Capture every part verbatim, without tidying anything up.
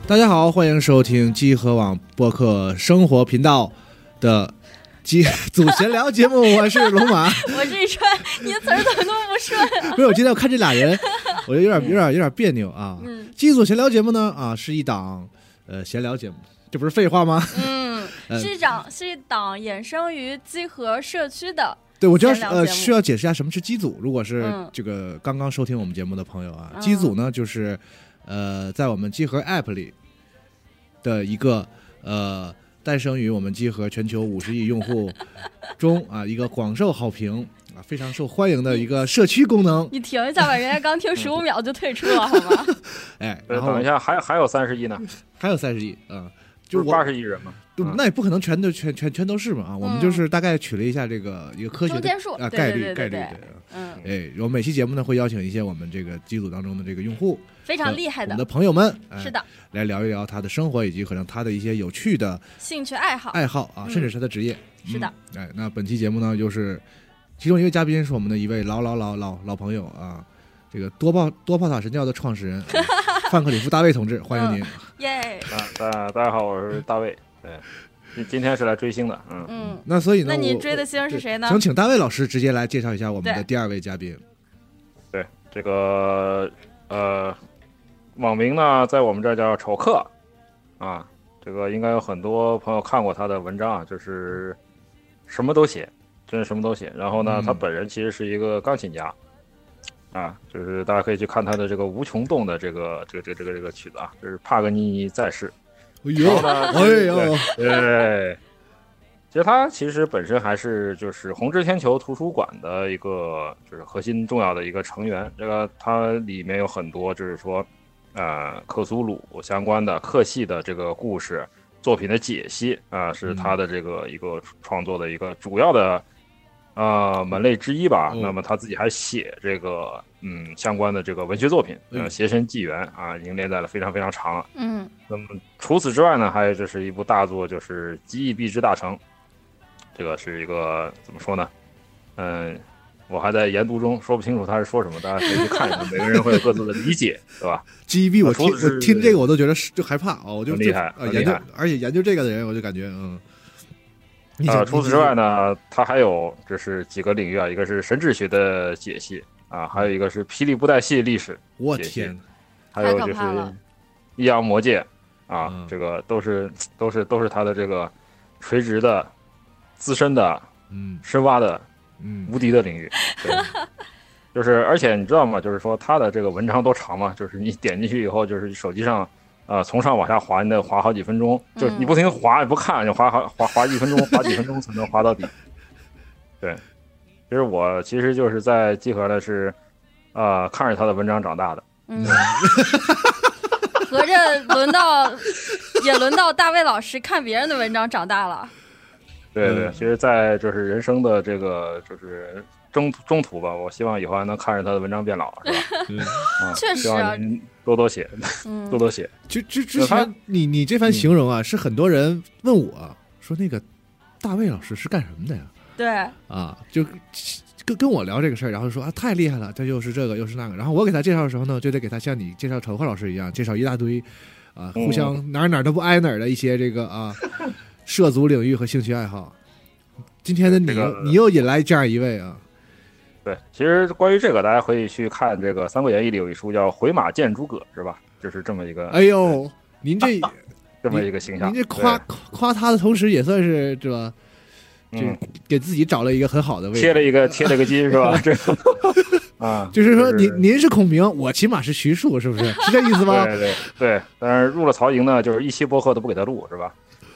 大家好，欢迎收听集合网播客生活频道的集组闲聊节目，我是龙马， 我是一川，你的词儿怎么那么不顺、啊？ 不是，我今天我看这俩人，我就有点有点有点别扭啊。 嗯， 集组闲聊节目呢啊，是一档呃闲聊节目，这不是废话吗？ 嗯，是一档是一档衍生于集合社区的。 对，我就要呃需要解释一下什么是机组。如果是这个刚刚收听我们节目的朋友啊，机、嗯、组呢就是呃在我们集合 App 里的一个呃诞生于我们集合全球五十亿用户中啊一个广受好评啊非常受欢迎的一个社区功能。 你停一下吧，人家刚听十五秒就退出了，好吗？ 哎， 然后等一下，还还有三十亿呢， 还有三十亿啊，就八十亿人嘛。 嗯、那也不可能全都全全全都是嘛啊！我们就是大概取了一下这个一个科学的啊概率概率对，嗯，哎，我每期节目呢会邀请一些我们这个机组当中的这个用户， 非常厉害的我们的朋友们， 哎、是的， 来聊一聊他的生活以及可能他的一些有趣的兴趣爱好爱好啊，甚至是他的职业。 嗯、是的， 哎，那本期节目呢，就是其中一位嘉宾是我们的一位老老老老老朋友啊，这个多炮多炮塔神教的创始人范克里夫大卫同志，欢迎您！ 耶！ 大大大家好，我是大卫，对。今天是来追星的，嗯嗯， 那所以呢， 那你追的星是谁呢？ 想请大卫老师直接来介绍一下我们的第二位嘉宾。 对，这个呃，网名呢，在我们这儿叫丑克啊，这个应该有很多朋友看过他的文章啊，就是什么都写，真是什么都写。然后呢，嗯、他本人其实是一个钢琴家啊，就是大家可以去看他的这个无穷动的这个这个这个这个这个曲子啊，就是帕格尼尼在世。 哎呦，哎呦， 对，其实他其实本身还是就是红之天球图书馆的一个就是核心重要的一个成员。这个它里面有很多就是说，呃，克苏鲁相关的克系的这个故事作品的解析啊、呃，是他的这个一个创作的一个主要的呃门类之一吧。 嗯、 那么他自己还写这个嗯相关的这个文学作品，呃，邪神纪元啊，已经连载了非常非常长了。 嗯。 那么除此之外呢，还有这是一部大作，就是《极易必之大成》。这个是一个怎么说呢？嗯，我还在研读中，说不清楚他是说什么，大家可以去看一看，每个人会有各自的理解，对吧？ 极易必，我听我听这个我都觉得就害怕哦，我就厉害啊研究，而且研究这个的人，我就感觉嗯。 啊，除此之外呢，他还有这是几个领域啊，一个是神智学的解析啊，还有一个是霹雳布袋戏历史， 我天， 还有就是阴阳魔界。啊、嗯，这个都是都是都是他的这个垂直的、资深的、嗯、深挖的、嗯、无敌的领域。对，就是而且你知道吗？就是说他的这个文章多长嘛？就是你点进去以后，就是手机上啊、呃、从上往下滑，你得滑好几分钟，就你不停滑也不看，就滑滑滑滑一分钟，滑几分钟才能滑到底。对，其实我其实就是在集合的是啊、呃、看着他的文章长大的。 嗯。合着轮到也轮到大卫老师看别人的文章长大了。 对对，其实在就是人生的这个就是中中途吧，我希望以后还能看着他的文章变老，是吧？嗯，啊、 确实啊， 多多写， 嗯、 多多写。 之之之前你你这番形容啊、嗯，是很多人问我说那个大卫老师是干什么的呀？ 对啊，就。跟跟我聊这个事儿，然后说啊太厉害了，这又是这个又是那个，然后我给他介绍的时候呢，就得给他像你介绍丑克老师一样，介绍一大堆，啊，互相哪儿哪儿都不挨哪儿的一些这个啊涉足领域和兴趣爱好。今天的你、这个、你又引来这样一位啊。 对，其实关于这个，大家可以去看这个《三国演义》里有一书叫《回马见诸葛》，是吧？就是这么一个。 哎呦，您这这么一个形象， 您这夸夸他的同时，也算是是吧？就给自己找了一个很好的位置， 贴了一个贴了个金是吧？这啊， 就是说您您是孔明，我起码是徐庶，是不是？是这意思吗？ 对对对，但是入了曹营呢，就是一期播客都不给他录，是吧？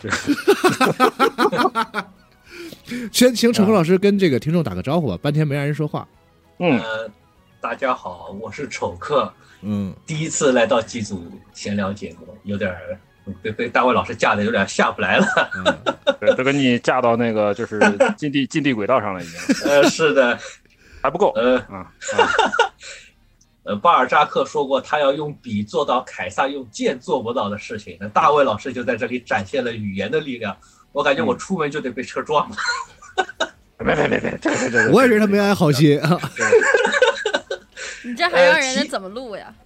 先请丑克老师跟这个听众打个招呼吧，半天没让人说话。 嗯、 呃，大家好，我是丑克， 嗯， 第一次来到机组闲聊节目，有点被被大卫老师架的有点下不来了。 嗯，对，都给你架到那个就是近地近地轨道上了已经。 呃，是的， 还不够。 呃啊，啊呃，巴尔扎克说过，他要用笔做到凯撒用剑做不到的事情。那大卫老师就在这里展现了语言的力量。我感觉我出门就得被车撞了。 别别别别，这个这个， 我也是他没安好心啊。 你这还让人家怎么录呀？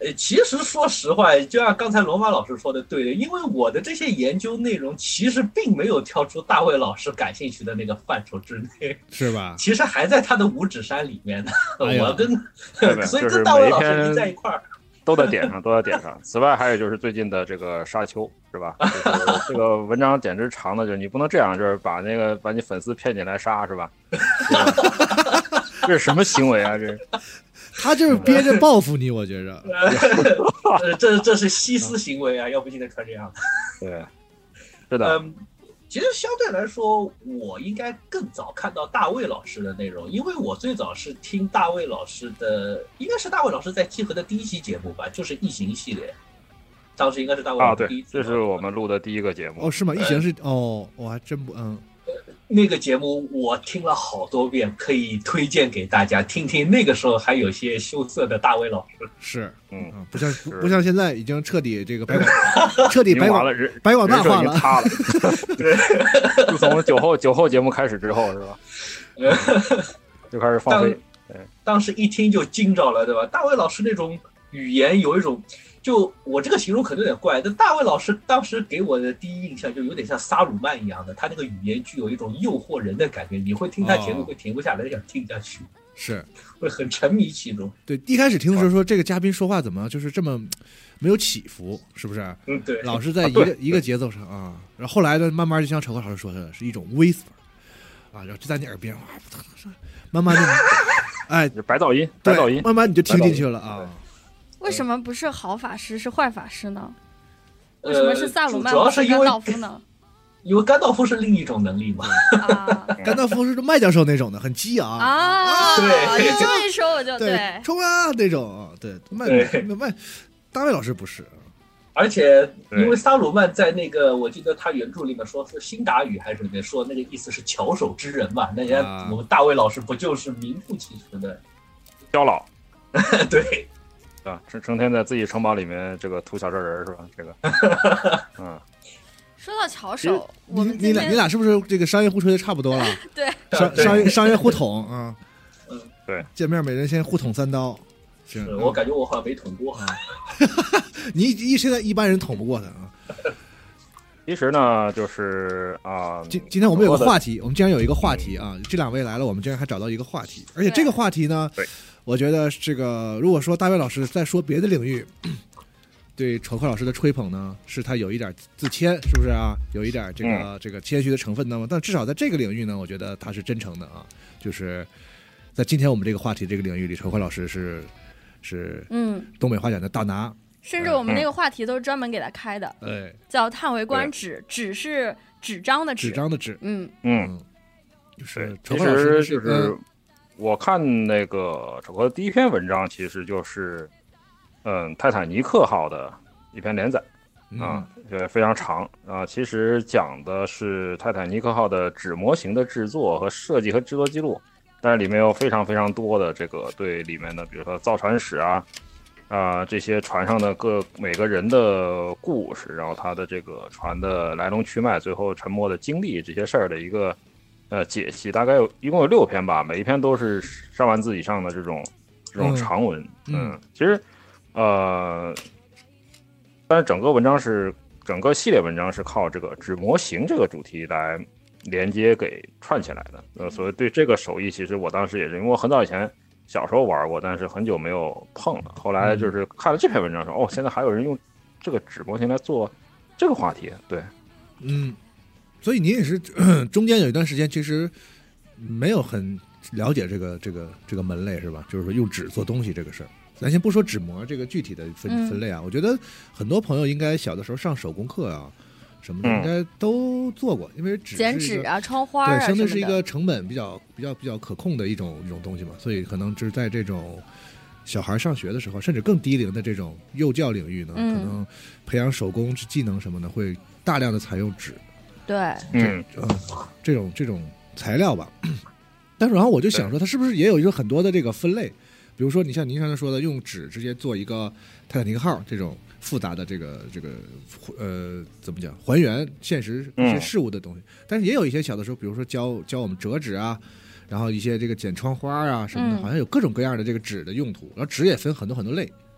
呃，其实说实话，就像刚才罗马老师说的对的，因为我的这些研究内容其实并没有跳出大卫老师感兴趣的那个范畴之内， 是吧？ 其实还在他的五指山里面呢。 哎、 我跟所以跟大卫老师离在一块儿。 都在点上，都在点上。此外，还有就是最近的这个沙丘，是吧？就是这个文章简直长的，就是你不能这样，就是把那个把你粉丝骗进来杀，是吧？这是什么行为啊？这他就是憋着报复你，我觉着。 这这是西斯行为啊，要不今天穿这样。 对，是的。 嗯，其实相对来说，我应该更早看到大卫老师的内容，因为我最早是听大卫老师的，应该是大卫老师在集合的第一期节目吧，就是异形系列。当时应该是大卫老师第一次、 啊、对，这是我们录的第一个节目。 哦，是吗？异形是、嗯、哦，我还真不嗯。 那个节目我听了好多遍，可以推荐给大家听听。那个时候还有些羞涩的大卫老师， 是， 嗯， 不像不像现在已经彻底这个白广彻底白广了， 白广大化了。 塌了。对，自从酒后酒后节目开始之后，是吧？就开始放飞。对， 当时一听就惊着了，对吧？大卫老师那种语言有一种。就我这个形容可能有点怪，但大卫老师当时给我的第一印象就有点像萨鲁曼一样的，他那个语言具有一种诱惑人的感觉，你会听他节目会停不下来，想听下去， 是会很沉迷其中。 对，一开始听的时候说这个嘉宾说话怎么就是这么没有起伏，是不是？ 嗯，对， 老是在一个、啊、一个节奏上啊。然后后来呢，慢慢就像丑哥老师说的，是一种 whisper 啊，然后就在你耳边哇，慢慢的，哎， 白噪音，白噪音， 慢慢你就听进去了啊。 为什么不是好法师是坏法师呢？为什么是萨鲁曼不是甘道夫呢？ 因为甘道夫是另一种能力嘛。 啊， 甘道夫是麦教授那种的，很激昂啊。 对， 你这么一说我就对，冲啊那种，对，麦麦大卫老师不是。 而且因为萨鲁曼在那个，我记得他原著里面说是辛达语还是里面说那个意思是巧手之人嘛，那人家我们大卫老师不就是名副其实的刁老？ 对。 啊，成成天在自己城堡里面这个涂小人儿是吧？这个，嗯。 说到巧手，我们你俩你俩是不是这个商业互吹的差不多了？ 对， 商商业商业互捅啊。 嗯， 对， 见面每人先互捅三刀。 是我感觉我好像没捅过。 你一现在一般人捅不过他啊。 其实呢，就是啊、呃， 今今天我们有个话题，我们竟然有一个话题啊！这两位来了，我们竟然还找到一个话题，而且这个话题呢， 对。 我觉得这个，如果说大卫老师在说别的领域，对丑克老师的吹捧呢，是他有一点自谦，是不是啊？有一点这个、嗯、这个谦虚的成分呢？但至少在这个领域呢，我觉得他是真诚的啊。就是在今天我们这个话题这个领域里，丑克老师是是嗯东北话讲的大拿， 甚至我们那个话题都是专门给他开的， 对， 叫叹为观止，止是纸张的纸张的纸， 嗯嗯， 就是其实就是。嗯我看那个丑哥的第一篇文章，其实就是，嗯，泰坦尼克号的一篇连载，啊，也非常长啊。其实讲的是泰坦尼克号的纸模型的制作和设计和制作记录，但是里面有非常非常多的这个对里面的，比如说造船史啊，啊这些船上的各每个人的故事，然后他的这个船的来龙去脉，最后沉没的经历这些事儿的一个。呃，解析大概有一共有六篇吧，每一篇都是上万字以上的这种这种长文。嗯，嗯其实呃，但是整个文章是整个系列文章是靠这个纸模型这个主题来连接给串起来的。呃，所以对这个手艺，其实我当时也是因为我很早以前小时候玩过，但是很久没有碰了。后来就是看了这篇文章说，哦，现在还有人用这个纸模型来做这个话题。对， 嗯。所以您也是中间有一段时间其实没有很了解这个这个这个门类是吧？就是说用纸做东西这个事儿，咱先不说纸模这个具体的分分类啊，我觉得很多朋友应该小的时候上手工课啊什么的，应该都做过，因为纸剪纸啊、窗花啊，对，相对是一个成本比较比较比较可控的一种一种东西嘛，所以可能就是在这种小孩上学的时候，甚至更低龄的这种幼教领域呢，可能培养手工技能什么的，会大量的采用纸。 对， 嗯， 呃，这种这种材料吧，但是然后我就想说，它是不是也有一个很多的这个分类？比如说，你像您刚才说的，用纸直接做一个泰坦尼克号这种复杂的这个这个呃怎么讲还原现实一些事物的东西，嗯、但是也有一些小的时候，比如说教教我们折纸啊，然后一些这个剪窗花啊什么的，嗯、好像有各种各样的这个纸的用途，然后纸也分很多很多类。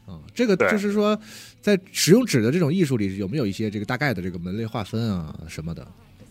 嗯，这个就是说，在使用纸的这种艺术里，有没有一些这个大概的这个门类划分啊什么的？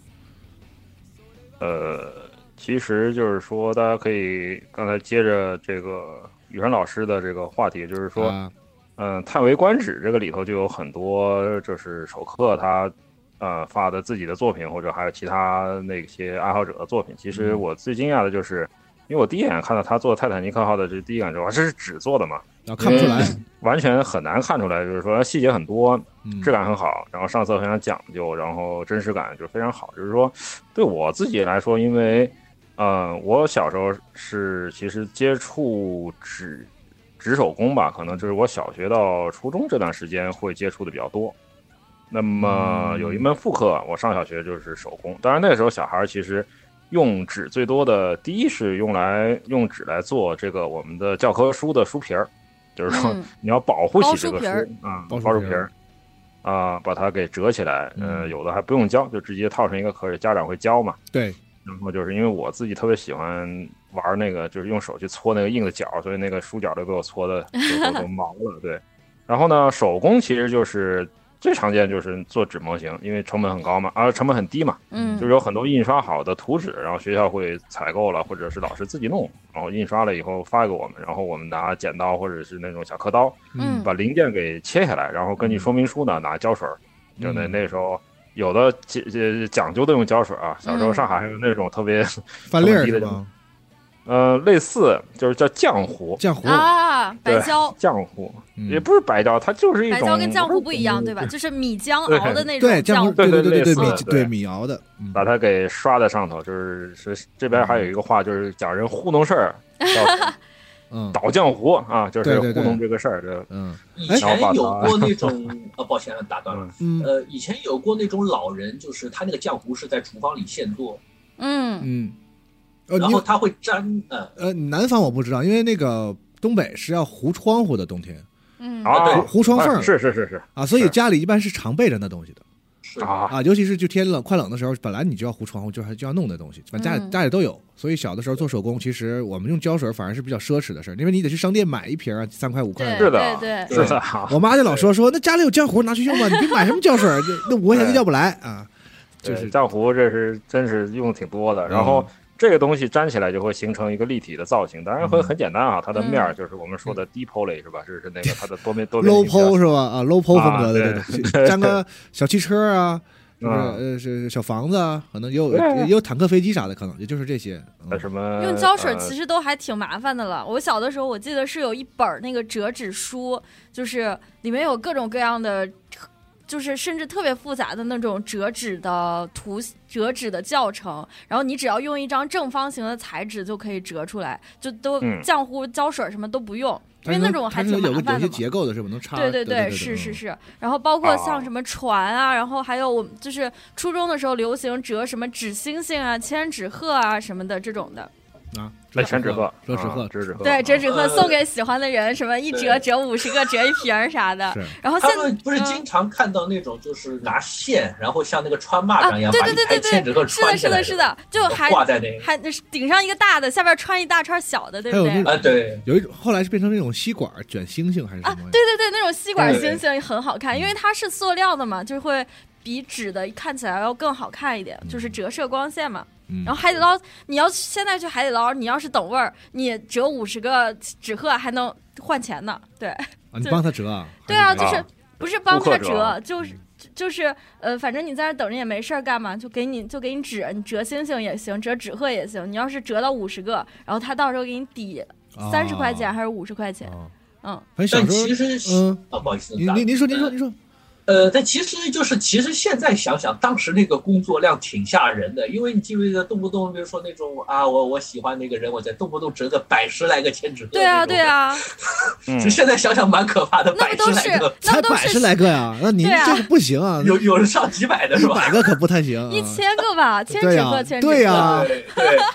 呃，其实就是说，大家可以刚才接着这个宇晨老师的这个话题，就是说，嗯、啊呃，叹为观止这个里头就有很多就是手课他呃发的自己的作品，或者还有其他那些爱好者的作品。其实我最惊讶的就是。因为我第一眼看到他做泰坦尼克号的这第一感觉，这是纸做的嘛， 啊，看不出来， 完全很难看出来。就是说细节很多，质感很好，然后上色非常讲究，然后真实感就非常好。就是说，对我自己来说，因为，呃，我小时候是其实接触纸纸手工吧，可能就是我小学到初中这段时间会接触的比较多。那么有一门副课，我上小学就是手工，当然那个时候小孩其实。用纸最多的，第一是用来用纸来做这个我们的教科书的书皮儿，就是说你要保护起这个书啊，包书皮儿啊，把它给折起来。嗯、呃，有的还不用胶，就直接套成一个壳，家长会教嘛。 对。 然后就是因为我自己特别喜欢玩那个，就是用手去搓那个硬的角，所以那个书角都给我搓的都都毛了。对。然后呢，手工其实就是。最常见就是做纸模型，因为成本很高嘛，啊，成本很低嘛， 嗯， 就是有很多印刷好的图纸，然后学校会采购了，或者是老师自己弄，然后印刷了以后发给我们，然后我们拿剪刀或者是那种小刻刀， 嗯， 把零件给切下来，然后根据说明书呢拿胶水，就那那时候有的讲究的用胶水啊，小时候上海还有那种特别翻粒儿是吗？ 呃，类似就是叫浆糊， 浆糊啊，白胶浆糊、嗯、也不是白胶，它就是一种白胶跟浆糊不一样，对吧？就是米浆熬的那种对浆糊， 对对对对对米对米熬的， 嗯、把它给刷在上头。就是是这边还有一个话，就是讲人糊弄事儿，叫嗯倒浆糊啊，就是糊弄这个事儿。这嗯， 以前有过那种呃，抱歉打断了，嗯、呃，以前有过那种老人，就是他那个浆糊是在厨房里现做， 嗯嗯。 然后它会粘，呃呃，南方我不知道，因为那个东北是要糊窗户的，冬天， 嗯啊，对， 糊窗缝， 是是是是啊，所以家里一般是常备着那东西的， 是啊啊，尤其是就天冷快冷的时候，本来你就要糊窗户，就还就要弄那东西，反正家里、嗯、家里都有，所以小的时候做手工，其实我们用胶水反而是比较奢侈的事儿，因为你得去商店买一瓶啊，三块五块的， 是的， 对对，是的。 我妈就老说说，那家里有浆糊拿去用吧，你别买什么胶水，那五块钱就要不来啊，就是浆糊，这是真是用的挺多的，然后。嗯这个东西粘起来就会形成一个立体的造型，当然会很简单啊，它的面就是我们说的低 poly 是吧？是是那个它的多面多面 low po 是吧？啊 low po 风格的这种，粘个小汽车啊，就是呃是小房子啊，可能也有也有坦克飞机啥的，可能也就是这些。 什么用胶水其实都还挺麻烦的了。我小的时候我记得是有一本那个折纸书，就是里面有各种各样的。就是甚至特别复杂的那种折纸的图折纸的教程，然后你只要用一张正方形的彩纸就可以折出来，就都浆糊胶水什么都不用，因为那种还挺麻烦的嘛。 有些结构的是不能插。 对对对, 对, 对, 对，是是是。然后包括像什么船啊，然后还有我们就是初中的时候流行折什么纸星星啊、千纸鹤啊什么的这种的。 啊， 折纸鹤， 折纸鹤， 折纸鹤， 对，折纸鹤送给喜欢的人，什么一折折五十个，折一瓶啥的。然后现在不是经常看到那种，就是拿线，然后像那个穿蚂蚱一样， 对对对对对， 千纸鹤穿起来，是的，是的，就还挂在那个， 还顶上一个大的，下边穿一大串小的，对不对？ 啊，对， 有一种后来是变成那种吸管卷星星还是什么？ 啊，对对对，那种吸管星星很好看，因为它是塑料的嘛，就会比纸的看起来要更好看一点，就是折射光线嘛。然后海底捞，你要现在去海底捞，你要是等位儿，你折五十个纸鹤还能换钱呢。对， 啊，你帮他折啊？ 对啊，就是不是帮他折，就是就是呃，反正你在那等着也没事儿干嘛，就给你就给你纸，你折星星也行，折纸鹤也行。你要是折到五十个，然后他到时候给你抵三十块钱还是五十块钱？嗯， 但其实嗯，啊，不好意思， 您您您说您说您说。 呃，但其实就是，其实现在想想，当时那个工作量挺吓人的，因为你记不记得，动不动比如说那种啊，我我喜欢那个人，我在动不动折个百十来个千纸鹤。 对啊，对啊。 就现在想想蛮可怕的，百十来个， 才百十来个呀，那您这个不行啊， 有有人上几百的是吧？ 一百个可不太行， 一千个吧，千纸鹤，千纸鹤。 对呀， 对。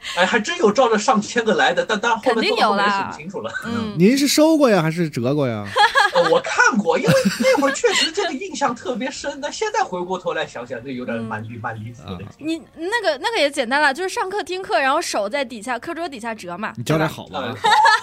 哎，还真有照着上千个来的，但但后面做后面数不清楚了。 嗯， 您是收过呀，还是折过呀？ 呃，我看过，因为那会儿确实这个印象特别深。但现在回过头来想想，这有点蛮离蛮离谱的。 你那个那个也简单了，就是上课听课，然后手在底下课桌底下折嘛。 你教点好吧？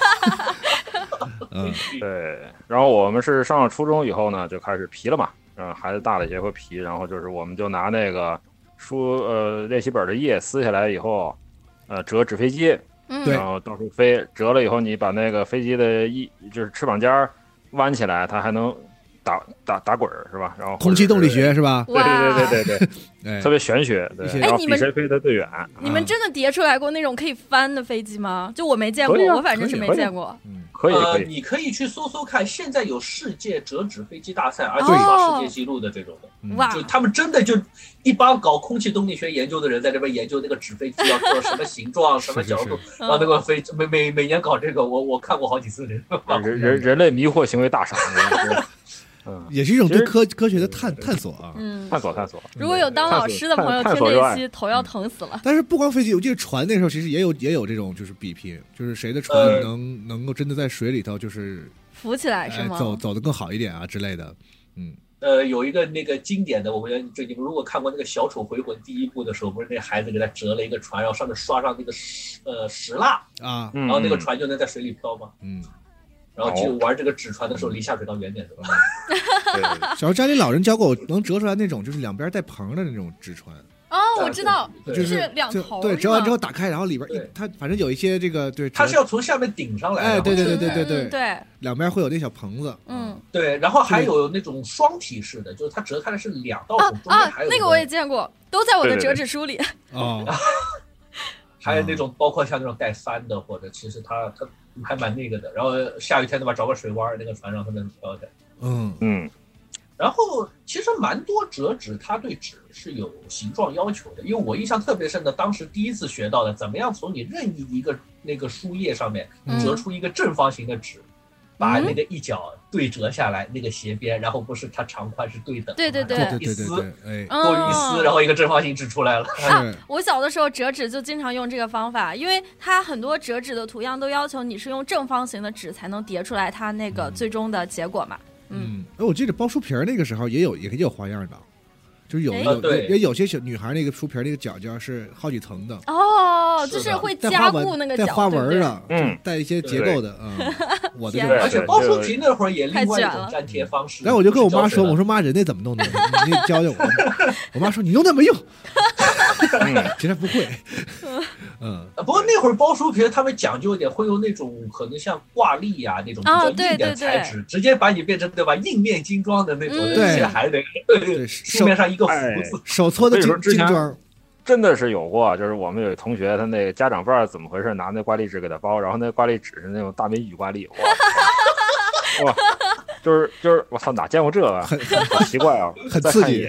嗯，对。然后我们是上了初中以后呢，就开始皮了嘛。嗯，孩子大了一些会皮，然后就是我们就拿那个书呃练习本的页撕下来以后，呃折纸飞机， 嗯， 然后到处飞，折了以后你把那个飞机的翼就是翅膀尖弯起来，它还能打打打滚是吧？然后空气动力学是吧？ 对对对对对对，特别玄学。对，然后比谁飞得最远。 你们真的叠出来过那种可以翻的飞机吗？就我没见过，我反正是没见过。 可以可以， 呃，你可以去搜搜看，现在有世界折纸飞机大赛，而且创世界纪录的这种的， 哇、 哦，就他们真的就一帮搞空气动力学研究的人在这边研究那个纸飞机要做什么形状、什么角度，然后那个飞每每每年搞这个，我我看过好几次人人人人类迷惑行为大赏。 嗯，也是一种对科科学的探探索啊， 嗯， 探索探索。 如果有当老师的朋友听这一期，头要疼死了。 但是不光飞机，我记得船那时候其实也有也有这种就是比拼，就是谁的船能、呃、能够真的在水里头就是浮起来是吗？ 哎、走走得更好一点啊之类的，嗯。 呃，有一个那个经典的，我们就你们如果看过那个《小丑回魂》第一部的时候，不是那孩子给他折了一个船，然后上面刷上那个石呃石蜡啊， 然后那个船就能在水里飘吗？嗯。然后就玩这个纸船的时候，离下水道远点的。 小时候家里老人教过我，能折出来那种就是两边带棚的那种纸船。 哦，我知道，就是两头。 对，折完之后打开，然后里边一它反正有一些这个对。 它是要从下面顶上来。 哎，对对对对对对对。 两边会有那小棚子。 嗯。 对，然后还有那种双体式的，就是它折开的是两道孔，中间还有那个我也见过，都在我的折纸书里。 哦。 还有那种包括像那种带帆的，或者其实它它还蛮那个的。然后下雨天对吧，找个水湾，那个船上它能飘着。 嗯嗯。 然后其实蛮多折纸，它对纸是有形状要求的。因为我印象特别深的，当时第一次学到的，怎么样从你任意一个那个书页上面折出一个正方形的纸。嗯把那个一角对折下来，那个斜边，然后不是它长宽是对等， 对对对， 一撕， 哎， 多一撕，然后一个正方形纸出来了。 啊，我小的时候折纸就经常用这个方法，因为它很多折纸的图样都要求你是用正方形的纸才能叠出来它那个最终的结果嘛。 嗯，哎，我记得包书皮儿那个时候也有也也有花样的。就是有有也有些小女孩那个书皮那个角角是好几层的哦，就是会加固那个角， 带花纹的， 嗯， 带一些结构的，嗯，我的而且包书皮那会儿也另外一种粘贴方式。 然后我就跟我妈说，我说妈，人家怎么弄的？你教教我。我妈说你用那么用，其实不会。嗯， 不过那会儿包书皮他们讲究一点，会用那种可能像挂历呀那种比较硬的材质，直接把你变成对吧硬面精装的那种， 对， 还得对书面上一个福字， 手搓的精精装。 真的是有过，就是我们有同学，他那个家长不知道怎么回事，拿那挂历纸给他包，然后那挂历纸是那种大美女挂历，哇，哇就是就是我操，哪见过这个？ 很好奇怪啊， 很刺激。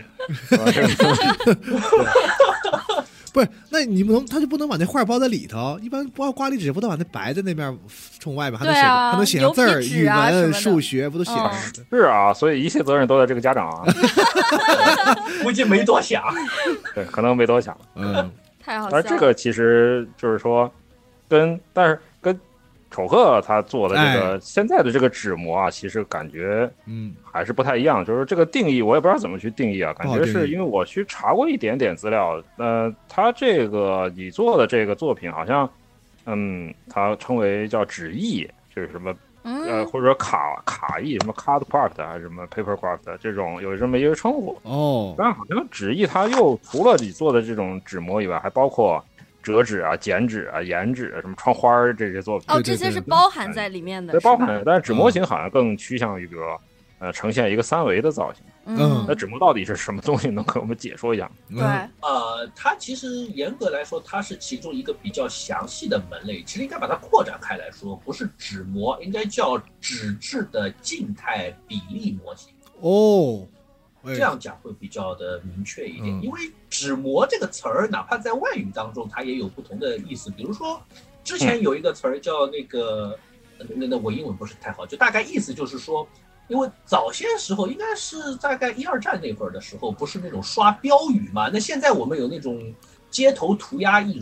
不是，那你不能，他就不能把那画包在里头？一般包挂历纸不能把那白在那边冲外面，还能写， 啊、 还能写上字儿，语文、数学不都写上？ 是啊，所以一切责任都在这个家长啊。 估计没多想， 对，可能没多想。 嗯，太好笑了。 但是这个其实就是说，跟但是跟丑鹤他做的这个、哎、现在的这个纸模啊，其实感觉嗯还是不太一样。就是这个定义，我也不知道怎么去定义啊。感觉是因为我去查过一点点资料，呃，他这个你做的这个作品好像，嗯，它称为叫纸艺，就是什么。呃，或者说卡卡艺，什么 card craft 还是什么 paper craft 这种有这么一个称呼哦。 但好像纸艺它又除了你做的这种纸模以外，还包括折纸啊、剪纸啊、研纸啊、什么窗花这些作品。 哦，这些是包含在里面的。 对，包含。但是纸模型好像更趋向于比如说呃呈现一个三维的造型。 嗯， 那纸模到底是什么东西？能给我们解说一下？ 对， 呃，它其实严格来说，它是其中一个比较详细的门类。其实应该把它扩展开来说，不是纸模，应该叫纸质的静态比例模型。 哦， 这样讲会比较的明确一点。嗯、因为纸模这个词儿，哪怕在外语当中，它也有不同的意思。比如说，之前有一个词儿叫那个，嗯、那那我英文不是太好，就大概意思就是说。因为早些时候应该是大概一二战那会儿的时候，不是那种刷标语嘛？那现在我们有那种街头涂鸦艺术，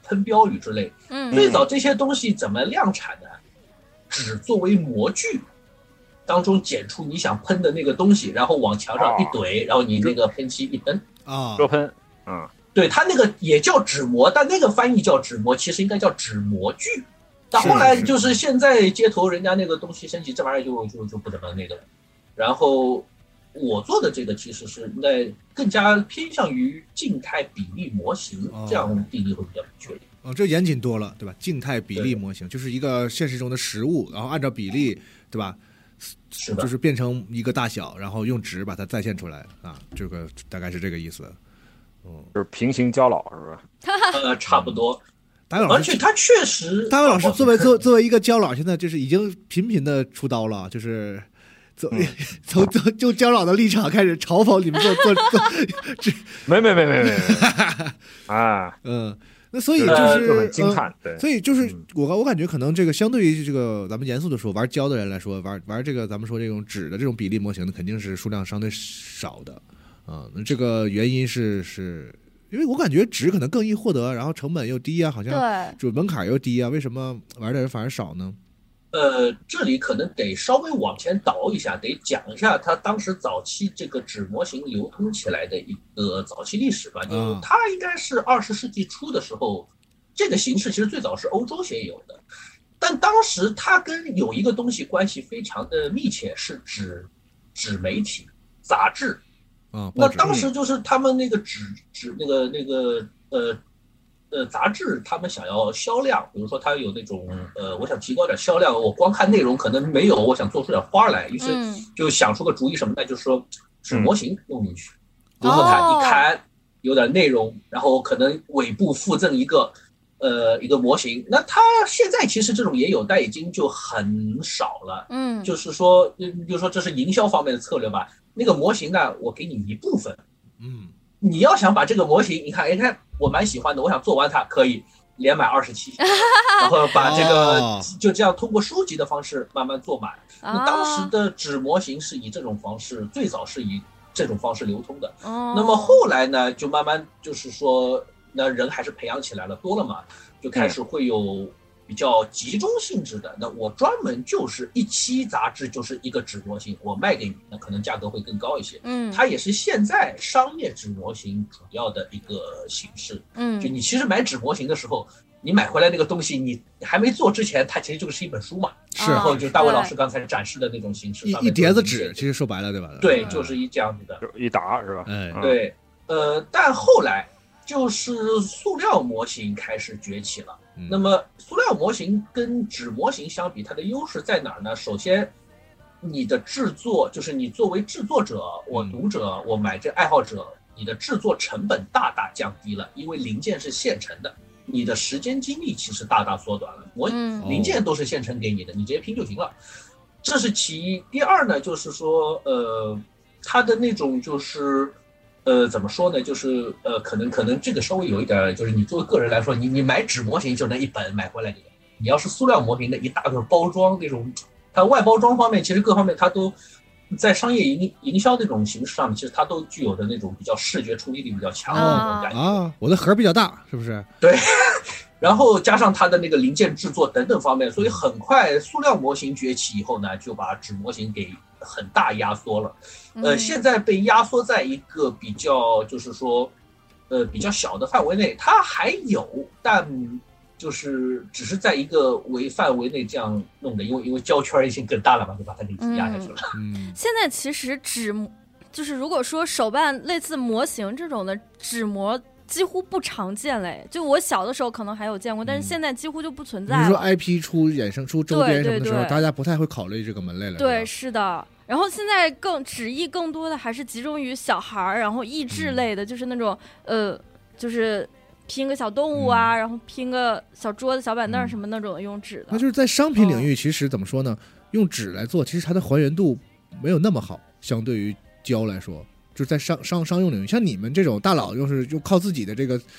喷标语之类。 嗯， 最早这些东西怎么量产呢？纸作为模具当中剪出你想喷的那个东西，然后往墙上一怼，哦、然后你那个喷漆一喷啊， 热喷，嗯， 对，它那个也叫纸模，但那个翻译叫纸模，其实应该叫纸模具。但后来就是现在街头人家那个东西升级，这玩意儿就就就不怎么那个了。然后我做的这个其实是应该更加偏向于静态比例模型，哦、这样定义会比较明确一点。 哦，这严谨多了，对吧？静态比例模型就是一个现实中的实物，然后按照比例，对吧？ 是的， 就是变成一个大小，然后用纸把它再现出来啊，这个大概是这个意思。 嗯，就是平行胶老是吧？ 呃，差不多。 大卫老师， 而且他确实， 大卫老师作为作作为一个胶老，现在就是已经频频的出刀了，就是从、嗯、从从就胶老的立场开始嘲讽你们做做做， 没没没没没啊， 嗯。那所以就是、 呃、很惊叹、 呃，所以就是我我感觉可能这个相对于这个咱们严肃的说玩胶的人来说，玩玩这个咱们说这种纸的这种比例模型的肯定是数量相对少的啊。那这个原因是是因为我感觉纸可能更易获得，然后成本又低啊，好像就门槛又低啊，为什么玩的人反而少呢？ 呃，这里可能得稍微往前倒一下，得讲一下它当时早期这个纸模型流通起来的一个早期历史吧。就它应该是二十世纪初的时候，这个形式其实最早是欧洲先有的，但当时它跟有一个东西关系非常的密切，是纸纸媒体杂志。 啊， 那当时就是他们那个纸纸那个那个呃。呃，杂志他们想要销量，比如说他有那种呃，我想提高点销量，我光看内容可能没有，我想做出点花来，于是就想出个主意什么呢？就是说纸模型用进去，比如说它一刊有点内容，然后可能尾部附赠一个呃一个模型。那它现在其实这种也有，但已经就很少了。 嗯， 就是说，比如说这是营销方面的策略吧。那个模型呢，我给你一部分， 嗯。 你要想把这个模型，你看，你看，我蛮喜欢的，我想做完它，可以连买二十期，然后把这个就这样通过收集的方式慢慢做满。那当时的纸模型是以这种方式，最早是以这种方式流通的。那么后来呢，就慢慢就是说，那人还是培养起来了，多了嘛，就开始会有比较集中性质的，那我专门就是一期杂志就是一个纸模型，我卖给你，那可能价格会更高一些。 嗯， 它也是现在商业纸模型主要的一个形式。 嗯， 就你其实买纸模型的时候，你买回来那个东西，你还没做之前，它其实就是一本书嘛。 是。 然后就大卫老师刚才展示的那种形式， 一一叠子纸，其实说白了，对吧？ 对，就是一这样子的， 一沓是吧？ 哎， 对，呃，但后来就是塑料模型开始崛起了。那么塑料模型跟纸模型相比，它的优势在哪儿呢？首先，你的制作就是你作为制作者，我读者，我买这爱好者，你的制作成本大大降低了，因为零件是现成的，你的时间精力其实大大缩短了。模零件都是现成给你的，你直接拼就行了，这是其一。第二呢，就是说，呃，它的那种就是。呃，怎么说呢？就是呃，可能可能这个稍微有一点，就是你作为个人来说，你你买纸模型就那一本买回来你，你要是塑料模型的一大个包装那种，它外包装方面其实各方面它都在商业营营销这种形式上，其实它都具有的那种比较视觉冲击力比较强的那种感觉啊。我的盒比较大，是不是？ 对。然后加上它的那个零件制作等等方面，所以很快塑料模型崛起以后呢，就把纸模型给很大压缩了。呃，现在被压缩在一个比较就是说，呃，比较小的范围内，它还有，但就是只是在一个围范围内这样弄的，因为因为胶圈已经更大了嘛，就把它给压下去了。 嗯，现在其实纸就是如果说手办类似模型这种的纸模。几乎不常见嘞，就我小的时候可能还有见过，但是现在几乎就不存在了。 比如说 I P 出衍生出周边什么的时候， 对对对， 大家不太会考虑这个门类了。 对，是的。然后现在更纸艺更多的还是集中于小孩儿，然后益智类的，嗯、就是那种呃，就是拼个小动物啊，嗯、然后拼个小桌子、小板凳什么那种用纸的。 那就是在商品领域，其实怎么说呢？嗯、用纸来做，其实它的还原度没有那么好，相对于胶来说。就是在商商商用领域，像你们这种大佬，又是就靠自己的这个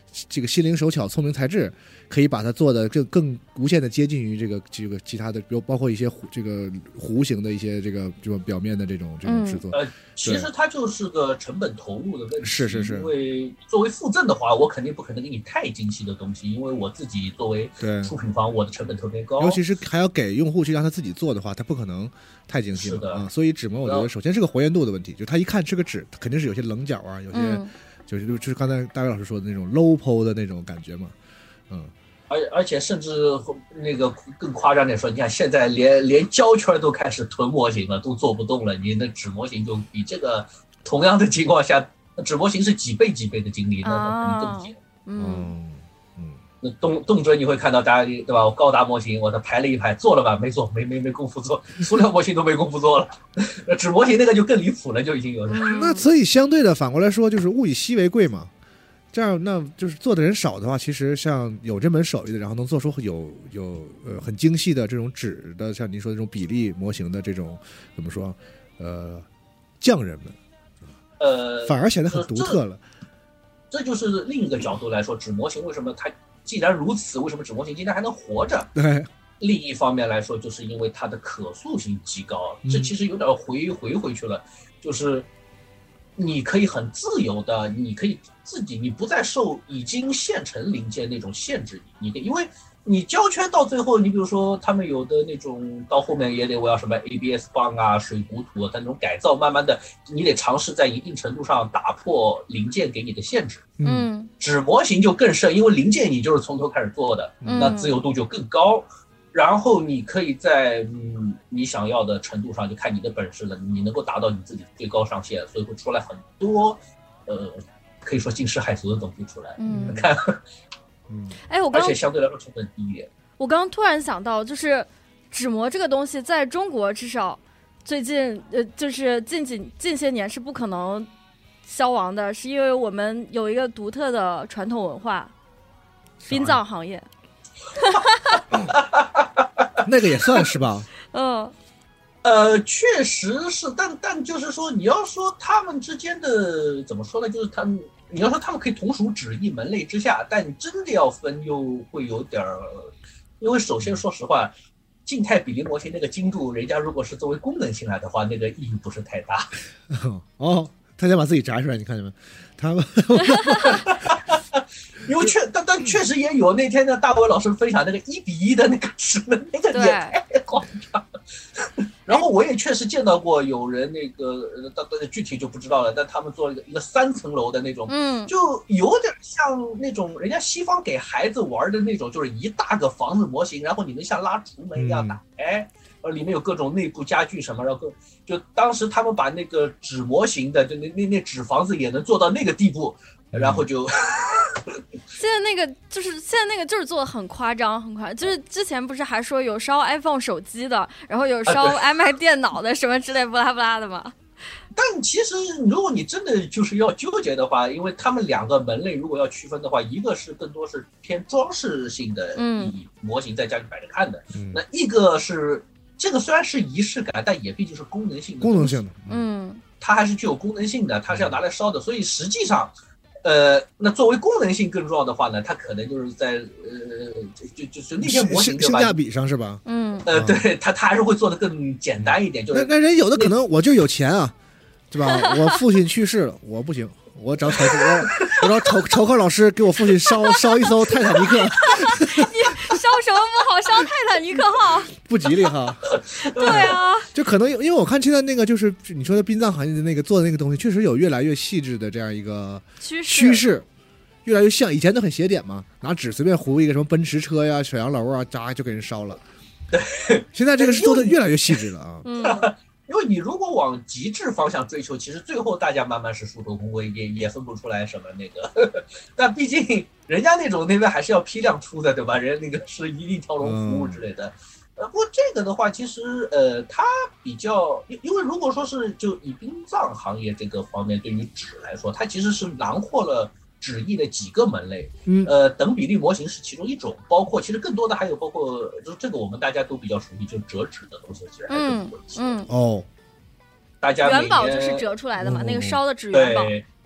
这个心灵手巧、聪明才智，可以把它做的更更无限的接近于这个这个其他的，比如包括一些弧这个弧形的一些这个这个表面的这种这种制作。 呃，其实它就是个成本投入的问题。 是是是。 因为作为附赠的话，我肯定不可能给你太精细的东西，因为我自己作为出品方，我的成本特别高。 尤其是还要给用户去让他自己做的话，他不可能太精细了。 是的啊。所以纸模我觉得首先是个还原度的问题，就他一看是个纸，肯定是有些棱角啊，有些。嗯就是就是刚才大卫老师说的那种 low po 的那种感觉嘛，嗯， 而而且甚至那个更夸张点说，你看现在连连胶圈都开始囤模型了，都做不动了，你那纸模型就比这个同样的情况下，纸模型是几倍几倍的精力，那肯定更紧。 嗯。 那动动辄你会看到大家对吧？我高达模型，我的排了一排，做了吧？没做，没没没功夫做，塑料模型都没功夫做了。那纸模型那个就更离谱了，就已经有。 那所以相对的反过来说，就是物以稀为贵嘛。这样，那就是做的人少的话，其实像有这门手艺的，然后能做出有有呃很精细的这种纸的，像您说的这种比例模型的这种怎么说呃匠人们， 呃， 反而显得很独特了。 这, 这就是另一个角度来说，纸模型为什么它既然如此，为什么纸模型今天还能活着？ 对。 另一方面来说，就是因为它的可塑性极高，这其实有点回回回去了，就是你可以很自由的，你可以自己，你不再受已经现成零件那种限制，你可以，因为你胶圈到最后，你比如说他们有的那种到后面也得我要什么 A B S 棒啊、水骨土啊，它那种改造，慢慢的你得尝试在一定程度上打破零件给你的限制。 嗯， 纸模型就更甚，因为零件你就是从头开始做的， 嗯、 那自由度就更高。然后你可以在嗯你想要的程度上，就看你的本事了，你能够达到你自己最高上限，所以会出来很多呃可以说惊世骇俗的东西出来。 嗯， 看。 嗯，哎，我刚而且相对来说成本低一点。 我刚刚突然想到，就是纸模这个东西，在中国至少最近呃，就是近几近些年是不可能消亡的，是因为我们有一个独特的传统文化，殡葬行业。 那个也算是吧？ 嗯， 呃，确实是，但但就是说，你要说他们之间的怎么说呢？就是他们。你要说他们可以同属纸艺门类之下，但你真的要分又会有点儿，因为首先说实话，静态比例模型那个精度，人家如果是作为功能性来的话，那个意义不是太大。 哦，他想把自己摘出来，你看见没？他们因为确但但确实也有那天的大卫老师分享那个一比一的那个纸的那个也太夸张了。然后我也确实见到过有人那个，呃，具体就不知道了，但他们做了一个一个三层楼的那种， 嗯， 就有点像那种人家西方给孩子玩的那种，就是一大个房子模型，然后你能像拉橱门一样打开，呃，里面有各种内部家具什么，然后就当时他们把那个纸模型的，就那那那纸房子也能做到那个地步，然后就。 现在那个就是现在那个就是做的很夸张，很夸张。就是之前不是还说有烧 iPhone 手机的，然后有烧 iMac 电脑的，什么之类不拉不拉的吗？ 但其实如果你真的就是要纠结的话，因为他们两个门类如果要区分的话，一个是更多是偏装饰性的，以模型在家里摆着看的， 嗯、 那一个是这个虽然是仪式感，但也毕竟是功能性的， 功能性的， 嗯， 它还是具有功能性的，它是要拿来烧的，所以实际上。呃，那作为功能性更重要的话呢，它可能就是在呃，就就就那些模型性价比上是吧？ 嗯， 呃，对，它它还是会做的更简单一点。就是那那人有的可能我就有钱啊，对吧？我父亲去世了，我不行，我找丑我我找丑丑科老师给我父亲烧烧一艘泰坦尼克。 你烧什么不好？烧泰坦尼克号不吉利哈。 对啊， 就可能因为我看现在那个就是你说的殡葬行业的那个做的那个东西，确实有越来越细致的这样一个趋势， 趋势越来越像以前都很斜点嘛，拿纸随便糊一个什么奔驰车呀、小洋楼啊，扎就给人烧了。 对， 现在这个是做的越来越细致了啊。 嗯。 因为你如果往极致方向追求，其实最后大家慢慢是殊途同归，也也分不出来什么那个。呵呵但毕竟人家那种那边还是要批量出的，对吧？人家那个是一定条龙服务之类的。嗯、呃，不过这个的话，其实呃，它比较，因为如果说是就以殡葬行业这个方面对于纸来说，它其实是囊括了纸艺的几个门类， 嗯， 呃，等比例模型是其中一种，包括其实更多的还有包括，就是这个我们大家都比较熟悉，就是折纸的东西，其实还更多一些。 嗯， 哦， 大家元宝就是折出来的嘛，嗯、那个烧的纸元宝。 对，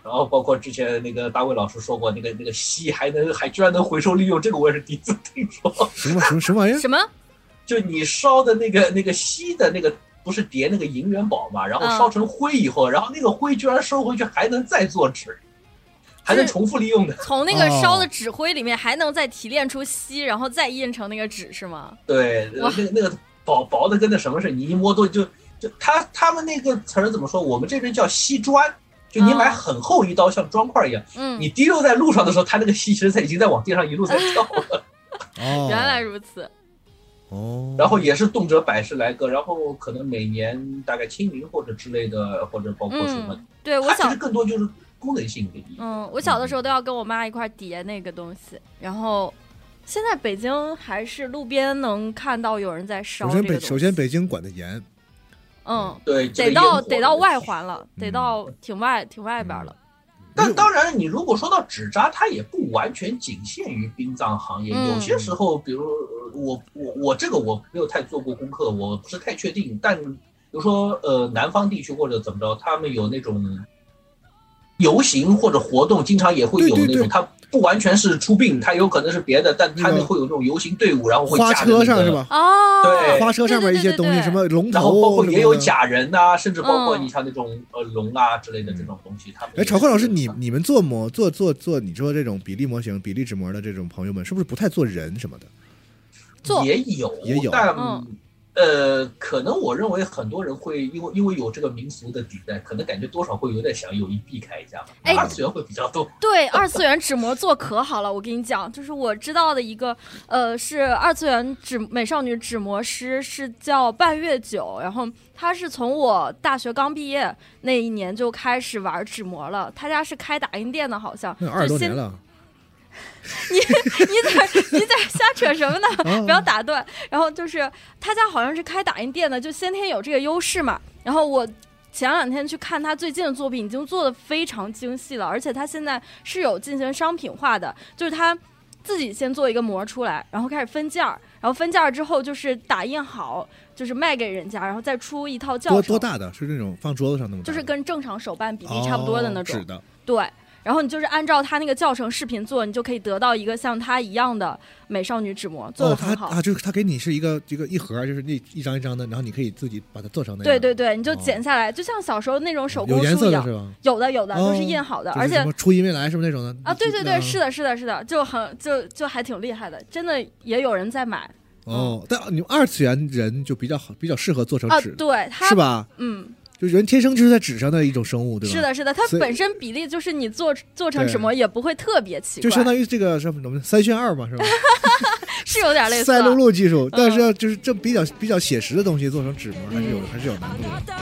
然后包括之前那个大卫老师说过，那个那个锡还能还居然能回收利用，这个我也是第一次听说。 什么什么什么玩意儿？ 什么？ 就你烧的那个那个锡的那个不是叠那个银元宝嘛，然后烧成灰以后，嗯、然后那个灰居然收回去还能再做纸，还能重复利用的。 从那个烧的纸灰里面还能再提炼出锡，然后再印成那个纸是吗？ 对，那个那个薄薄的跟那什么似的，你一摸都就就他他们那个词儿怎么说？我们这边叫锡砖。就你买很厚一刀，像砖块一样，嗯，你滴溜在路上的时候，它那个锡其实它已经在往地上一路在跳了。 哦，原来如此。 哦， 然后也是动辄百十来个，然后可能每年大概清明或者之类的，或者包括什么， 嗯、对我小其实更多就是功能性的意义。 嗯，我小的时候都要跟我妈一块叠那个东西，然后现在北京还是路边能看到有人在烧这个东西。 首先北京管得严。 嗯， 对， 得到得到外环了，得到挺外挺外边了。 但当然，你如果说到纸扎，它也不完全仅限于殡葬行业。有些时候，比如我我我这个我没有太做过功课，我不是太确定。但比如说呃，南方地区或者怎么着，他们有那种游行或者活动，经常也会有那种它。不完全是出殡，它有可能是别的，但它那会有那种游行队伍，然后会花车上是吧？ 哦， 对， 花车上面一些东西，什么龙头， 然后包括也有假人呐、啊，甚至包括你像那种呃龙啊之类的这种东西。他们哎，朝坤老师，你你们做模做做做，你说这种比例模型、比例纸模的这种朋友们，是不是不太做人什么的？ 做也有， 也有， 但。 嗯呃，可能我认为很多人会因为因为有这个民俗的底在，可能感觉多少会有点想有意避开一下吧。哎，二次元会比较多。 对，二次元纸模做可好了，我跟你讲，就是我知道的一个，呃，是二次元纸美少女纸模师，是叫半月久，然后他是从我大学刚毕业那一年就开始玩纸模了，他家是开打印店的，好像那二十多年了。 你你在你在瞎扯什么呢？不要打断。然后就是他家好像是开打印店的，就先天有这个优势嘛。然后我前两天去看他最近的作品，已经做得非常精细了，而且他现在是有进行商品化的，就是他自己先做一个模出来，然后开始分件儿，然后分件儿之后就是打印好，就是卖给人家，然后再出一套教程。 多多大的？是那种放桌子上那么大？ 就是跟正常手办比例差不多的那种。 纸的。 对。然后你就是按照他那个教程视频做，你就可以得到一个像他一样的美少女纸模，做得很好。 哦，他啊，就是他给你是一个这个一盒，就是那一张一张的，然后你可以自己把它做成那样。 对对对，你就剪下来，哦、就像小时候那种手工书一样。 有颜色的是吧？ 有的有的、 哦、 都是印好的， 就是、 而且什么初音未来是不是那种的啊？对对对，是的，是的，是的，就很就就还挺厉害的，真的也有人在买。 哦，嗯、但你们二次元人就比较好，比较适合做成纸， 啊、对， 是吧？ 嗯。 就人天生就是在纸上的一种生物，对吧？ 是的，是的，它本身比例就是你做做成纸模也不会特别奇怪， 就相当于这个什么什么三选二嘛，是吧？ 是有点类似。 赛璐璐技术，但是要就是这比较比较写实的东西做成纸模，还是有还是有难度的。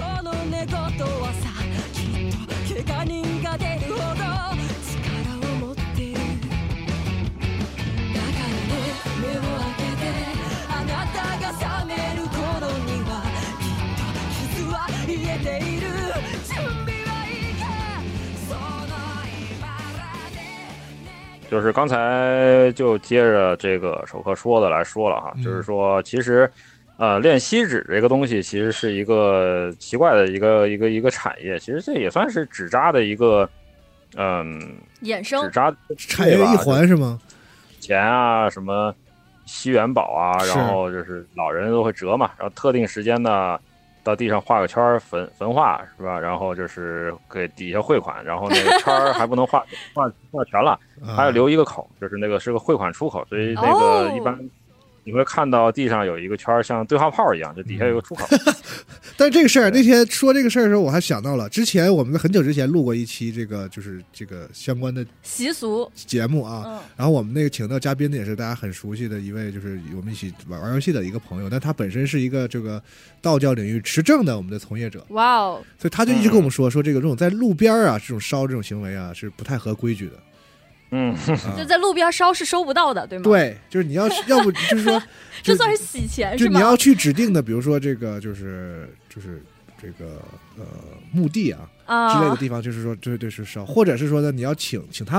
就是刚才就接着这个首课说的来说了哈， 嗯、 就是说其实，呃，炼锡纸这个东西其实是一个奇怪的一个一个一个产业，其实这也算是纸扎的一个，嗯， 衍生纸扎产业一环是吗？ 钱啊，什么锡元宝啊，然后就是老人都会折嘛，然后特定时间呢。到地上画个圈焚焚化是吧？然后就是给底下汇款，然后那个圈还不能画画画全了，还要留一个口，就是那个是个汇款出口，所以那个一般你会看到地上有一个圈，像对话炮一样，就底下有个出口。 但是这个事儿那天说这个事儿的时候，我还想到了之前我们很久之前录过一期这个就是这个相关的习俗节目啊，嗯、然后我们那个请到嘉宾也是大家很熟悉的一位，就是我们一起玩玩游戏的一个朋友，但他本身是一个这个道教领域持证的我们的从业者。 哇哦！ 所以他就一直跟我们说、嗯、说这个这种在路边啊这种烧这种行为啊是不太合规矩的。 嗯， 啊、就在路边烧是收不到的，对吗？ 对，就是你要要不就是说， 这算是洗钱是吗？ 就你要去指定的，比如说这个就是就是这个呃墓地啊、啊之类的地方，就是说对对是烧，或者是说呢，你要请请他们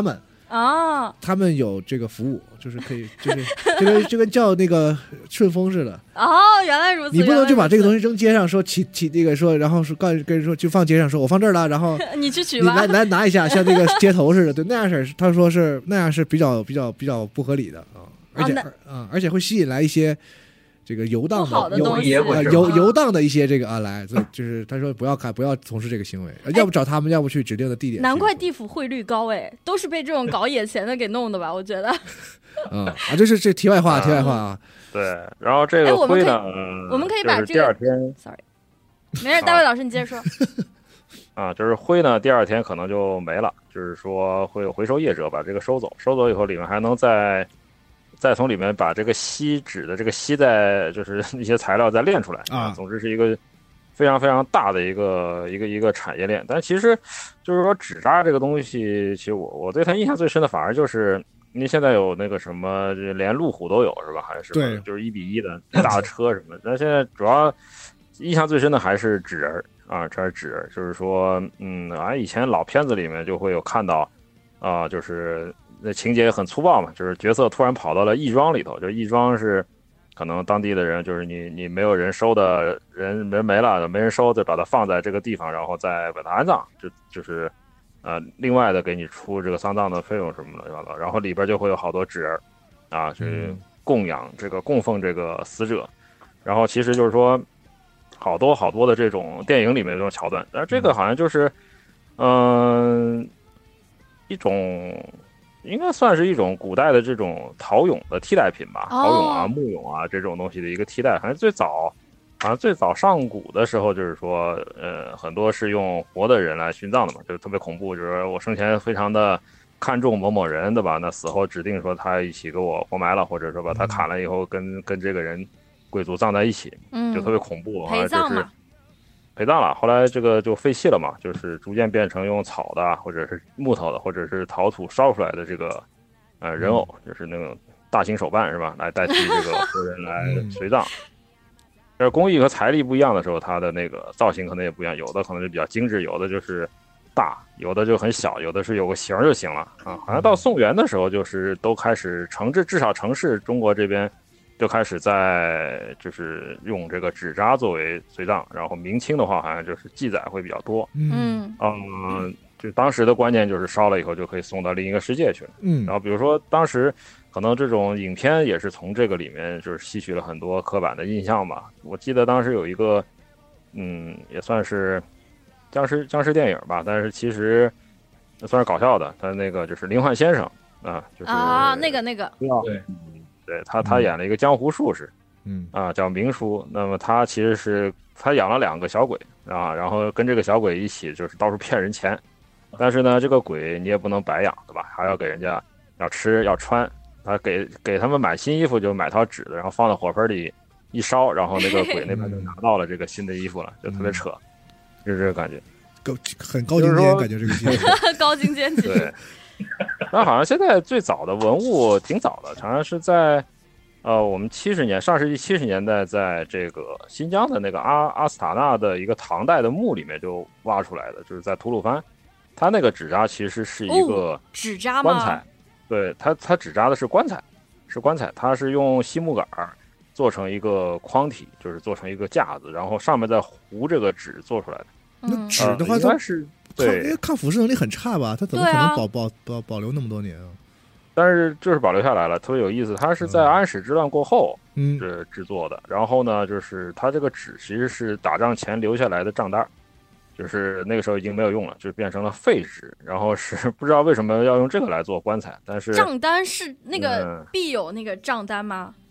啊， 他们有这个服务，就是可以，就是就跟就跟叫那个顺丰似的。 哦，原来如此。 你不能就把这个东西扔街上，说起起那个说，然后说告跟人说就放街上，说我放这儿了，然后你去取吧， 你来来拿一下，像那个街头似的，对，那样是他说是那样是比较比较比较不合理的啊，而且啊、嗯，而且会吸引来一些。这个游荡的游游游游荡的一些这个啊来，所以就是他说不要看不要从事这个行为，要不找他们，要不去指定的地点。 难怪地府汇率高哎，都是被这种搞野钱的给弄的吧？我觉得。 嗯啊，这是这题外话，题外话啊。 对，然后这个灰呢， 我们可以把这个第二天 ，sorry， 没事，大卫老师你接着说。 啊，就是灰呢，第二天可能就没了，就是说会有回收业者把这个收走，收走以后里面还能再。再从里面把这个锡纸的这个锡再就是一些材料再炼出来啊，总之是一个非常非常大的一个一个一个产业链。但其实就是说纸扎这个东西，其实我我对它印象最深的反而就是因为现在有那个什么连路虎都有是吧？还是对， 就是一比一的大的车什么的。但现在主要印象最深的还是纸人啊，这是纸人，就是说嗯啊，以前老片子里面就会有看到啊，就是。那情节很粗暴嘛，就是角色突然跑到了义庄里头，就义庄是可能当地的人，就是你你没有人收的人人没了，没人收，就把它放在这个地方，然后再把它安葬，就就是呃另外的给你出这个丧葬的费用什么的，然后里边就会有好多纸人啊，去供养这个供奉这个死者，然后其实就是说好多好多的这种电影里面的这种桥段，但是这个好像就是嗯、呃、一种。应该算是一种古代的这种陶俑的替代品吧，陶俑啊、木俑啊这种东西的一个替代。好像最早，好像最早上古的时候，就是说，呃，很多是用活的人来殉葬的嘛，就特别恐怖。就是我生前非常的看重某某人，对吧？那死后指定说他一起给我活埋了，或者说把他砍了以后跟跟这个人贵族葬在一起，就特别恐怖。 嗯、陪葬嘛。 陪葬了，后来这个就废弃了嘛，就是逐渐变成用草的，或者是木头的，或者是陶土烧出来的这个呃人偶，就是那种大型手办是吧，来代替这个活人来随葬。但是工艺和财力不一样的时候，它的那个造型可能也不一样，有的可能就比较精致，有的就是大，有的就很小，有的是有个形就行了啊。好像到宋元的时候，就是都开始城至至少城市中国这边。就开始在就是用这个纸扎作为随葬，然后明清的话好像就是记载会比较多， 嗯嗯，就当时的观念就是烧了以后就可以送到另一个世界去了， 嗯， 然后比如说当时可能这种影片也是从这个里面就是吸取了很多刻板的印象吧。我记得当时有一个，嗯，也算是僵尸僵尸电影吧，但是其实算是搞笑的，他那个就是林焕先生啊，就是啊那个那个对。 对他，他演了一个江湖术士， 嗯啊，叫明叔。那么他其实是他养了两个小鬼啊，然后跟这个小鬼一起就是到处骗人钱。但是呢，这个鬼你也不能白养，对吧？还要给人家要吃要穿。他给给他们买新衣服，就买套纸的，然后放到火盆里一烧，然后那个鬼那边就拿到了这个新的衣服了，就特别扯，就是这个感觉。 高很高精尖，感觉这个戏高精尖。 对。那好像现在最早的文物挺早的，好像是在，呃，我们七十年上世纪七十年代，在这个新疆的那个阿阿斯塔纳的一个唐代的墓里面就挖出来的，就是在吐鲁番，它那个纸扎其实是一个纸扎棺材，对它它纸扎的是棺材，是棺材，它是用细木杆做成一个框体，就是做成一个架子，然后上面再糊这个纸做出来的。 那纸的话， 呃、应该是。对， 因为抗腐蚀能力很差吧？它怎么可能保、啊、保保保留那么多年啊？ 但是就是保留下来了，特别有意思。它是在安史之乱过后， 嗯， 是制作的。然后呢，就是它这个纸其实是打仗前留下来的账单，就是那个时候已经没有用了，就变成了废纸。然后是不知道为什么要用这个来做棺材，但是账单是那个必有那个账单吗？ 嗯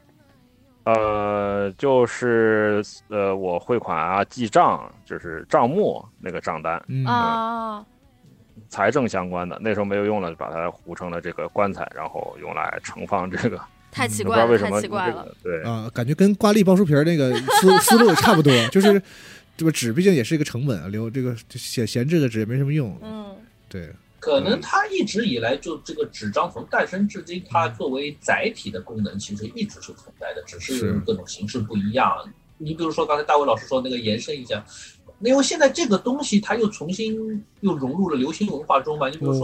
呃，就是呃，我汇款啊，记账，就是账目那个账单啊、 嗯，财政相关的，那时候没有用了，就把它糊成了这个棺材，然后用来盛放这个。 太奇怪了， 不知道为什么、 太奇怪了。 对啊、呃，感觉跟挂历包书皮那个思思路也差不多，就是这个纸毕竟也是一个成本啊，留这个闲闲置的纸也没什么用。 嗯， 对。 可能它一直以来就这个纸张从诞生至今，它作为载体的功能其实一直是存在的，只是各种形式不一样。你比如说刚才大卫老师说那个延伸一下，因为现在这个东西它又重新又融入了流行文化中嘛。你比如说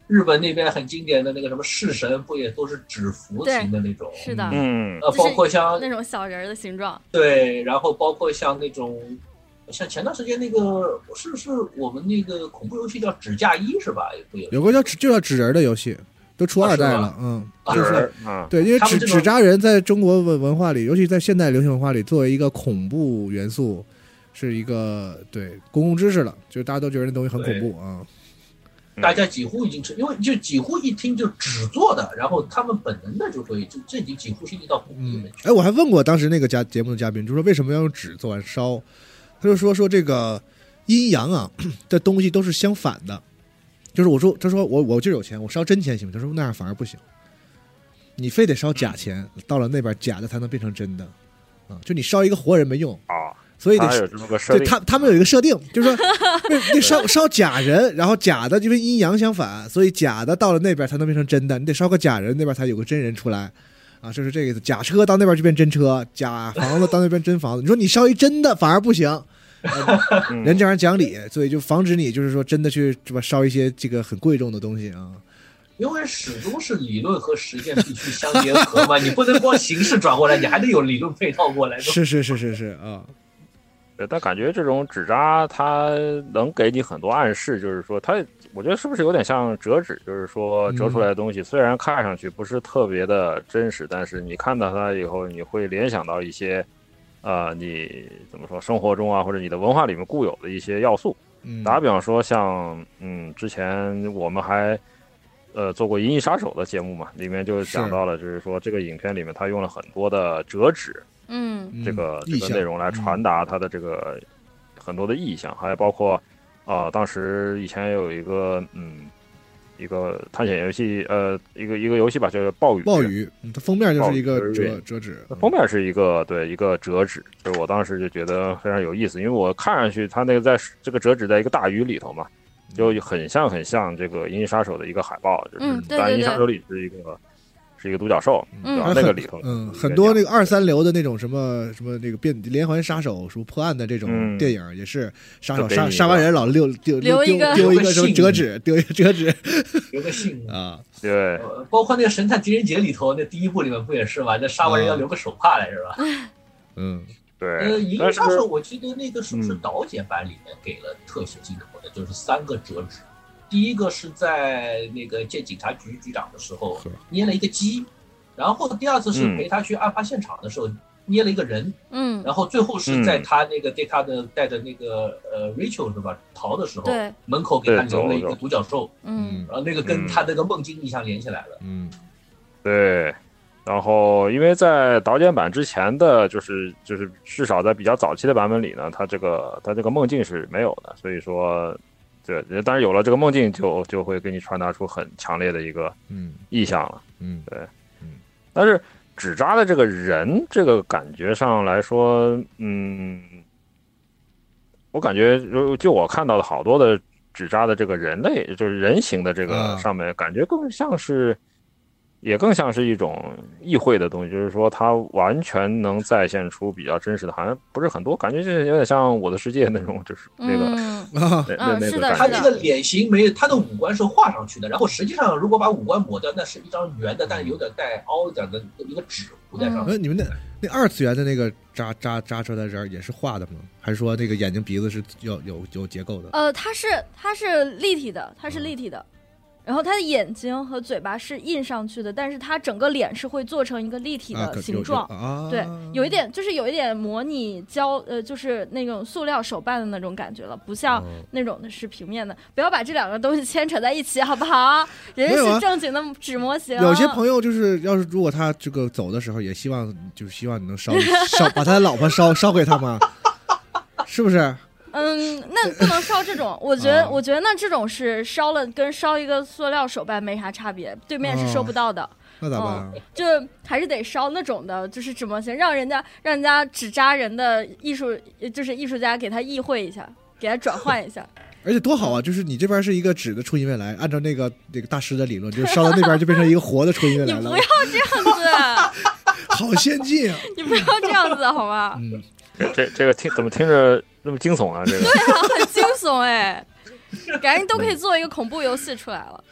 日本那边很经典的那个什么式神，不也都是纸符型的那种？ 是的， 嗯， 呃，包括像那种小人的形状。 对，然后包括像那种，像前段时间那个是是我们那个恐怖游戏叫纸嫁衣是吧？有有个叫就叫纸人的游戏，都出二代了，啊、嗯，就是、 啊、 对，因为纸纸扎人在中国文文化里，尤其在现代流行文化里，作为一个恐怖元素，是一个对公共知识了，就是大家都觉得那东西很恐怖啊。 大家几乎已经因为就几乎一听就纸做的，然后他们本能的就会就这已经几乎是一到恐怖里面去。 哎，我还问过当时那个家节目的嘉宾，就说为什么要用纸做完烧？他就说说这个阴阳啊的东西都是相反的，就是我说他说我我就有钱，我烧真钱行吗？他说那样反而不行，你非得烧假钱，嗯、到了那边假的才能变成真的啊！就你烧一个活人没用啊。 所以得有这么个设定， 对他他们有一个设定，就是说，你烧烧假人，然后假的因为阴阳相反，所以假的到了那边才能变成真的，你得烧个假人，那边才有个真人出来，啊，就是这个意思。假车到那边就变真车，假房子到那边真房子。你说你烧一真的反而不行，呃、人这样讲理，所以就防止你就是说真的去是吧烧一些这个很贵重的东西啊。 因为始终是理论和实践必须相结合嘛，你不能光形式转过来，你还得有理论配套过来。 是是是是是啊。 对，但感觉这种纸扎它能给你很多暗示，就是说它，我觉得是不是有点像折纸？就是说折出来的东西虽然看上去不是特别的真实，但是你看到它以后，你会联想到一些，呃，你怎么说生活中啊，或者你的文化里面固有的一些要素。打比方说像，嗯，之前我们还呃做过《银翼杀手》的节目嘛，里面就讲到了，就是说这个影片里面它用了很多的折纸。 嗯， 这个这个内容来传达它的这个很多的意象，还包括啊、呃，当时以前有一个嗯一个探险游戏，呃，一个一个游戏吧，叫暴雨。 暴雨，它封面就是一个折折纸， 封面是一个对一个折纸，就是我当时就觉得非常有意思，因为我看上去它那个在这个折纸在一个大雨里头嘛，就很像很像这个《银翼杀手》的一个海报，就是嗯，对对对， 但《银翼杀手》里是一个。是一个独角兽， 嗯， 那个里头， 嗯，很多那个二三流的那种什么什么那个变连环杀手什么破案的这种电影，嗯、也是杀手杀杀完人老溜丢留一个丢一个什么折纸，丢一个折纸， 留个信啊， 对、 呃，包括那个神探狄仁杰里头那第一部里面不也是吗？那杀完人要留个手帕来是吧？ 嗯， 对。 呃，银翼杀手我记得那个是不是导剪版里面给了特写镜头的，就是三个折纸。第一个是在那个见警察局局长的时候捏了一个鸡，然后第二次是陪他去案发现场的时候捏了一个人， 嗯， 然后最后是在他那个对他的带着那个呃 Rachel 是吧逃的时候， 对， 门口给他留了一个独角兽， 嗯， 然后那个跟他那个梦境意象连起来了， 嗯， 对。然后因为在导剪版之前的就是就是至少在比较早期的版本里呢，他这个他这个梦境是没有的，所以说。对，但是有了这个梦境就，就就会给你传达出很强烈的一个意象了。 嗯， 对，嗯。但是纸扎的这个人，这个感觉上来说，嗯，我感觉就就我看到的好多的纸扎的这个人类，就是人形的这个上面，感觉更像是，也更像是一种意会的东西，就是说它完全能再现出比较真实的，好像不是很多，感觉就是有点像《我的世界》那种，就是那个， 嗯、 那那那个感觉。 他那个脸型没，他的五官是画上去的，然后实际上如果把五官抹掉，那是一张圆的，但是有点带凹一点的一个纸糊在上面。 哎、嗯，你们那那二次元的那个扎扎扎出来的人也是画的吗？还是说那个眼睛鼻子是有有有结构的？ 呃，它是它是立体的，它是立体的。嗯，然后他的眼睛和嘴巴是印上去的，但是他整个脸是会做成一个立体的形状， 啊、 对，有一点就是有一点模拟胶，呃，就是那种塑料手办的那种感觉了，不像那种的是平面的。哦、不要把这两个东西牵扯在一起，好不好？人家是正经的纸模型。 有些朋友就是，要是如果他这个走的时候，也希望就是希望你能烧烧，把他的老婆烧烧给他嘛，是不是？ 嗯，那不能烧这种，我觉得，啊、我觉得那这种是烧了，跟烧一个塑料手办没啥差别，对面是收不到的。哦、 那咋办、啊嗯？就还是得烧那种的，就是纸模型，让人家让人家纸扎人的艺术，就是艺术家给他意会一下，给他转换一下。 而且多好啊！就是你这边是一个纸的初音未来，按照那个那个大师的理论，就是烧到那边就变成一个活的初音未来了。 你不要这样子， 好先进啊！ 你不要这样子好吗？ 嗯， 这这个听怎么听着那么惊悚啊？这个对啊，很惊悚哎，感觉都可以做一个恐怖游戏出来了。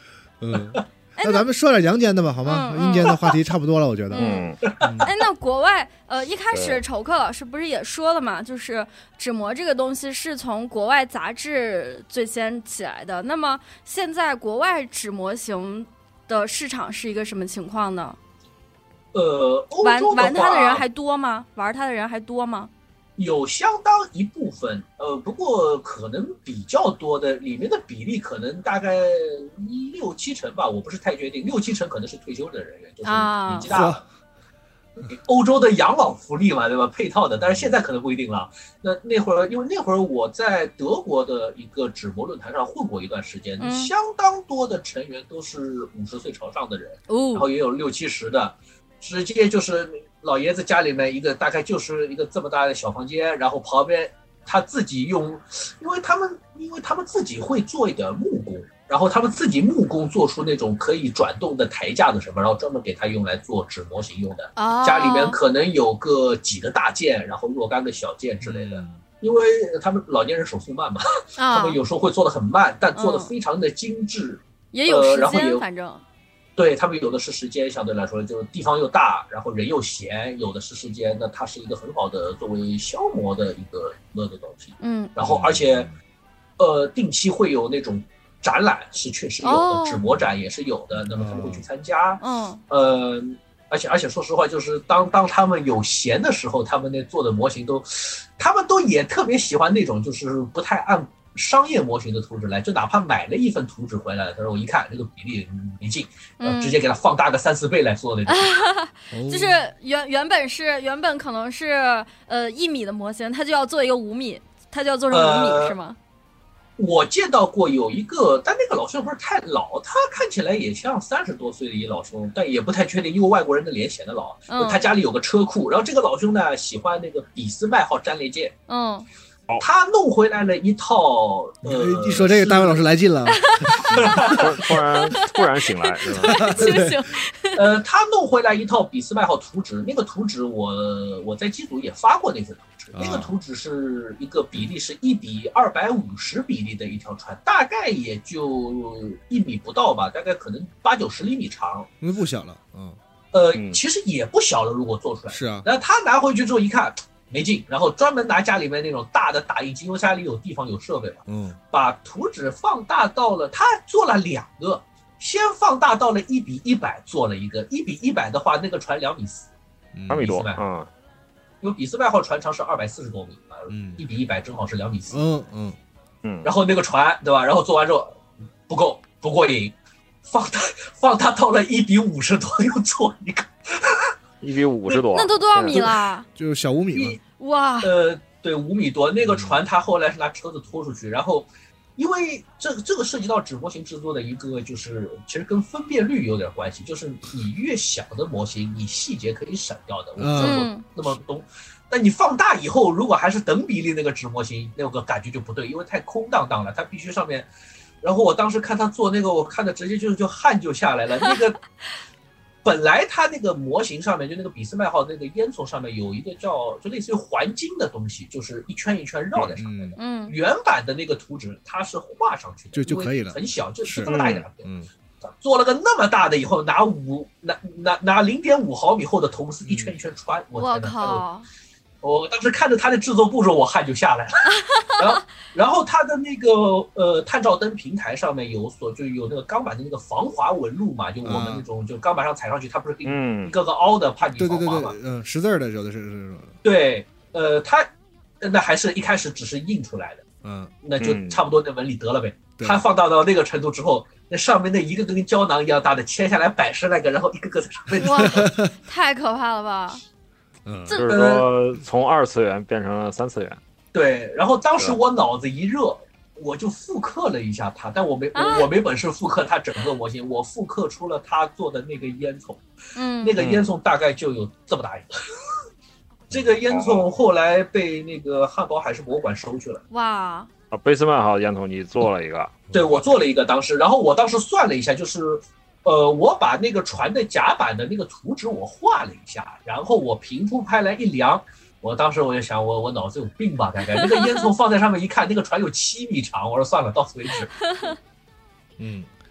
嗯，那咱们说点阳间的吧，好吗？ 嗯、 阴间的话题差不多了，我觉得。 嗯。哎，那国外呃，一开始丑克老师不是也说了嘛，就是纸模这个东西是从国外杂志最先起来的。那么现在国外纸模型的市场是一个什么情况呢？ 呃， 玩玩它的人还多吗？玩它的人还多吗？ 有相当一部分，呃，不过可能比较多的里面的比例可能大概六七成吧，我不是太确定，六七成可能是退休的人员，就是年纪大了。啊欧洲的养老福利嘛，对吧？配套的，但是现在可能不一定了。那那会儿，因为那会儿我在德国的一个纸模论坛上混过一段时间，嗯、相当多的成员都是五十岁朝上的人，哦、然后也有六七十的，直接就是老爷子家里面一个大概就是一个这么大的小房间，然后旁边他自己用，因为他们因为他们自己会做一点木工。然后他们自己木工做出那种可以转动的台架的什么，然后专门给他用来做纸模型用的。Oh. 家里面可能有个几个大件，然后若干个小件之类的。嗯、因为他们老年人手速慢嘛， oh. 他们有时候会做得很慢，但做得非常的精致。 也有时间， 呃、然后也反正对他们有的是时间，相对来说就地方又大，然后人又闲，有的是时间，那它是一个很好的作为消磨的一个娱乐的东西。 嗯， 然后而且，呃，定期会有那种。展览是确实有的，纸模展也是有的，那么他们会去参加。 嗯， 呃，而且而且说实话，就是当当他们有闲的时候，他们那做的模型都，他们都也特别喜欢那种就是不太按商业模型的图纸来，就哪怕买了一份图纸回来，他说我一看这个比例没劲，嗯、直接给它放大个三四倍来做那种。 嗯、就是原原本是原本可能是呃一米的模型，他就要做一个五米，他就要做成五米、呃、是吗？ 我见到过有一个，但那个老兄不是太老，他看起来也像三十多岁的一老兄，但也不太确定，因为外国人的脸显得老。嗯、他家里有个车库，然后这个老兄呢喜欢那个俾斯麦号战列舰。 嗯， 他弄回来了一套。呃， 一说这个，大卫老师来劲了， 突然突然醒来是吧？ 清醒。 呃，他弄回来一套俾斯麦号图纸，那个图纸我我在机组也发过那份图纸，那个图纸是一个比例是一比二百五十比例的一条船，大概也就一米不到吧，大概可能八九十厘米长， 那不小了，嗯， 呃，其实也不小了，如果做出来是啊。 然后他拿回去之后一看没劲，然后专门拿家里面那种大的打印机，因为家里有地方有设备嘛， 嗯， 把图纸放大到了，他做了两个。先放大到了一比一百，做了一个一比一百的话，那个船两米四， 两米多啊。 因为俾斯麦号船长是二百四十多米啊，一比一百正好是两米四。 嗯嗯嗯。 然后那个船对吧？然后做完之后不够不过瘾，放大放大到了一比五十多，又做一个。 一比五十多， 那都多少米了？ 就小五米了。 哇。 呃，对，五米多。那个船他后来是拿车子拖出去，然后。因为这这个涉及到纸模型制作的一个，就是其实跟分辨率有点关系，就是你越小的模型，你细节可以省掉的，我不知道那么懂。但你放大以后，如果还是等比例那个纸模型，那个感觉就不对，因为太空荡荡了，它必须上面。然后我当时看他做那个，我看的直接就就汗就下来了，那个。本来它那个模型上面，就那个俾斯麦号那个烟囱上面有一个叫就类似于环巾的东西，就是一圈一圈绕在上面的。 嗯， 原版的那个图纸它是画上去的， 就就可以了， 很小，就这么大一点。 嗯， 做了个那么大的以后，拿五拿拿拿零点五毫米厚的铜丝一圈一圈穿， 嗯、我靠！ 我当时看着它的制作步骤，我汗就下来了。然后，然后它的那个呃探照灯平台上面有所就有那个钢板的那个防滑纹路嘛，就我们那种、嗯、就钢板上踩上去，它不是给你一个个凹的，怕你防滑嘛。 对对对对，嗯，识字的有的是是是。 对，呃，它那还是一开始只是印出来的， 嗯， 那就差不多那纹理得了呗。嗯、它放大到那个程度之后，那上面那一个个跟胶囊一样大的切下来百十来个，然后一个个在上面。 哇，太可怕了吧！ 嗯， 就是说从二次元变成了三次元。 对，然后当时我脑子一热，我就复刻了一下它，但我没、啊、我没本事复刻它整个模型，我复刻出了它做的那个烟囱， 嗯， 那个烟囱大概就有这么大一个。这个烟囱后来被那个汉堡海事博物馆收去了。 哇！ 啊，俾斯麦号烟囱你做了一个？ 对，我做了一个，当时，然后我当时算了一下，就是。呃，我把那个船的甲板的那个图纸我画了一下，然后我平铺拍来一量，我当时我就想，我我脑子有病吧？大概那个烟囱放在上面一看，那个船有七米长，我说算了，到此为止。 嗯，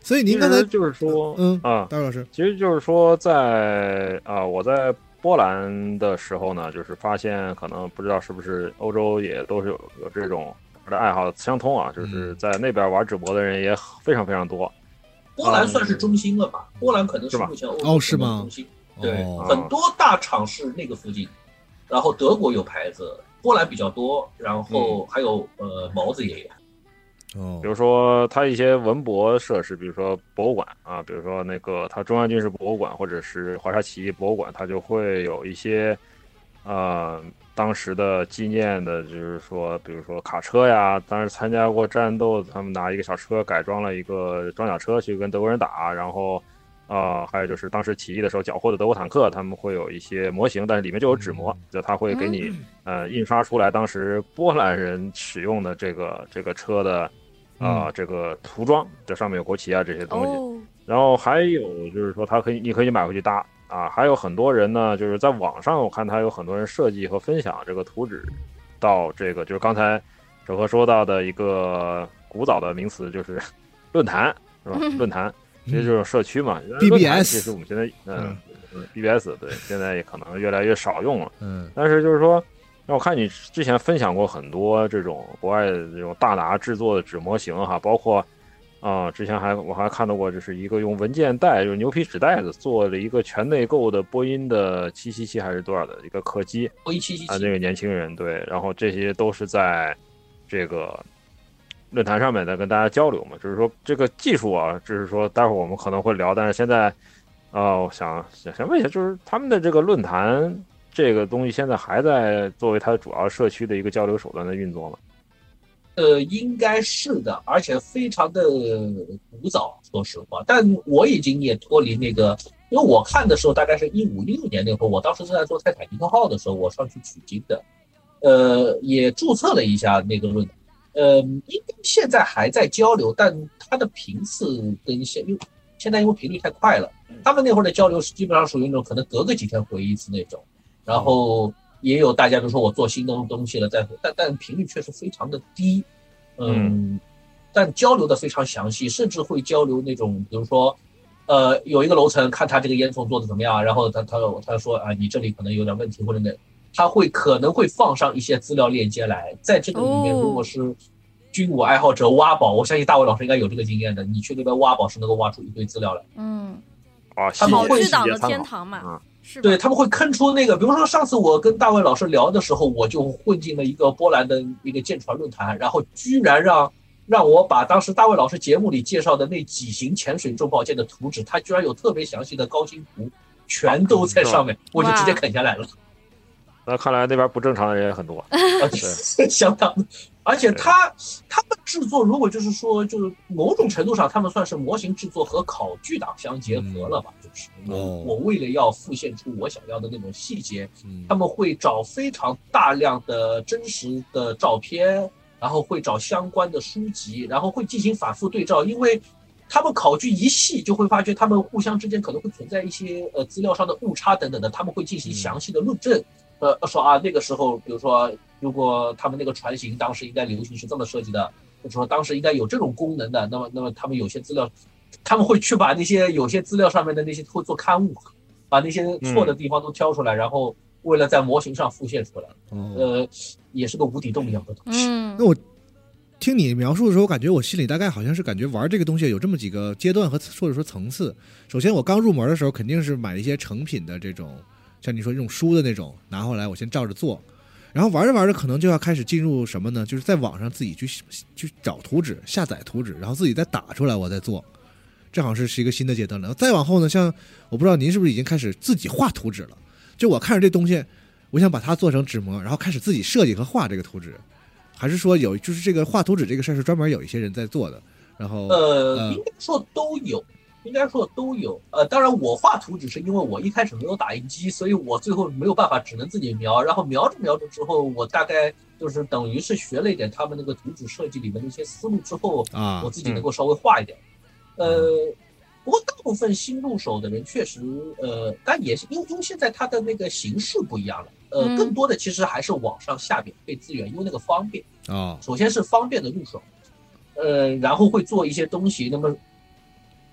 所以您刚才就是说， 嗯啊， 大卫老师， 其实就是说在，在啊，我在波兰的时候呢，就是发现可能不知道是不是欧洲也都是有有这种的爱好相通啊，就是在那边玩纸模的人也非常非常多。 波兰算是中心了吧？嗯、波兰可能是目前欧洲哦是吗？ 中心，对、 哦， 很多大厂是那个附近，然后德国有牌子，波兰比较多，然后还有、嗯、呃毛子也有。 哦， 比如说它一些文博设施，比如说博物馆啊，比如说那个它中央军事博物馆或者是华沙起义博物馆，它就会有一些呃当时的纪念的，就是说比如说卡车呀，当时参加过战斗，他们拿一个小车改装了一个装甲车去跟德国人打，然后呃还有就是当时起义的时候缴获的德国坦克，他们会有一些模型，但是里面就有纸模，就他会给你呃印刷出来当时波兰人使用的这个这个车的啊、呃，这个涂装，这上面有国旗啊这些东西，哦、然后还有就是说，它可以，你可以买回去搭啊。还有很多人呢，就是在网上，我看他有很多人设计和分享这个图纸，到这个就是刚才小何说到的一个古早的名词，就是论坛，是吧？论坛其实就是社区嘛。 B B S 其实我们现在嗯嗯 B B S 对，现在也可能越来越少用了。嗯，但是就是说。那我看你之前分享过很多这种国外的这种大拿制作的纸模型哈，包括啊、呃，之前还我还看到过，就是一个用文件袋，就是牛皮纸袋子做了一个全内购的波音的七七七还是多少的一个客机， 波音七七七啊，那个年轻人对，然后这些都是在这个论坛上面在跟大家交流嘛，就是说这个技术啊，就是说待会儿我们可能会聊，但是现在啊、呃，我想想想问一下，就是他们的这个论坛。这个东西现在还在作为它主要社区的一个交流手段的运作吗？ 呃，应该是的，而且非常的古早，说实话。但我已经也脱离那个，因为我看的时候大概是一五一六年那会儿，我当时正在做泰坦尼克号的时候，我上去取经的，呃，也注册了一下那个论坛，呃，应该现在还在交流，但它的频次跟现因为现在因为频率太快了，他们那会儿的交流是基本上属于那种可能隔个几天回一次那种。然后也有大家都说我做新的东西了，但但但频率确实非常的低，嗯，嗯但交流的非常详细，甚至会交流那种，比如说，呃，有一个楼层看他这个烟囱做的怎么样，然后他他他说啊，你这里可能有点问题或者那，他会可能会放上一些资料链接来，在这个里面，如果是军武爱好者挖宝，我相信大卫老师应该有这个经验的，你去那边挖宝是能够挖出一堆资料来， 嗯， 啊， 他们会去党的天堂嘛。嗯对，他们会坑出那个，比如说上次我跟大卫老师聊的时候，我就混进了一个波兰的一个舰船论坛，然后居然让让我把当时大卫老师节目里介绍的那几型潜水重炮舰的图纸，他居然有特别详细的高清图，全都在上面，我就直接啃下来了。 那看来那边不正常的人也很多， 啊，相当的。而且他他们制作，如果就是说，就是某种程度上，他们算是模型制作和考据党相结合了吧？嗯、就是我、哦、我为了要复现出我想要的那种细节，嗯、他们会找非常大量的真实的照片，然后会找相关的书籍，然后会进行反复对照，因为他们考据一细，就会发觉他们互相之间可能会存在一些呃资料上的误差等等的，他们会进行详细的论证。嗯呃，说啊，那个时候，比如说，如果他们那个船型当时应该流行是这么设计的，或者说当时应该有这种功能的，那么，那么他们有些资料，他们会去把那些有些资料上面的那些会做刊物，把那些错的地方都挑出来，嗯、然后为了在模型上复现出来，哦、呃，也是个无底洞一样的东西。 嗯， 那我听你描述的时候，我感觉我心里大概好像是感觉玩这个东西有这么几个阶段和或者说层次。首先，我刚入门的时候肯定是买一些成品的这种。像你说这种书的那种拿回来，我先照着做，然后玩着玩着可能就要开始进入什么呢？就是在网上自己去去找图纸，下载图纸，然后自己再打出来，我再做。这好像是是一个新的阶段了。再往后呢，像我不知道您是不是已经开始自己画图纸了？就我看着这东西，我想把它做成纸模，然后开始自己设计和画这个图纸，还是说有就是这个画图纸这个事儿是专门有一些人在做的？然后呃，呃应该说都有。应该说都有，呃，当然我画图只是因为我一开始没有打印机，所以我最后没有办法，只能自己描。然后描着描着之后，我大概就是等于是学了一点他们那个图纸设计里面的一些思路之后，啊，我自己能够稍微画一点。嗯、呃，不过大部分新入手的人确实，呃，但也是因为因为现在它的那个形式不一样了，呃，嗯、更多的其实还是网上下免费资源，因为那个方便啊。首先是方便的入手，呃，然后会做一些东西，那么。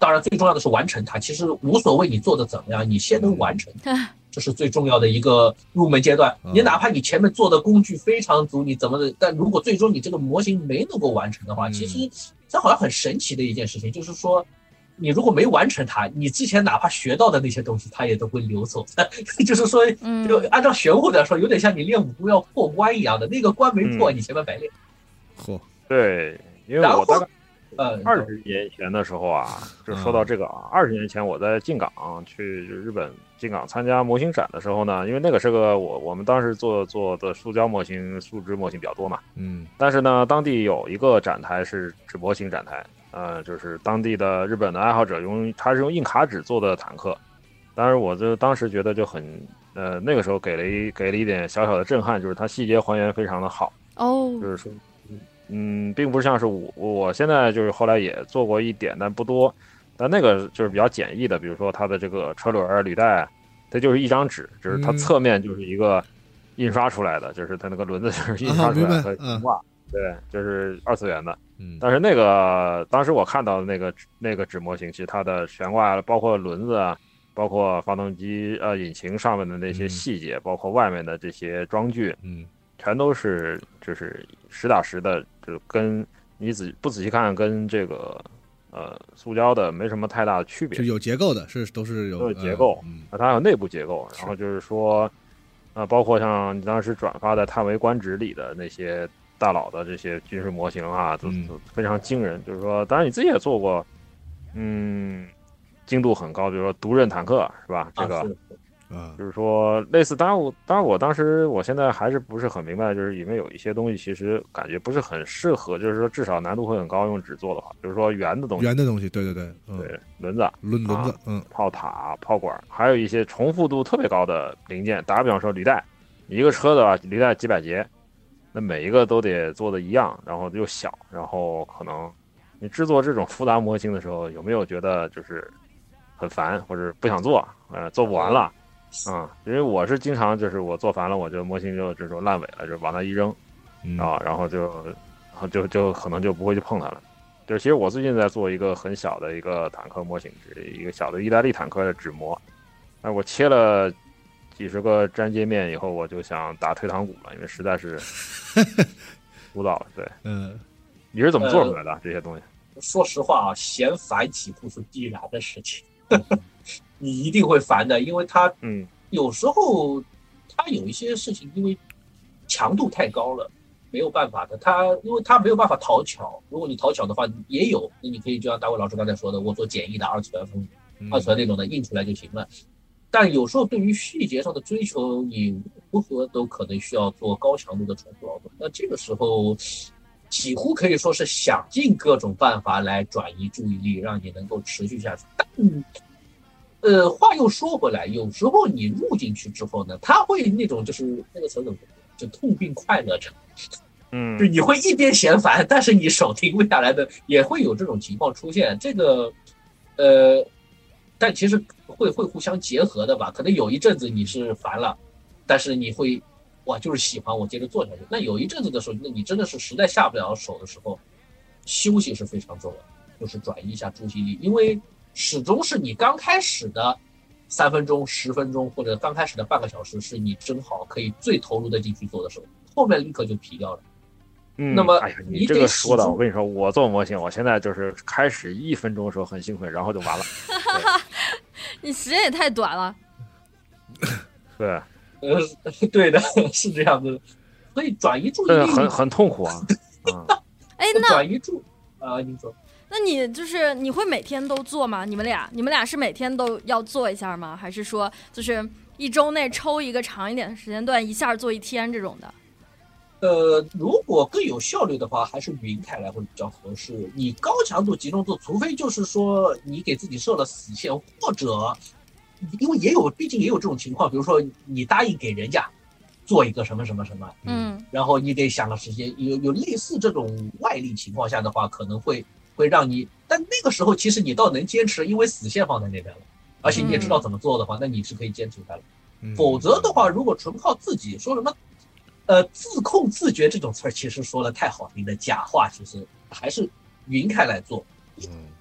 当然最重要的是完成它，其实无所谓你做的怎么样，你先能完成，这是最重要的一个入门阶段。你哪怕你前面做的工具非常足，你怎么的，但如果最终你这个模型没能够完成的话，其实这好像很神奇的一件事情，就是说你如果没完成它，你之前哪怕学到的那些东西它也都会流走。就是说就按照玄乎的说，有点像你练武功要破关一样的，那个关没破你前面白练。 嚯、嗯， 对，因为我大概呃二十年前的时候啊，就说到这个啊，二十年前我在进港去日本进港参加模型展的时候呢，因为那个是个我我们当时做做的塑胶模型、树脂模型比较多嘛， 嗯， 但是呢，当地有一个展台是纸模型展台，呃，就是当地的日本的爱好者用，他是用硬卡纸做的坦克，当然我就当时觉得就很，呃，那个时候给了一给了一点小小的震撼，就是它细节还原非常的好哦， 就是说。嗯，并不是像是我我现在就是后来也做过一点，但不多。但那个就是比较简易的，比如说它的这个车轮、履带，它就是一张纸，就是它侧面就是一个印刷出来的，嗯、就是它那个轮子就是印刷出来的形挂，对，就是二次元的。 嗯， 但是那个当时我看到的那个那个纸模型，其实它的悬挂包括轮子啊，包括发动机呃引擎上面的那些细节，嗯、包括外面的这些装具， 嗯。 全都是就是实打实的，就跟你仔不仔细看，跟这个呃塑胶的没什么太大的区别。 就有结构的，是都是有都有结构， 嗯， 它还有内部结构。然后就是说，呃，包括像你当时转发在叹为观止里的那些大佬的这些军事模型啊，都都非常惊人。就是说，当然你自己也做过，嗯，精度很高，比如说独刃坦克是吧？这个。 啊， 就是说类似，当然我当然我当时我现在还是不是很明白，就是里面有一些东西其实感觉不是很适合，就是说至少难度会很高，用纸做的话，比如说圆的东西， 圆的东西，对对对， 嗯、对，轮子、 轮轮子、 啊， 嗯， 炮塔、炮管，还有一些重复度特别高的零件。打个比方说，履带，一个车的吧，履带几百节，那每一个都得做的一样，然后又小，然后可能你制作这种复杂模型的时候，有没有觉得就是很烦或者不想做，呃，做不完了？嗯，因为我是经常就是我做烦了，我就模型就这种烂尾了，就往那一扔， 嗯、 啊，然后就就就可能就不会去碰它了。就是其实我最近在做一个很小的一个坦克模型，一个小的意大利坦克的纸模，哎，我切了几十个粘接面以后，我就想打退堂鼓了，因为实在是枯燥了。对， 嗯， 你是怎么做出来的、呃、这些东西？ 说实话啊，嫌烦几乎是必然的事情。你一定会烦的，因为它， 嗯， 有时候它有一些事情，因为强度太高了，没有办法的。它因为它没有办法讨巧，如果你讨巧的话，也有，那你可以就像大卫老师刚才说的，我做简易的二次元风，二次元那种的印出来就行了。但有时候对于细节上的追求，你如何都可能需要做高强度的重复劳动。那这个时候，几乎可以说是想尽各种办法来转移注意力，让你能够持续下去。但呃，话又说回来，有时候你入进去之后呢，他会那种就是那个词怎么就痛并快乐着， 嗯， 就你会一边嫌烦，但是你手停不下来的，也会有这种情况出现。这个，呃，但其实会会互相结合的吧？可能有一阵子你是烦了，但是你会，哇，就是喜欢，我接着做下去。那有一阵子的时候，那你真的是实在下不了手的时候，休息是非常重要的，就是转移一下注意力，因为。始终是你刚开始的三分钟、十分钟，或者刚开始的半个小时，是你正好可以最投入的进去做的时候，后面立刻就疲掉了。 嗯， 那么哎呀，你这个说的，我跟你说，我做模型，我现在就是开始一分钟的时候很兴奋，然后就完了。 你时间也太短了。 对， 呃，对的，是这样的，所以转移注意力很很痛苦啊。 嗯，哎，那转移注啊、呃，你说。 那你就是你会每天都做吗？你们俩，你们俩是每天都要做一下吗？还是说就是一周内抽一个长一点的时间段，一下做一天这种的？ 呃，如果更有效率的话，还是匀开来会比较合适。你高强度集中做，除非就是说你给自己设了死线，或者因为也有，毕竟也有这种情况，比如说你答应给人家做一个什么什么什么， 嗯， 然后你得想个时间，有有类似这种外力情况下的话，可能会。会让你，但那个时候其实你倒能坚持，因为死线放在那边了，而且你也知道怎么做的话，嗯、那你是可以坚持下来。 嗯、 否则的话，如果纯靠自己说什么，呃，自控自觉这种词儿，其实说的太好听的假话，其实还是匀开来做。它的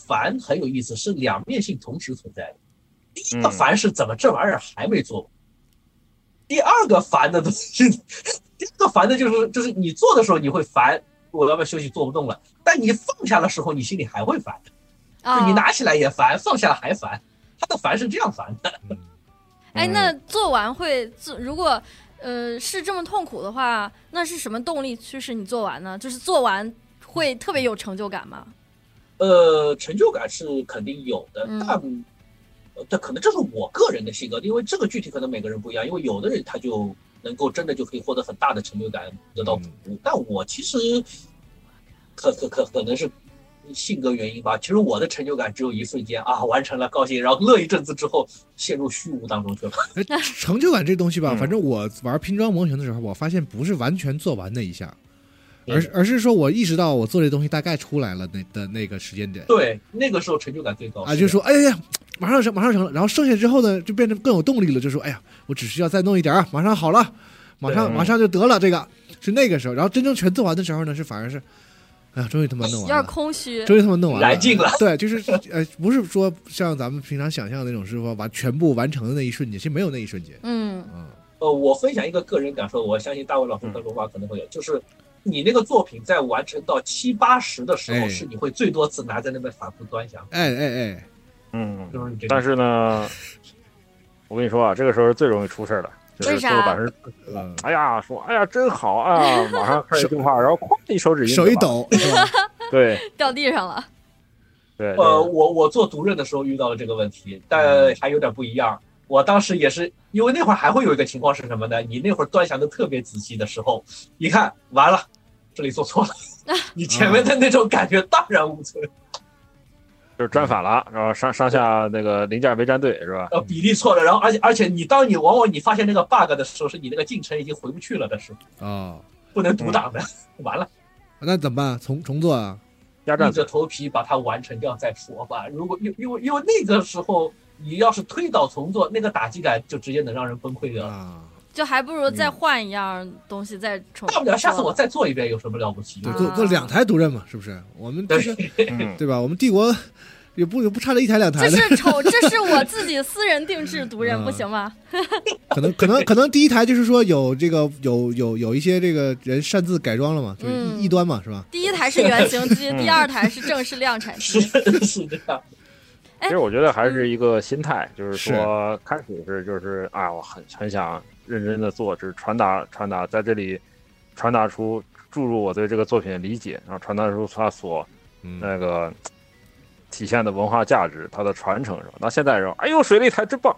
烦很有意思，是两面性同时存在的。第一个烦是怎么这玩意儿还没做，第二个烦的东西，第二个烦的就是就是你做的时候你会烦，我要不要休息做不动了，但你放下的时候你心里还会烦，就你拿起来也烦，放下来还烦，他的烦是这样烦的。 哎，那做完会做，如果呃是这么痛苦的话，那是什么动力驱使你做完呢？就是做完会特别有成就感吗？ 呃，成就感是肯定有的，嗯、但这可能这是我个人的性格，因为这个具体可能每个人不一样，因为有的人他就能够真的就可以获得很大的成就感，得到鼓舞，嗯、但我其实可可可可能是性格原因吧，其实我的成就感只有一瞬间啊，完成了高兴，然后乐一阵子之后陷入虚无当中去了。 成就感这东西吧，反正我玩拼装模型的时候，我发现不是完全做完那一下，而而是说我意识到我做这东西大概出来了那的那个时间点， 对，那个时候成就感最高啊，就说哎呀，马上成，马上成了，然后剩下之后呢，就变成更有动力了，就说哎呀，我只需要再弄一点啊，马上好了，马上马上就得了，这个是那个时候，然后真正全做完的时候呢，是反而是。哎呀，终于他妈弄完了， 有点空虚。 终于他妈弄完了， 来劲了。 对，就是呃，不是说像咱们平常想象的那种，是说完全部完成的那一瞬间，其实没有那一瞬间。 嗯嗯。呃，我分享一个个人感受，我相信大卫老师和罗华可能会有，就是你那个作品在完成到七八十的时候，哎、是你会最多次拿在那边反复端详。 哎哎哎， 嗯，就是但是呢，我跟你说啊，这个时候最容易出事了。就是做百分之，哎呀，说哎呀真好啊，马上开始动画，然后哐一手指印， 手一抖， 对， 掉地上了。 对， 呃，我我做读刃的时候遇到了这个问题，但还有点不一样。我当时也是，因为那会儿还会有一个情况是什么呢？你那会儿端详的特别仔细的时候，一看完了，这里做错了，你前面的那种感觉荡然无存。 就是粘反了，然后上上下那个零件没粘对，是吧？ 呃，比例错了，然后而且而且你当你往往你发现那个 bug 的时候，是你那个进程已经回不去了的时候， 哦， 不能读档的，嗯、完了， 那怎么办？重重做啊？ 硬着头皮把它完成掉再说吧。如果因因为因为那个时候你要是推倒重做，那个打击感就直接能让人崩溃掉了。啊就还不如再换一样东西再重， 大不了下次我再做一遍，有什么了不起？ 对，做做两台独刃嘛，是不是？我们这个对吧？我们帝国也不也不差这一台两台的。这是丑，这是我自己私人定制独刃，不行吗？ 可能可能可能第一台就是说有这个有有有一些这个人擅自改装了嘛，就是异端嘛，是吧？ 第一台是原型机，第二台是正式量产机， 是这样。 其实我觉得还是一个心态，就是说开始是就是啊，我很很想认真的做，就是传达传达在这里传达出注入我对这个作品的理解，然后传达出它所那个体现的文化价值，它的传承是吧？那现在说，哎呦，水擂台真棒！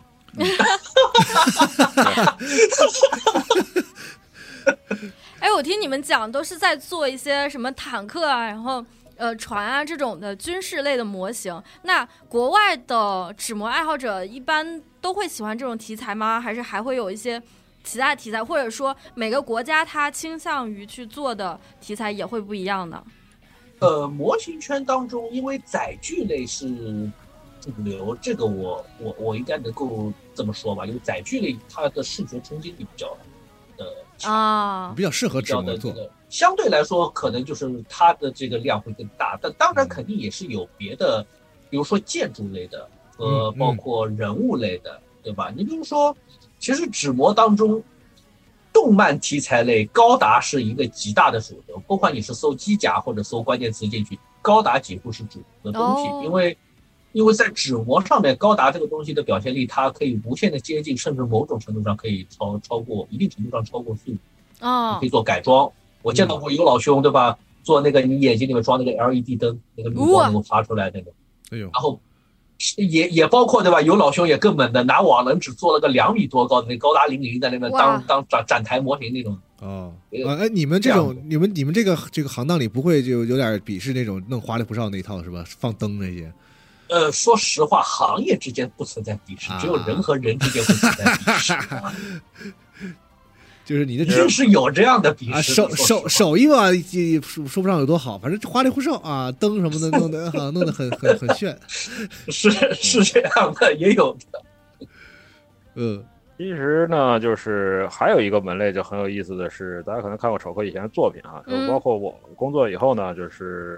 哎，我听你们讲都是在做一些什么坦克啊，然后。呃，船啊这种的军事类的模型，那国外的纸模爱好者一般都会喜欢这种题材吗？还是还会有一些其他题材，或者说每个国家它倾向于去做的题材也会不一样呢？ 呃，模型圈当中，因为载具类是主流，这个我我我应该能够这么说吧，因为载具类它的视觉冲击力比较的啊， 比较适合纸模做。 相对来说，可能就是它的这个量会更大，但当然肯定也是有别的，比如说建筑类的和包括人物类的，嗯嗯、对吧？你比如说，其实纸模当中，动漫题材类高达是一个极大的主流，不管你是搜机甲或者搜关键词进去，高达几乎是主流的东西，哦、因为因为在纸模上面，高达这个东西的表现力，它可以无限的接近，甚至某种程度上可以超超过一定程度上超过速度， 哦， 你可以做改装。我见到过有老兄，对吧？做那个你眼睛里面装那个 L E D 灯，那个绿光能够发出来那个。 哎呦， 然后也也包括对吧？有老兄也更猛的，拿瓦楞纸做了个两米多高的那高达零零在那边当当展展台模型那种。 哦，哎，你们这种你们你们这个这个行当里不会就有点鄙视那种弄花里胡哨那一套是吧？放灯那些。 呃，说实话，行业之间不存在鄙视，啊、只有人和人之间会存在鄙视。啊就是你的真是有这样的鄙视、 啊、手手手艺吧，说说不上有多好，反正花里胡哨啊，灯什么的弄得哈，弄得很很很炫， 是是这样的，也有的。 嗯， 其实呢，就是还有一个门类就很有意思的是，大家可能看过丑科以前的作品啊，就包括我工作以后呢，就是国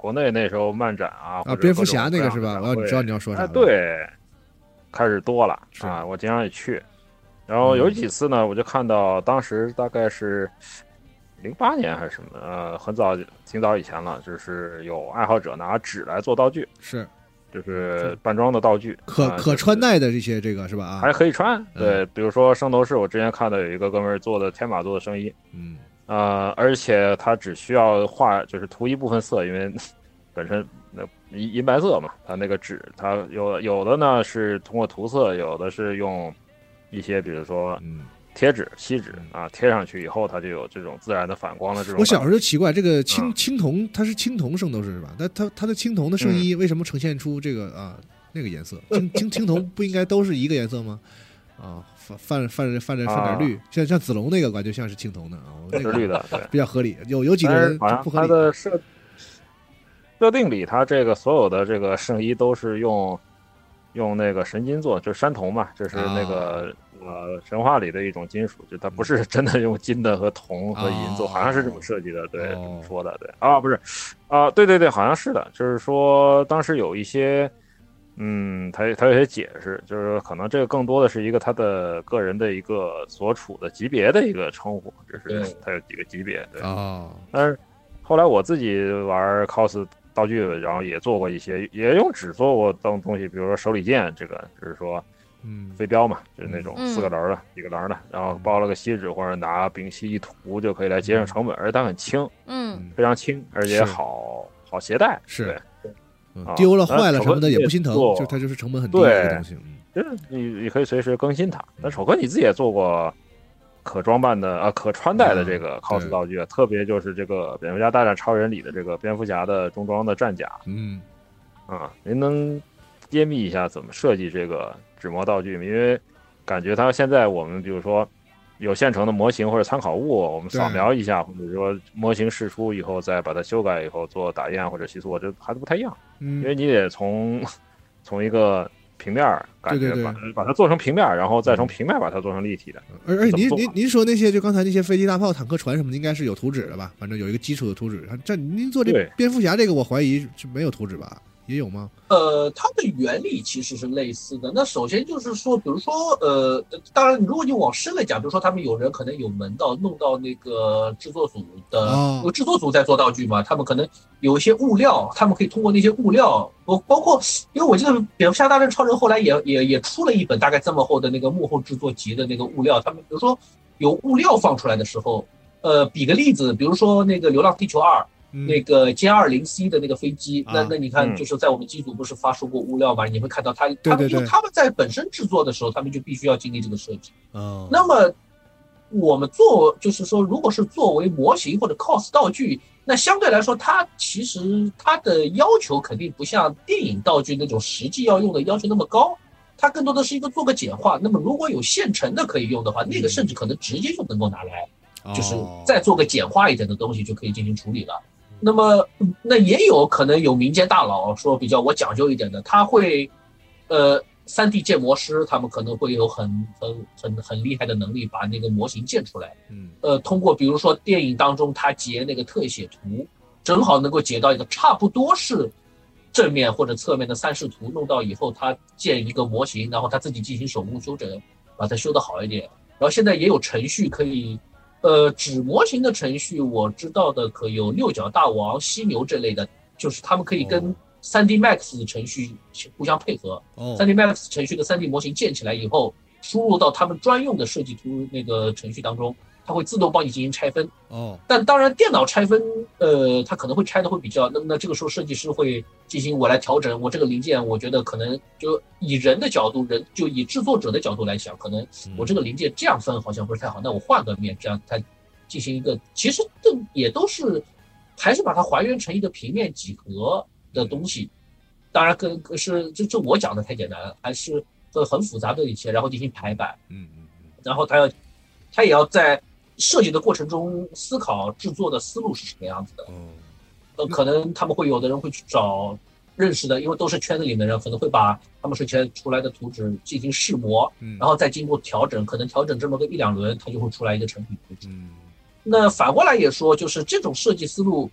国内那时候漫展啊， 啊，蝙蝠侠那个是吧？我知道你要说啥。 哎，对，开始多了啊，我经常也去。然后有几次呢，我就看到当时大概是零八年还是什么，呃，很早挺早以前了，就是有爱好者拿纸来做道具， 是， 就是扮装的道具， 可可穿戴的这些这个是吧？啊， 还可以穿。对，比如说圣斗士，我之前看到有一个哥们儿做的天马座的圣衣， 嗯， 呃，而且他只需要画，就是涂一部分色，因为本身那银银白色嘛，它那个纸，它有有的呢是通过涂色，有的是用一些比如说贴纸、锡纸啊，贴上去以后，它就有这种自然的反光的这种。 我小时候就奇怪，这个青青铜它是青铜圣斗士是吧？那它它的青铜的圣衣为什么呈现出这个啊那个颜色？青青青铜不应该都是一个颜色吗？啊，泛泛泛泛着泛点绿，像像子龙那个感觉像是青铜的啊，那个是绿的，对， 比较合理。有有几个人不合理。 它的设设定里，它这个所有的这个圣衣都是用。用那个神金做，就是山铜嘛，这是那个、啊、呃神话里的一种金属，就它不是真的用金的和铜和银做，哦、好像是这么设计的，对，这么说的，对啊，不是啊，对对对，好像是的，就是说当时有一些，嗯，他他有些解释，就是可能这个更多的是一个他的个人的一个所处的级别的一个称呼，就是他有几个级别，对啊、哦，但是后来我自己玩 cos。道具，然后也做过一些，也用纸做过东东西，比如说手里剑，这个就是说，嗯，飞镖嘛，就是那种四个棱的、几个棱的，然后包了个锡纸或者拿丙烯一涂就可以来节省成本，而且它很轻，嗯，非常轻，而且好好携带， 是， 对， 丢了坏了什么的也不心疼，就它就是成本很低的一个东西， 就是你你可以随时更新它。那丑哥你自己也做过。可装扮的啊，可穿戴的这个 cos 道具，嗯、特别就是这个《蝙蝠侠大战超人》里的这个蝙蝠侠的中装的战甲，嗯，啊，您能揭秘一下怎么设计这个纸模道具吗？因为感觉它现在我们比如说有现成的模型或者参考物，我们扫描一下，或者说模型试出以后再把它修改以后做打印或者吸塑，这还是不太一样，嗯，因为你得从从一个。平面感觉把把它做成平面，然后再从平面把它做成立体的。 而而且您您您说那些就刚才那些飞机、大炮、坦克、船什么的，应该是有图纸的吧？反正有一个基础的图纸。这您做这蝙蝠侠这个，我怀疑是没有图纸吧？也有吗？ 呃，它的原理其实是类似的。那首先就是说，比如说，呃，当然，如果你往深了讲，比如说他们有人可能有门道弄到那个制作组的，哦、有制作组在做道具嘛，他们可能有一些物料，他们可以通过那些物料，包包括，因为我记得蝙蝠侠大战超人后来也也也出了一本大概这么厚的那个幕后制作集的那个物料，他们比如说有物料放出来的时候，呃，比个例子，比如说那个《流浪地球二》。那个歼二零 C 的那个飞机，那那你看，就是在我们机组不是发售过物料嘛？你会看到他他们就他们在本身制作的时候，他们就必须要经历这个设计。哦，那么我们做就是说，如果是作为模型或者 cos 道具，那相对来说，它其实它的要求肯定不像电影道具那种实际要用的要求那么高，它更多的是一个做个简化。那么如果有现成的可以用的话，那个甚至可能直接就能够拿来，就是再做个简化一点的东西就可以进行处理了。那么，那也有可能有民间大佬说比较我讲究一点的，他会，呃，三 D 建模师，他们可能会有很很很很厉害的能力，把那个模型建出来。嗯，呃，通过比如说电影当中他截那个特写图，正好能够截到一个差不多是正面或者侧面的三视图，弄到以后他建一个模型，然后他自己进行手工修整，把它修得好一点。然后现在也有程序可以。呃，纸模型的程序我知道的可有六角大王、犀牛这类的，就是他们可以跟 三 D Max 程序互相配合。哦、三 D Max 程序的 三 D 模型建起来以后，输入到他们专用的设计图那个程序当中，它会自动帮你进行拆分。哦，但当然电脑拆分，呃，它可能会拆的会比较，那那这个时候设计师会进行我来调整，我这个零件，我觉得可能就以人的角度，人就以制作者的角度来想，可能我这个零件这样分好像不是太好，那我换个面，这样它进行一个，其实这也都是还是把它还原成一个平面几何的东西。当然跟是这这我讲的太简单了，还是很很复杂的一些，然后进行排版，嗯嗯嗯，然后它要它也要在设计的过程中思考制作的思路是什么样子的。呃，可能他们会有的人会去找认识的，因为都是圈子里的人，可能会把他们设计出来的图纸进行试模，然后再经过调整，可能调整这么个一两轮，它就会出来一个成品图纸。那反过来也说，就是这种设计思路，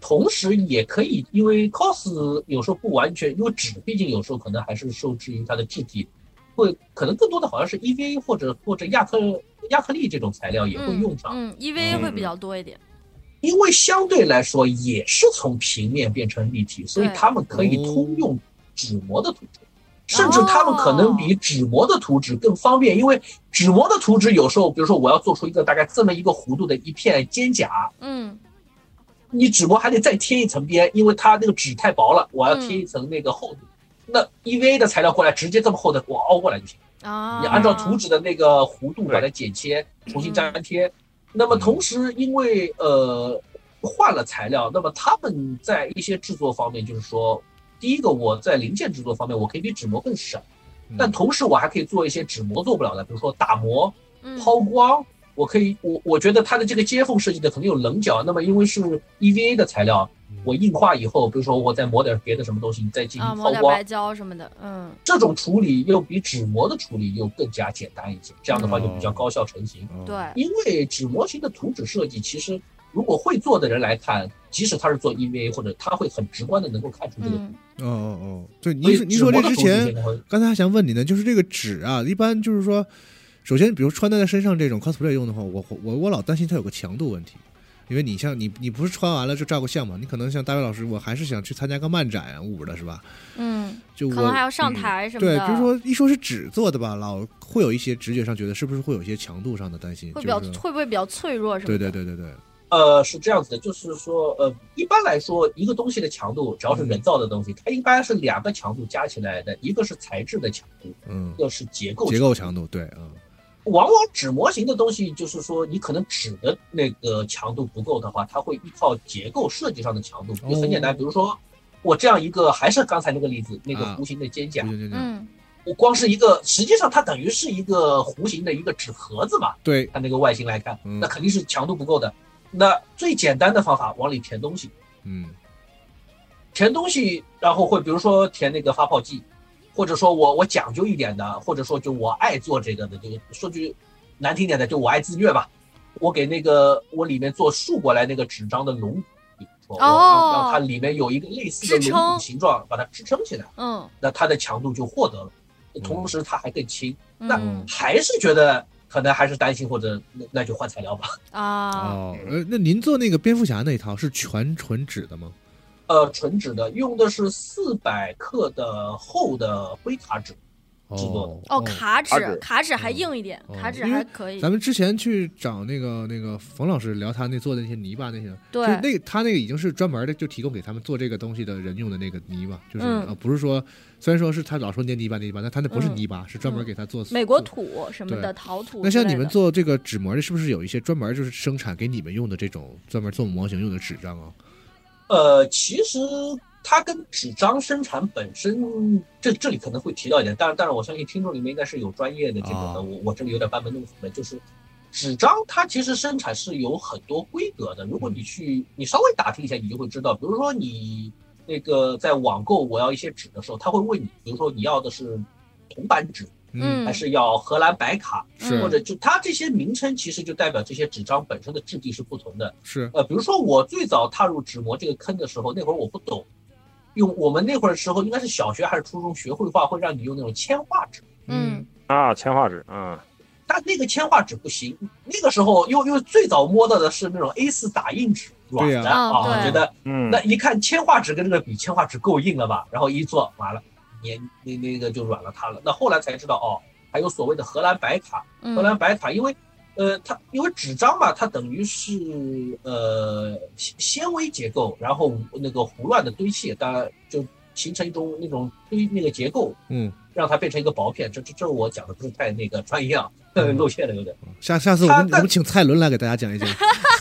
同时也可以，因为 cos 有时候不完全，因为纸毕竟有时候可能还是受制于它的质地，会可能更多的好像是 E V A 或者或者亚克亚克力这种材料也会用上。 嗯, 嗯 ，E V A 会比较多一点。 因为相对来说也是从平面变成立体，所以他们可以通用纸模的图纸，甚至他们可能比纸模的图纸更方便，因为纸模的图纸有时候，比如说我要做出一个大概这么一个弧度的一片肩甲， 嗯， 你纸模还得再贴一层边，因为它那个纸太薄了，我要贴一层那个厚度。嗯、那 E V A 的材料过来，直接这么厚的我凹过来就行。 啊， 你按照图纸的那个弧度把它剪切，重新粘贴。那么同时，因为呃换了材料，那么他们在一些制作方面，就是说，第一个我在零件制作方面，我可以比纸模更省，但同时我还可以做一些纸模做不了的，比如说打磨、抛光，我可以我我觉得它的这个接缝设计的可能有棱角，那么因为是 E V A 的材料，我硬化以后，比如说我再抹点别的什么东西，你再进行抛光， 啊、抹点白胶什么的，嗯， 这种处理又比纸模的处理又更加简单一些，这样的话就比较高效成型。 哦、对， 因为纸模型的图纸设计，其实如果会做的人来看，即使他是做 E V A 或者他会很直观的能够看出这个。 嗯、 哦哦哦，对，您您说这之前，刚才还想问你呢，就是这个纸啊，一般就是说，首先比如穿戴在身上这种 cosplay 用的话，我我我老担心它有个强度问题。因为你像你你不是穿完了就照个相嘛，你可能像大卫老师，我还是想去参加个漫展啊舞的是吧？ 嗯， 就可能还要上台什么的。 对，比如说一说是纸做的吧，老会有一些直觉上觉得是不是会有一些强度上的担心， 会比较、 就是、 会不会比较脆弱什么的？ 对对对对对。 呃，是这样子的，就是说，呃，一般来说，一个东西的强度，只要是人造的东西，嗯、它一般是两个强度加起来的，一个是材质的强度， 嗯， 一个是结构结构强度，对，嗯。 往往纸模型的东西，就是说你可能纸的那个强度不够的话，它会依靠结构设计上的强度。就很简单，比如说我这样一个，还是刚才那个例子，那个弧形的肩甲， 嗯， 我光是一个，实际上它等于是一个弧形的一个纸盒子嘛。 对， 它那个外形来看，那肯定是强度不够的。那最简单的方法，往里填东西， 嗯， 填东西，然后会比如说填那个发泡剂。或者说我我讲究一点的，或者说就我爱做这个的，就说句难听点的，就我爱自虐吧。我给那个我里面做竖过来那个纸张的龙骨，我让让它里面有一个类似的龙骨形状，把它支撑起来。 嗯， 那它的强度就获得了，同时它还更轻。嗯、那还是觉得可能还是担心，或者那那就换材料吧。 啊哦，呃，那您做那个蝙蝠侠那一套是全纯纸的吗？ 呃，纯纸的，用的是四百克的厚的灰卡纸制作的。 哦，卡纸，卡纸还硬一点，哦、卡纸还可以。 咱们之前去找那个那个冯老师聊他那做的那些泥巴那些， 对， 就那个他那个已经是专门的，就提供给他们做这个东西的人用的那个泥巴，就是、嗯呃、不是说，虽然说是他老说捏泥巴捏泥巴，但他那不是泥巴，嗯、是专门给他做、 嗯、美国土什么的陶土。 那像你们做这个纸模的，是不是有一些专门就是生产给你们用的这种专门做模型用的纸张啊？ 呃，其实它跟纸张生产本身，这这里可能会提到一点，当然，当然，我相信听众里面应该是有专业的这个的，哦、我我这里有点班门弄斧的，就是纸张它其实生产是有很多规格的。如果你去你稍微打听一下，你就会知道，比如说你那个在网购我要一些纸的时候，他会问你，比如说你要的是铜版纸。 嗯， 还是要荷兰白卡， 是或者就它这些名称其实就代表这些纸张本身的质地是不同的。 是呃，比如说我最早踏入纸模这个坑的时候，那会儿我不懂，用我们那会儿的时候应该是小学还是初中学绘画，会让你用那种铅画纸。 嗯啊，铅画纸啊， 但那个铅画纸不行，那个时候因为因为最早摸到的是那种 A 四 打印纸软的啊， 啊觉得嗯， 那一看铅画纸跟这个比，铅画纸够硬了吧？然后一做完了。年那那个就软了塌了，那后来才知道哦，还有所谓的荷兰白卡，荷兰白卡，因为呃它因为纸张嘛，它等于是呃纤维结构，然后那个胡乱的堆砌，当然就形成一种那种堆那个结构， 嗯， 让它变成一个薄片。这这这我讲的不是太那个专业啊，嗯、露馅了有点。 下下次我们我们请蔡伦来给大家讲一讲。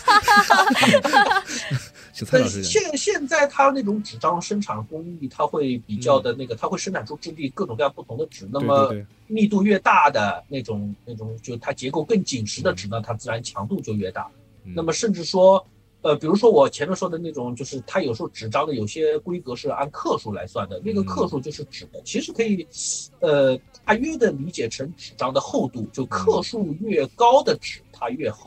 请蔡老师讲。 现现在它那种纸张生产工艺，它会比较的那个，嗯、它会生产出质地各种各样不同的纸。那么密度越大的那种那种，就它结构更紧实的纸呢，它自然强度就越大。嗯、那么甚至说，呃，比如说我前面说的那种，就是它有时候纸张的有些规格是按克数来算的，那个克数就是纸的，其实可以，呃，大约的理解成纸张的厚度，就克数越高的纸它越厚。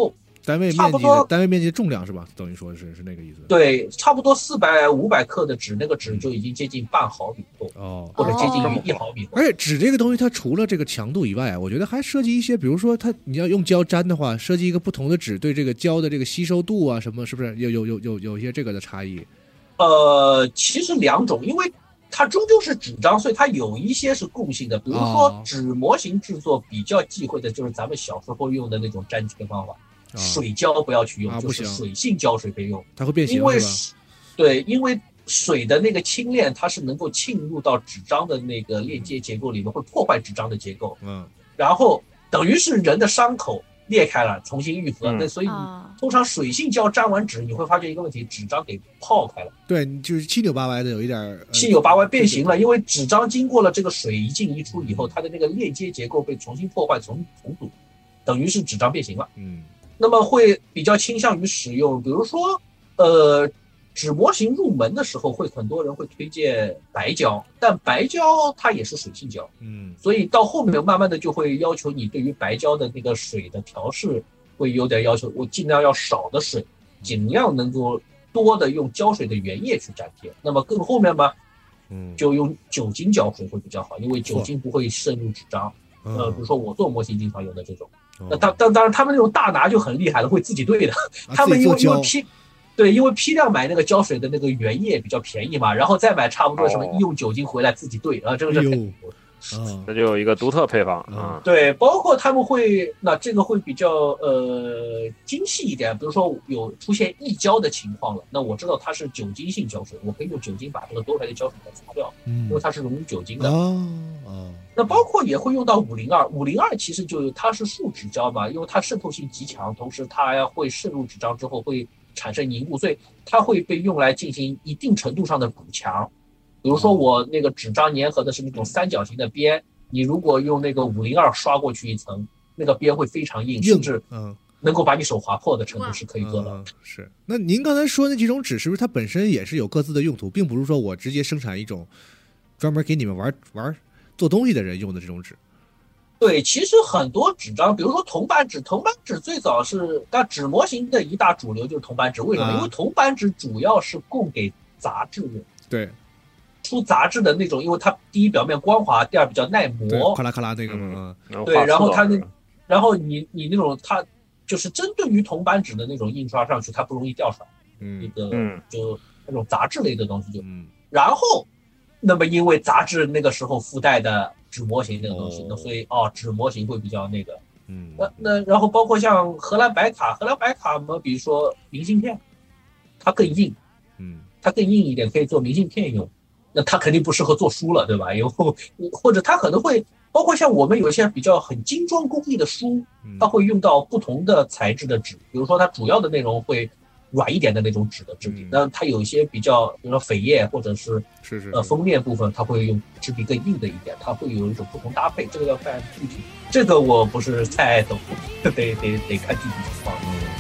单位面积的单位面积的重量是吧？等于说是是那个意思。 对，差不多四百五百克的纸，那个纸就已经接近半毫米厚哦， 或者接近于一毫米厚。 而且纸这个东西，它除了这个强度以外，我觉得还涉及一些，比如说它你要用胶粘的话，设计一个不同的纸对这个胶的这个吸收度啊什么，是不是有有有有有一些这个的差异？ 呃，其实两种，因为它终究是纸张，所以它有一些是共性的。比如说纸模型制作比较忌讳的就是咱们小时候用的那种粘贴方法。水胶不要去用， 啊、 就是水性胶水备用， 它会变形， 因为对，因为水的那个轻链它是能够侵入到纸张的那个链接结构里面，会破坏纸张的结构， 嗯， 然后等于是人的伤口裂开了，重新愈合。那、 嗯、 所以通常水性胶粘完纸，你会发现一个问题，纸张给泡开了， 对，就是七扭八歪的，有一点七扭八歪变形了，因为纸张经过了这个水一进一出以后，它的那个链接结构被重新破坏，重新重组，等于是纸张变形了， 嗯。 那么会比较倾向于使用，比如说，呃，纸模型入门的时候，会很多人会推荐白胶，但白胶它也是水性胶， 嗯， 所以到后面慢慢的就会要求你对于白胶的那个水的调试会有点要求，我尽量要少的水，尽量能够多的用胶水的原液去粘贴。那么更后面嘛， 嗯， 就用酒精胶水会比较好，因为酒精不会渗入纸张。呃，比如说我做模型经常用的这种。那当当当然，他们那种大拿就很厉害了，会自己兑的。 啊、 他们因为因为批，对，因为批量买那个胶水的那个原液比较便宜嘛，然后再买差不多什么医用酒精回来自己兑，啊，这个是很多。 这就有一个独特配方啊。 对，包括他们会，那这个会比较呃精细一点，比如说有出现溢胶的情况了，那我知道它是酒精性胶水，我可以用酒精把这个多出来的胶水给擦掉， 嗯， 因为它是溶于酒精的。 哦哦。 那包括也会用到五零二，五零二其实就它是树脂胶嘛，因为它渗透性极强，同时它会渗入纸张之后会产生凝固，所以它会被用来进行一定程度上的补强。比如说我那个纸张粘合的是那种三角形的边，你如果用那个五零二刷过去一层，那个边会非常硬，甚至嗯能够把你手划破的程度是可以做到的。 嗯、是。那您刚才说那几种纸是不是它本身也是有各自的用途，并不是说我直接生产一种专门给你们玩玩做东西的人用的这种纸？ 对，其实很多纸张，比如说铜版纸，铜版纸最早是，但纸模型的一大主流就是铜版纸。为什么？啊、因为铜版纸主要是供给杂志用。 对。 出杂志的那种，因为它第一表面光滑，第二比较耐磨， 咔啦咔啦那个，嗯， 对，然后它那，然后你你那种它就是针对于铜版纸的那种印刷上去，它不容易掉色， 嗯， 那个就那种杂志类的东西就， 嗯， 然后，那么因为杂志那个时候附带的纸模型那个东西，那、哦、所以哦，纸模型会比较那个， 嗯， 那那然后包括像荷兰白卡，荷兰白卡嘛，比如说明信片，它更硬， 嗯， 它更硬一点，可以做明信片用。那它肯定不适合做书了，对吧？因为或者它可能会包括像我们有一些比较很精装工艺的书，它会用到不同的材质的纸，比如说它主要的内容会软一点的那种纸的质地，那它有一些比较，比如说扉页或者是是是呃封面部分，它会用质地更硬的一点，它会有一种不同搭配，这个要看具体，这个我不是太懂，得得得看具体情况。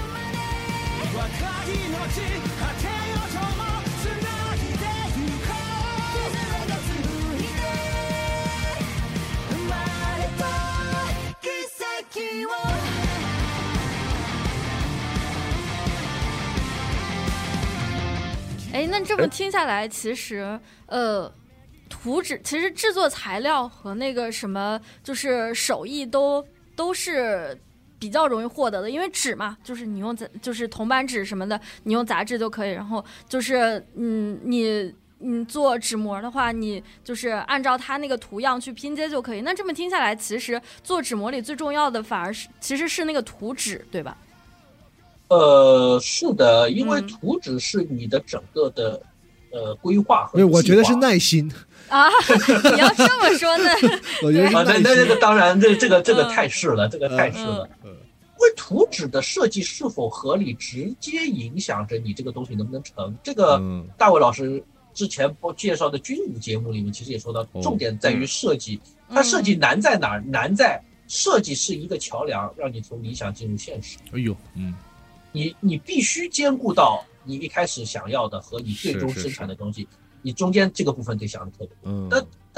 哎，那这么听下来，其实呃，图纸其实制作材料和那个什么，就是手艺都都是比较容易获得的，因为纸嘛，就是你用就是铜版纸什么的，你用杂志就可以。然后就是嗯，你你做纸模的话，你就是按照它那个图样去拼接就可以。那这么听下来，其实做纸模里最重要的反而是其实是那个图纸，对吧？ 呃，是的，因为图纸是你的整个的、嗯、呃规划和计划。 我觉得是耐心啊，你要这么说呢？ 我觉得是啊，那那这个当然，这这个这个太是了，嗯、这个太是了。嗯，因为图纸的设计是否合理，直接影响着你这个东西能不能成。这个大卫老师之前介绍的军武节目里面，其实也说到，重点在于设计。 嗯、 它设计难在哪儿？难在设计是一个桥梁，让你从理想进入现实。 哎呦，嗯。 你你必须兼顾到你一开始想要的和你最终生产的东西，是是是你中间这个部分得想的特别多。嗯，那那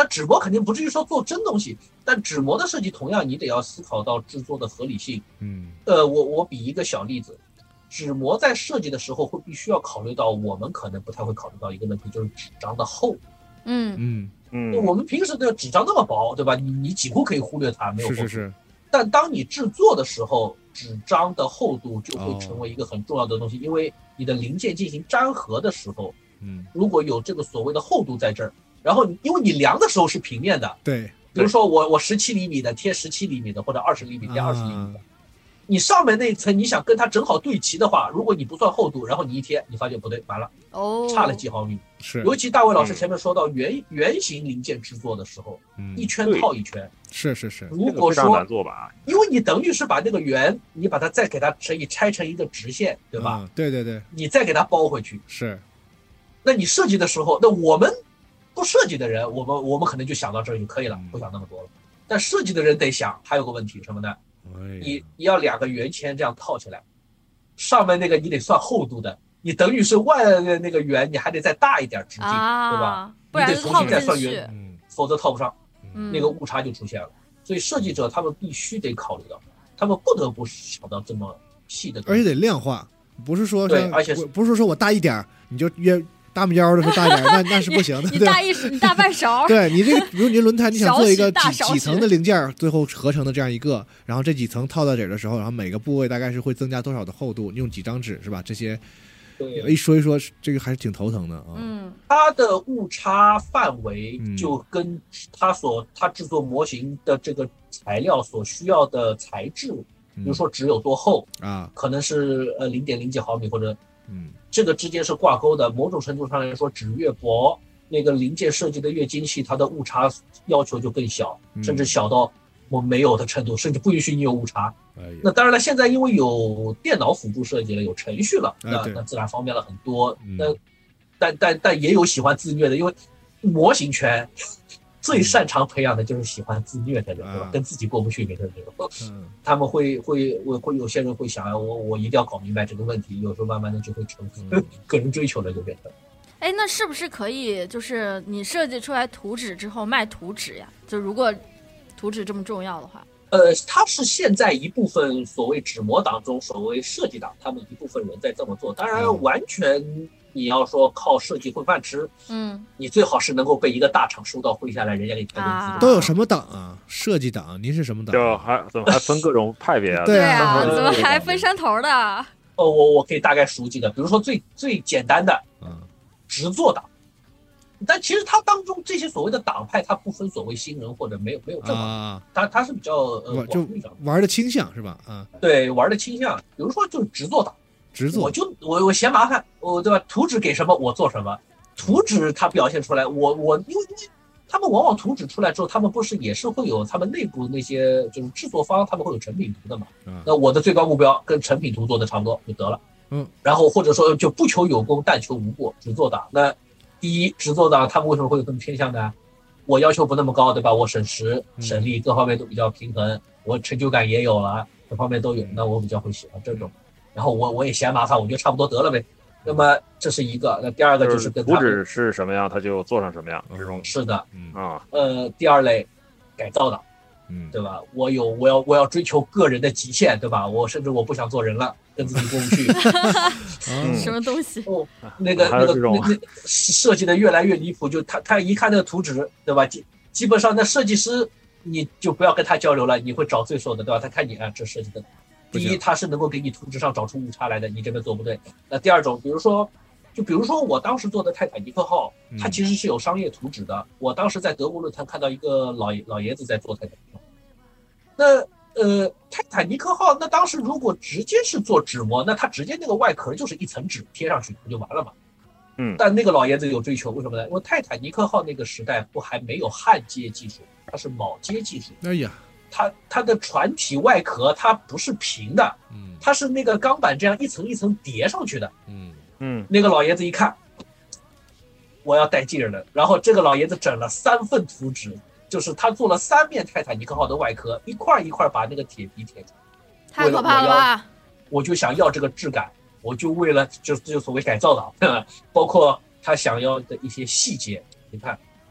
纸模肯定不至于说做真东西，但纸模的设计同样你得要思考到制作的合理性。 嗯， 呃，我我比一个小例子，纸模在设计的时候会必须要考虑到我们可能不太会考虑到一个问题，就是纸张的厚度。 嗯嗯嗯， 我们平时的纸张那么薄，对吧？你你几乎可以忽略它，没有厚度。 是是是。 但当你制作的时候，纸张的厚度就会成为一个很重要的东西，哦、因为你的零件进行粘合的时候， 嗯，如果有这个所谓的厚度在这儿，然后因为你量的时候是平面的， 对， 比如说我我十七厘米的贴十七厘米的，或者二十厘米贴二十厘米的。啊，你上面那一层你想跟它正好对齐的话，如果你不算厚度，然后你一贴，你发现不对，完了， 哦， 差了几毫米。 是， 尤其大卫老师前面说到圆、嗯、圆形零件制作的时候，嗯、一圈套一圈， 是是是。 如果说，因为你等于是把那个圆，你把它再给它乘以拆成一个直线，对吧？ 嗯、对对对。 你再给它包回去， 是。 那你设计的时候，那我们不设计的人，我们我们可能就想到这儿就可以了，嗯、不想那么多了。但设计的人得想，还有个问题什么呢？你你要两个圆签这样套起来，上面那个你得算厚度的，你等于是外的那个圆你还得再大一点直径， 啊、 对吧？ 不然你得重新再算圆， 嗯、 否则套不上， 嗯、 那个误差就出现了。所以设计者他们必须得考虑到，他们不得不想到这么细的东西， 而且得量化，不是说对，而且不是说我大一点你就约。大拇腰的时候大一点，那那是不行的。 你大一你大半勺。 对你这个，比如你轮胎，你想做一个几几层的零件，最后合成的这样一个，然后这几层套到底的时候，然后每个部位大概是会增加多少的厚度，用几张纸是吧？这些一说一说，这个还是挺头疼的啊。 嗯， 它的误差范围就跟它所它制作模型的这个材料所需要的材质，比如说纸有多厚啊， 可能是呃零点零几毫米或者。 嗯， 这个之间是挂钩的。某种程度上来说，纸越薄，那个零件设计的越精细，它的误差要求就更小， 嗯、 甚至小到我没有的程度，甚至不允许你有误差。哎、那当然了，现在因为有电脑辅助设计了，有程序了，那、哎、那自然方便了很多。 嗯、 那但但但也有喜欢自虐的，因为模型圈最擅长培养的就是喜欢自虐的人，对吧？跟自己过不去的这种，他们会会会会有些人会想，我我一定要搞明白这个问题，有时候慢慢的就会成个人追求了，就变成。 哎，那是不是可以，就是你设计出来图纸之后卖图纸呀？就如果图纸这么重要的话， 呃，它是现在一部分所谓纸模党中所谓设计党，他们一部分人在这么做，当然完全。你要说靠设计混饭吃， 嗯， 你最好是能够被一个大厂收到麾下来，人家给调动资源。都有什么党啊？设计党，您是什么党？ 就还怎么还分各种派别啊？ 对啊，怎么还分山头的？ 哦，我我可以大概数几个，比如说最最简单的， 嗯， 直作党。但其实它当中这些所谓的党派，它不分所谓新人或者没有没有正啊， 它它是比较呃就玩的倾向是吧？啊， 对，玩的倾向，比如说就是直作党。 直作， 我就我我嫌麻烦，我对吧？图纸给什么我做什么，图纸它表现出来，我我因为因为他们往往图纸出来之后，他们不是也是会有他们内部那些就是制作方，他们会有成品图的嘛。 嗯、 那我的最高目标跟成品图做的差不多就得了。 嗯， 然后或者说就不求有功，但求无过，直作党。那第一，直作党他们为什么会有这么偏向呢？我要求不那么高，对吧？我省时省力各方面都比较平衡，我成就感也有了，各方面都有，那我比较会喜欢这种。然后我我也嫌麻烦，我觉得差不多得了呗。那么这是一个，那第二个就是跟图纸是什么样，他就做成什么样。这种是的， 嗯啊， 呃，第二类改造党， 嗯， 对吧？我有我要我要追求个人的极限，对吧？我甚至我不想做人了，跟自己过不去。 嗯、什么东西？ 哦，那个那个那那设计的越来越离谱，就他他一看那个图纸，对吧？基基本上那设计师你就不要跟他交流了，你会找罪受的，对吧？他看你啊，这设计的。第一，它是能够给你图纸上找出误差来的，你这个做不对。那第二种，比如说，就比如说我当时做的泰坦尼克号，它其实是有商业图纸的。嗯、我当时在德国论坛看到一个老老爷子在做泰坦尼克号。那呃，泰坦尼克号，那当时如果直接是做纸模，那它直接那个外壳就是一层纸贴上去不就完了嘛？ 嗯。 但那个老爷子有追求，为什么呢？因为泰坦尼克号那个时代不还没有焊接技术，它是铆接技术。 哎呀。 它它的船体外壳它不是平的， 嗯， 它是那个钢板这样一层一层叠上去的， 嗯嗯。 那个老爷子一看，我要带劲儿了，然后这个老爷子整了三份图纸，就是他做了三面泰坦尼克号的外壳，一块一块把那个铁皮贴出来。 太可怕了吧！ 我就想要这个质感，我就为了就就所谓改造党，包括他想要的一些细节，你看。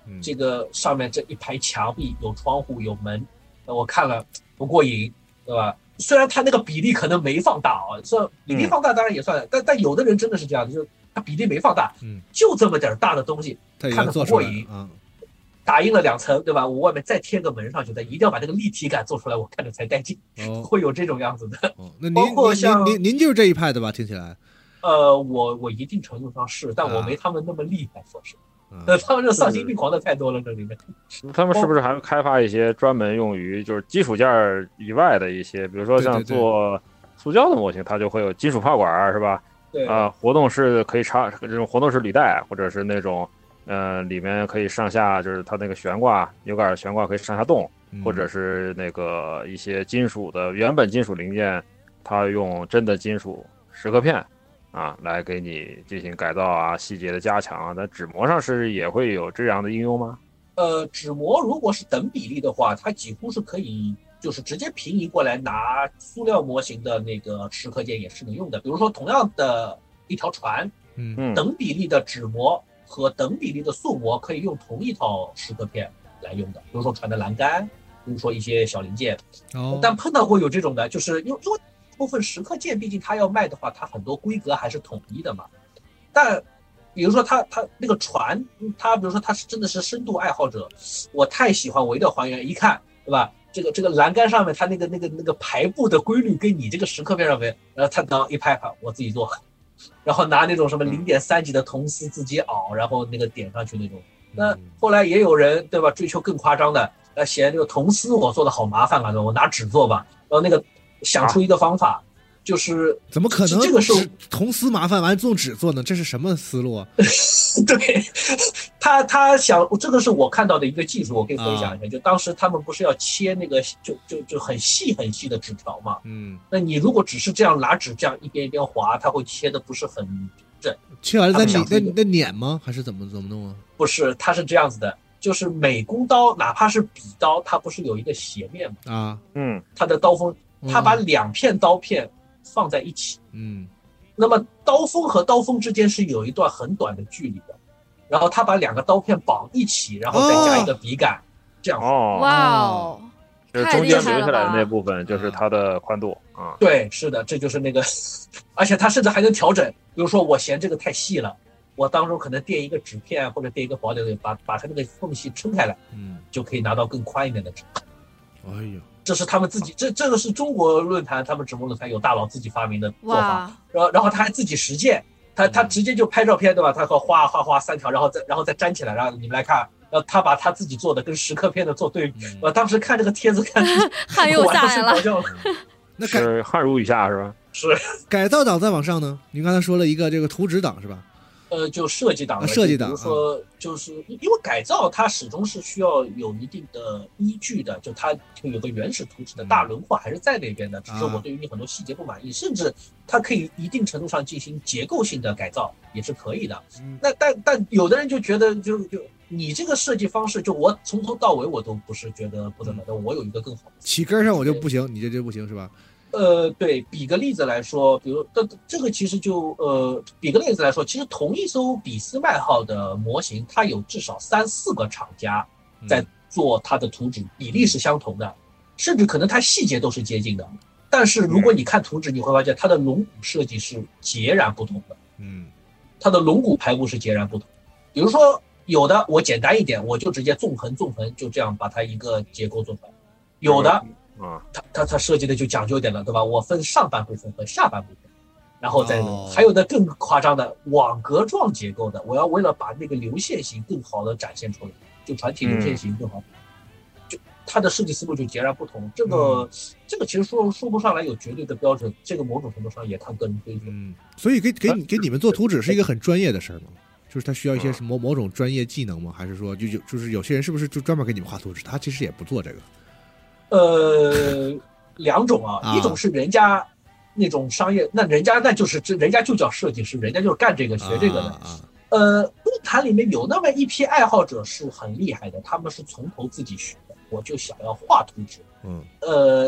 嗯、这个上面这一排墙壁有窗户有门，我看了不过瘾，对吧？虽然它那个比例可能没放大啊，这比例放大当然也算，嗯、但但有的人真的是这样，就是它比例没放大，嗯，就这么点大的东西，看得不过瘾啊。打印了两层，对吧？我外面再贴个门上去，但一定要把这个立体感做出来，我看着才带劲。哦、会有这种样子的。 哦、那您包括像您您就是这一派的吧？听起来。 呃，我我一定程度上是，但我没他们那么厉害，说是。呃、啊，他们这丧心病狂的太多了，这里面。 他们是不是还开发一些专门用于就是基础件以外的一些，比如说像做塑胶的模型，它就会有金属炮管，是吧？ 对。 啊，活动式可以插这种活动式履带，或者是那种。呃，里面可以上下，就是它那个悬挂油杆悬挂可以上下动，嗯、或者是那个一些金属的原本金属零件，它用真的金属蚀刻片啊来给你进行改造啊，细节的加强啊。在纸模上是也会有这样的应用吗？ 呃，纸模如果是等比例的话，它几乎是可以就是直接平移过来拿塑料模型的那个蚀刻件也是能用的。比如说同样的一条船，嗯，等比例的纸模。和等比例的塑模可以用同一套蚀刻片来用的，比如说船的栏杆，比如说一些小零件。哦，但碰到过有这种的，就是因为因为部分蚀刻件，毕竟它要卖的话，它很多规格还是统一的嘛。但比如说它它那个船，它比如说它是真的是深度爱好者，我太喜欢唯的还原，一看对吧？这个这个栏杆上面它那个那个那个排布的规律跟你这个蚀刻片上面，然后它当一拍，我自己做。然后拿那种什么零点三级的铜丝自己熬，然后那个点上去那种。那后来也有人对吧，追求更夸张的，呃，嫌这个铜丝我做的好麻烦啊，我拿纸做吧。然后那个想出一个方法，就是怎么可能这个时候铜丝麻烦完用纸做呢？这是什么思路啊？ 对，他他想这个是我看到的一个技术，我可以分享一下。啊、就当时他们不是要切那个就就就很细很细的纸条嘛？嗯，那你如果只是这样拿纸这样一边一边划，它会切的不是很正。 切完了再那那碾吗？还是怎么怎么弄啊？ 不是，它是这样子的，就是美工刀哪怕是笔刀，它不是有一个斜面吗？ 啊， 嗯， 它的刀锋，它把两片刀片放在一起， 嗯。 那么刀锋和刀锋之间是有一段很短的距离的，然后他把两个刀片绑一起，然后再加一个笔杆，哦、这样。 哦， 哇哦， 就是中间留下来的那部分就是它的宽度啊。 对，是的，这就是那个，而且它甚至还能调整。比如说我嫌这个太细了，我当中可能垫一个纸片或者垫一个薄点的，把把它那个缝隙撑开来，嗯，就可以拿到更宽一点的纸。 哎呀。 这是他们自己，这这个是中国论坛，他们纸模论坛有大佬自己发明的做法，然后然后他还自己实践，他他直接就拍照片，对吧？他和画画画三条，然后再然后再粘起来，然后你们来看，然后他把他自己做的跟蚀刻片的做对比，我当时看这个帖子看汗又下来了， 那是汗如雨下是吧？ 是改造党再往上呢？您刚才说了一个这个图纸党是吧？ 呃，就设计党， 设计党， 比如说，就是因为改造它始终是需要有一定的依据的，就它就有个原始图纸的大轮廓还是在那边的，只是我对于你很多细节不满意，甚至它可以一定程度上进行结构性的改造也是可以的。那但但有的人就觉得，就就你这个设计方式，就我从头到尾我都不是觉得不怎么的，我有一个更好的， 起根上我就不行，你这就不行是吧？ 呃，对，比个例子来说，比如这这个其实就呃，比个例子来说，其实同一艘俾斯麦号的模型，它有至少三四个厂家在做它的图纸，比例是相同的，甚至可能它细节都是接近的。但是如果你看图纸，你会发现它的龙骨设计是截然不同的，嗯，它的龙骨排布是截然不同。比如说有的我简单一点，我就直接纵横纵横就这样把它一个结构做出来，有的。啊，他他他设计的就讲究一点了，对吧？我分上半部分和下半部分，然后再、哦、还有的更夸张的网格状结构的，我要为了把那个流线型更好的展现出来，就船体流线型更好，嗯、就它的设计思路就截然不同。这个、嗯、这个其实说说不上来有绝对的标准，这个某种程度上也看个人追求。 嗯，所以给给给你们做图纸是一个很专业的事儿吗？就是他需要一些什么某种专业技能吗？还是说就就就是有些人是不是就专门给你们画图纸，他其实也不做这个？ 呃，两种啊，啊一种是人家那种商业，那人家那就是人家就叫设计师，人家就是干这个学这个的。啊啊、呃，论坛里面有那么一批爱好者是很厉害的，他们是从头自己学的，我就想要画图纸。嗯，呃，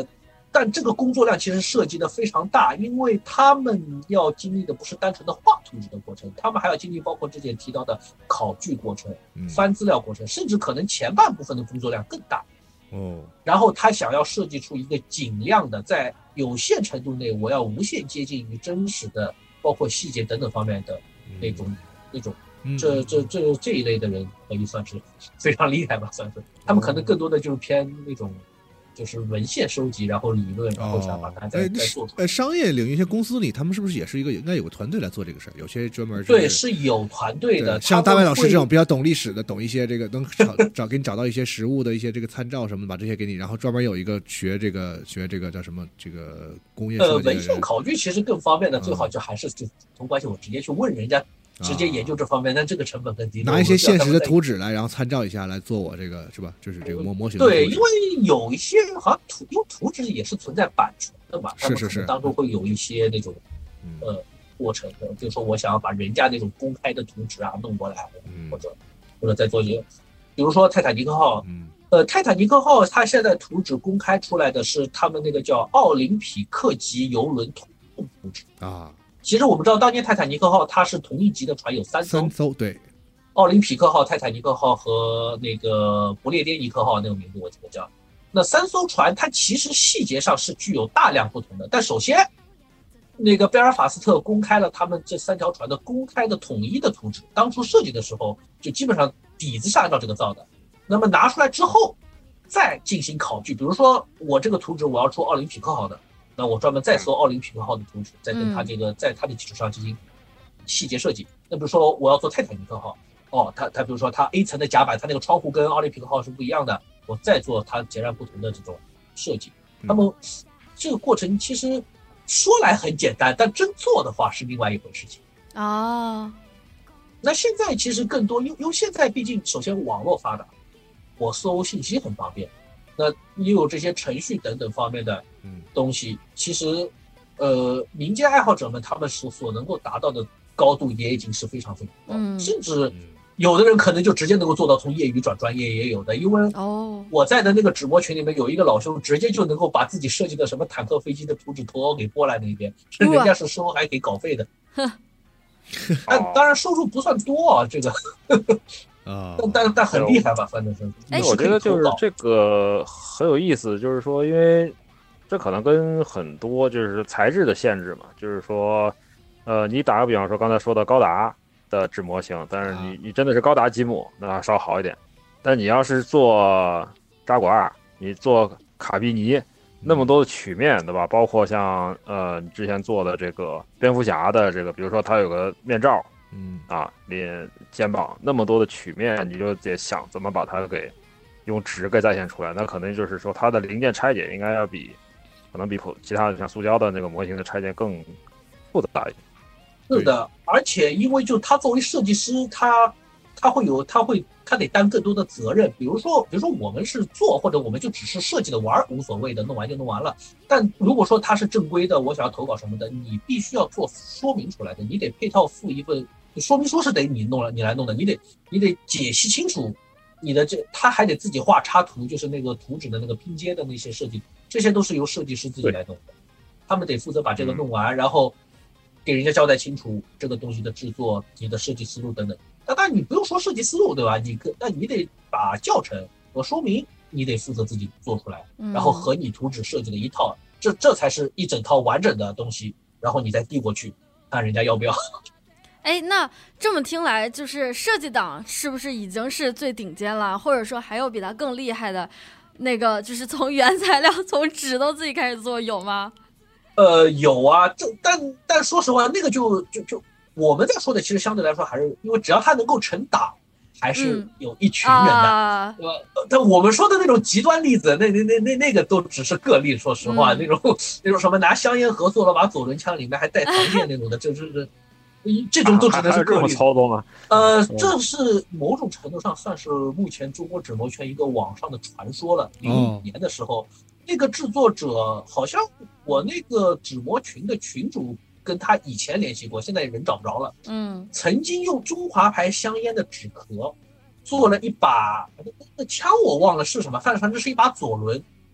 但这个工作量其实涉及的非常大，因为他们要经历的不是单纯的画图纸的过程，他们还要经历包括之前提到的考据过程、翻资料过程，甚至可能前半部分的工作量更大。 哦， 然后他想要设计出一个尽量的在有限程度内，我要无限接近于真实的，包括细节等等方面的那种、嗯、那种，这这这这一类的人可以算是非常厉害吧，算是他们可能更多的就是偏那种。就是文献收集，然后理论，然后想把它再、哦、再做出来。 呃，商业领域一些公司里，他们是不是也是一个应该有个团队来做这个事儿？有些专门对是有团队的， 像大卫老师这种比较懂历史的，懂一些这个能找找给你找到一些实物的一些这个参照什么的，把这些给你，然后专门有一个学这个学这个叫什么这个工业设计。 呃，文献考据其实更方便的，最好就还是就从关系我直接去问人家。直接研究这方面，但这个成本更低。 拿一些现实的图纸来，然后参照一下来做我这个是吧？就是这个模模型。 对，因为有一些好像图，因为图纸也是存在版权的嘛， 是是是， 当中会有一些那种呃过程的，就是说我想要把人家那种公开的图纸啊弄过来，或者或者再做一些，比如说泰坦尼克号，呃，泰坦尼克号它现在图纸公开出来的是他们那个叫奥林匹克级游轮通用图纸啊。 其实我们知道，当年泰坦尼克号它是同一级的船有三艘， 三艘对， 奥林匹克号、泰坦尼克号和那个不列颠尼克号那个名字我记得叫。那三艘船它其实细节上是具有大量不同的，但首先，那个贝尔法斯特公开了他们这三条船的公开的统一的图纸，当初设计的时候就基本上底子是按照这个造的。那么拿出来之后，再进行考据，比如说我这个图纸我要出奥林匹克号的。那我专门再搜奥林匹克号的图纸，再跟它这个在它的基础上进行细节设计。那比如说我要做泰坦尼克号，哦，它它比如说它 A 层的甲板，它那个窗户跟奥林匹克号是不一样的，我再做它截然不同的这种设计。那么这个过程其实说来很简单，但真做的话是另外一回事情啊。哦、 那现在其实更多，因为因为现在毕竟首先网络发达，我搜信息很方便。那你有这些程序等等方面的东西，其实，呃，民间爱好者们他们所所能够达到的高度也已经是非常非常高，嗯，甚至有的人可能就直接能够做到从业余转专业，也有的。因为哦，我在的那个直播群里面有一个老兄，直接就能够把自己设计的什么坦克、飞机的图纸投给波兰那边，人家是收还给稿费的，但当然收入不算多啊，这个。啊，但但但很厉害吧，反正是。 哎，我觉得就是这个很有意思，就是说，因为这可能跟很多就是材质的限制嘛，就是说，呃，你打个比方说，刚才说的高达的纸模型，但是你你真的是高达积木，那稍好一点。但你要是做扎古二，你做卡比尼，那么多的曲面，对吧？包括像呃你之前做的这个蝙蝠侠的这个，比如说它有个面罩。嗯啊，连肩膀那么多的曲面，你就得想怎么把它给用纸给再现出来。那可能就是说，它的零件拆解应该要比可能比普其他的像塑胶的那个模型的拆解更复杂一点。 是的，而且因为就他作为设计师，他他会有他会他得担更多的责任。比如说，比如说我们是做或者我们就只是设计的玩无所谓的，弄完就弄完了。但如果说他是正规的，我想要投稿什么的，你必须要做说明出来的，你得配套附一份。说明书是得你弄了，你来弄的，你得你得解析清楚你的这，他还得自己画插图，就是那个图纸的那个拼接的那些设计，这些都是由设计师自己来弄的，他们得负责把这个弄完，然后给人家交代清楚这个东西的制作、你的设计思路等等。那当然你不用说设计思路，对吧？你那你得把教程和说明你得负责自己做出来，然后和你图纸设计的一套，这这才是一整套完整的东西，然后你再递过去，看人家要不要。 哎，那这么听来，就是设计党是不是已经是最顶尖了？或者说还有比他更厉害的，那个就是从原材料、从纸都自己开始做，有吗？ 呃，有啊，这但但说实话，那个就就就我们在说的，其实相对来说还是因为只要他能够成档，还是有一群人的，嗯、对吧？但我们说的那种极端例子，那那那那那个都只是个例。说实话，嗯、那种那种什么拿香烟合作了，把左轮枪里面还带膛线那种的，这这这。这种都只能是个例操作吗？ 呃，这是某种程度上算是目前中国纸模圈一个网上的传说了。零五年的时候，哦、那个制作者好像我那个纸模群的群主跟他以前联系过，现在人找不着了。嗯，曾经用中华牌香烟的纸壳做了一把那个枪，我忘了是什么，反正反正是一把左轮。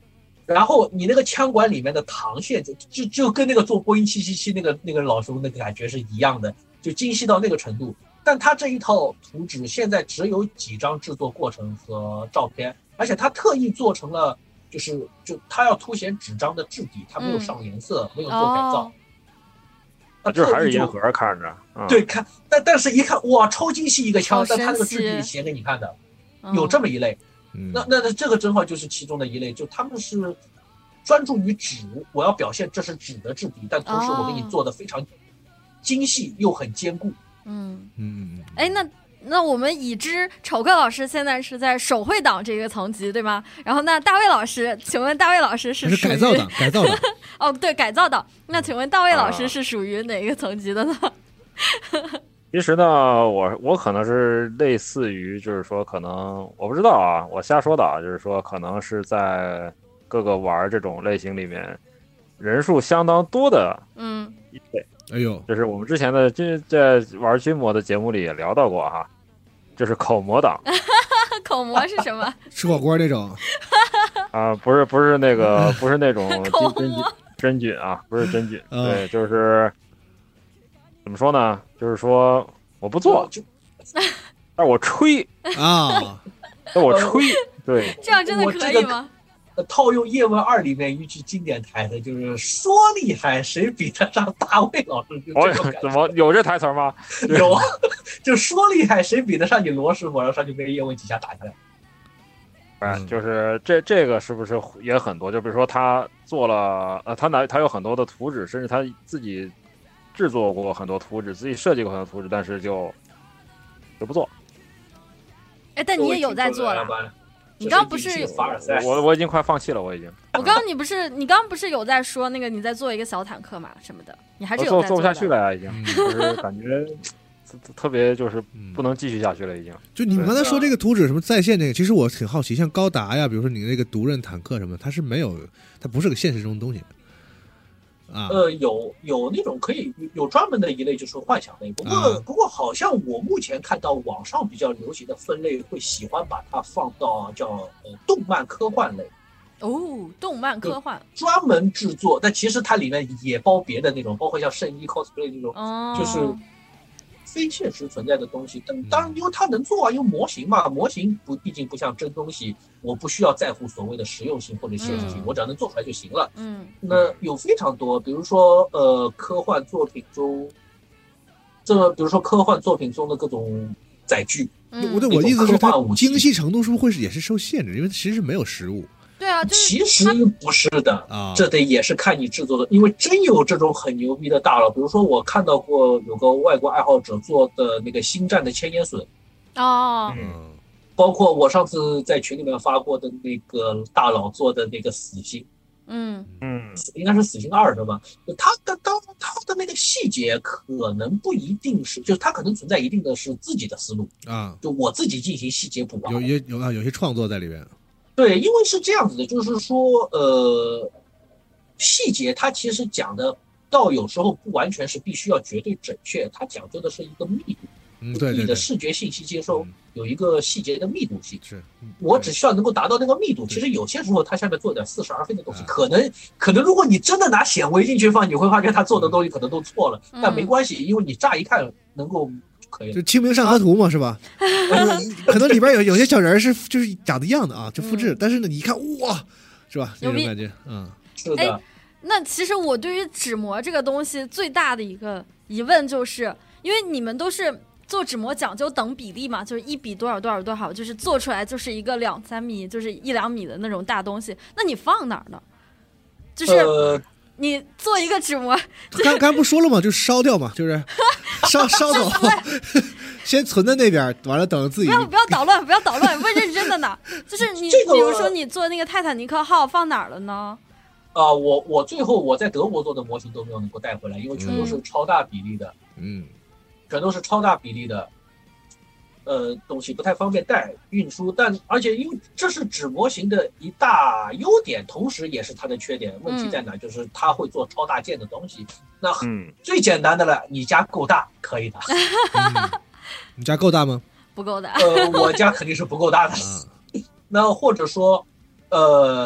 然后你那个枪管里面的膛线就就就跟那个做波音七七七那个那个老兄那个感觉是一样的，就精细到那个程度。但他这一套图纸现在只有几张制作过程和照片，而且他特意做成了，就是就他要凸显纸张的质地，他没有上颜色，嗯、没有做改造。 啊，这还是银盒看着， 嗯、对，看，但但是一看，哇，超精细一个枪，但他那个质地写给你看的，有这么一类。嗯、那那那这个正好就是其中的一类，就他们是专注于纸，我要表现这是纸的质地，但同时我给你做的非常精细又很坚固。 嗯嗯，哎，那那我们已知丑克老师现在是在手绘党这个层级，对吗？然后那大卫老师，请问大卫老师是是改造党，改造党。 哦，对，改造党。那请问大卫老师是属于哪个层级的呢？ 其实呢，我我可能是类似于，就是说，可能我不知道啊，我瞎说的啊，就是说，可能是在各个玩这种类型里面，人数相当多的， 嗯， 一类。 哎呦， 就是我们之前的这在玩军模的节目里也聊到过哈，就是口模党。 口模是什么？ 吃火锅那种？ 啊、呃，不是不是那个不是那种真真菌真菌啊，不是真菌，嗯、对，就是怎么说呢？就是说我不做，但我吹啊， 但我吹，对， 这样真的可以吗？ 套用叶问二里面一句经典台词，就是说厉害谁比得上大卫老师？就这种感觉。 怎么有这台词吗？ 有，就说厉害谁比得上你罗师傅，然后上去被叶问几下打下来。 哎，就是这这个是不是也很多？就比如说他做了，呃，他拿他有很多的图纸，甚至他自己制作过很多图纸，自己设计过很多图纸，但是就就不做。 哎，但你也有在做了。你刚不是我我已经快放弃了，我已经。 我刚刚你不是你刚刚不是有在说那个你在做一个小坦克嘛什么的，你还是有做在做不下去了呀，已经，就是感觉特别就是不能继续下去了，已经。 就你们刚才说这个图纸什么在线这个，其实我挺好奇，像高达呀，比如说你那个独刃坦克什么，它是没有，它不是个现实中的东西。啊、 呃，有有那种可以有专门的一类，就是幻想类。不过、啊、不过好像我目前看到网上比较流行的分类，会喜欢把它放到叫呃动漫科幻类。 哦，动漫科幻专门制作，但其实它里面也包别的那种，包括像圣衣 cosplay 那种， 哦、 就是非现实存在的东西。但当然，因为它能做啊，因为模型嘛，模型不毕竟不像真东西。我不需要在乎所谓的实用性或者现实性，嗯、我只要能做出来就行了。 嗯， 那有非常多，比如说呃，科幻作品中，这比如说科幻作品中的各种载具。 嗯， 我的我意思是，它精细程度是不是会是也是受限制？因为其实没有实物。 对啊，就是、 其实不是的啊，这得也是看你制作的，因为真有这种很牛逼的大佬，比如说我看到过有个外国爱好者做的那个星战的千年隼。 哦。 嗯。包括我上次在群里面发过的那个大佬做的那个死星， 嗯嗯， 应该是死星二对吧？他的当他的那个细节可能不一定是，就是他可能存在一定的是自己的思路啊， 就我自己进行细节补完， 有有有啊，有些创作在里边。 对，因为是这样子的，就是说呃，细节它其实讲的到有时候不完全是必须要绝对准确，它讲究的是一个密度。 嗯，对， 你的视觉信息接收有一个细节的密度性， 是， 我只需要能够达到那个密度。其实有些时候它下面做点似是而非的东西，可能可能如果你真的拿显微镜去放，你会发现他做的东西可能都错了，但没关系，因为你乍一看能够可以了。 就清明上河图嘛，是吧？可能里边有有些小人是就是长得一样的啊，就复制，但是呢，你一看哇，是吧？那种感觉，嗯， 是的。 那其实我对于纸模这个东西最大的一个疑问就是，因为你们都是。做纸模讲究等比例嘛，就是一比多少多少多少，就是做出来就是一个两三米，就是一两米的那种大东西。那你放哪儿呢？就是你做一个纸模， 刚、呃、刚不说了吗？就烧掉嘛，就是烧烧走，先存在那边，完了等自己。 不要不要捣乱，不要捣乱，问认真的呢。就是你，这个、比如说你做那个泰坦尼克号放哪儿了呢？ 啊、呃，我我最后我在德国做的模型都没有能够带回来，因为全都是超大比例的。 嗯。 全都是超大比例的，呃，东西不太方便带运输，但而且因为这是纸模型的一大优点，同时也是它的缺点。问题在哪？就是它会做超大件的东西。那最简单的了，你家够大，可以的。 嗯、你家够大吗？ 不够大。 呃，我家肯定是不够大的。那或者说，呃，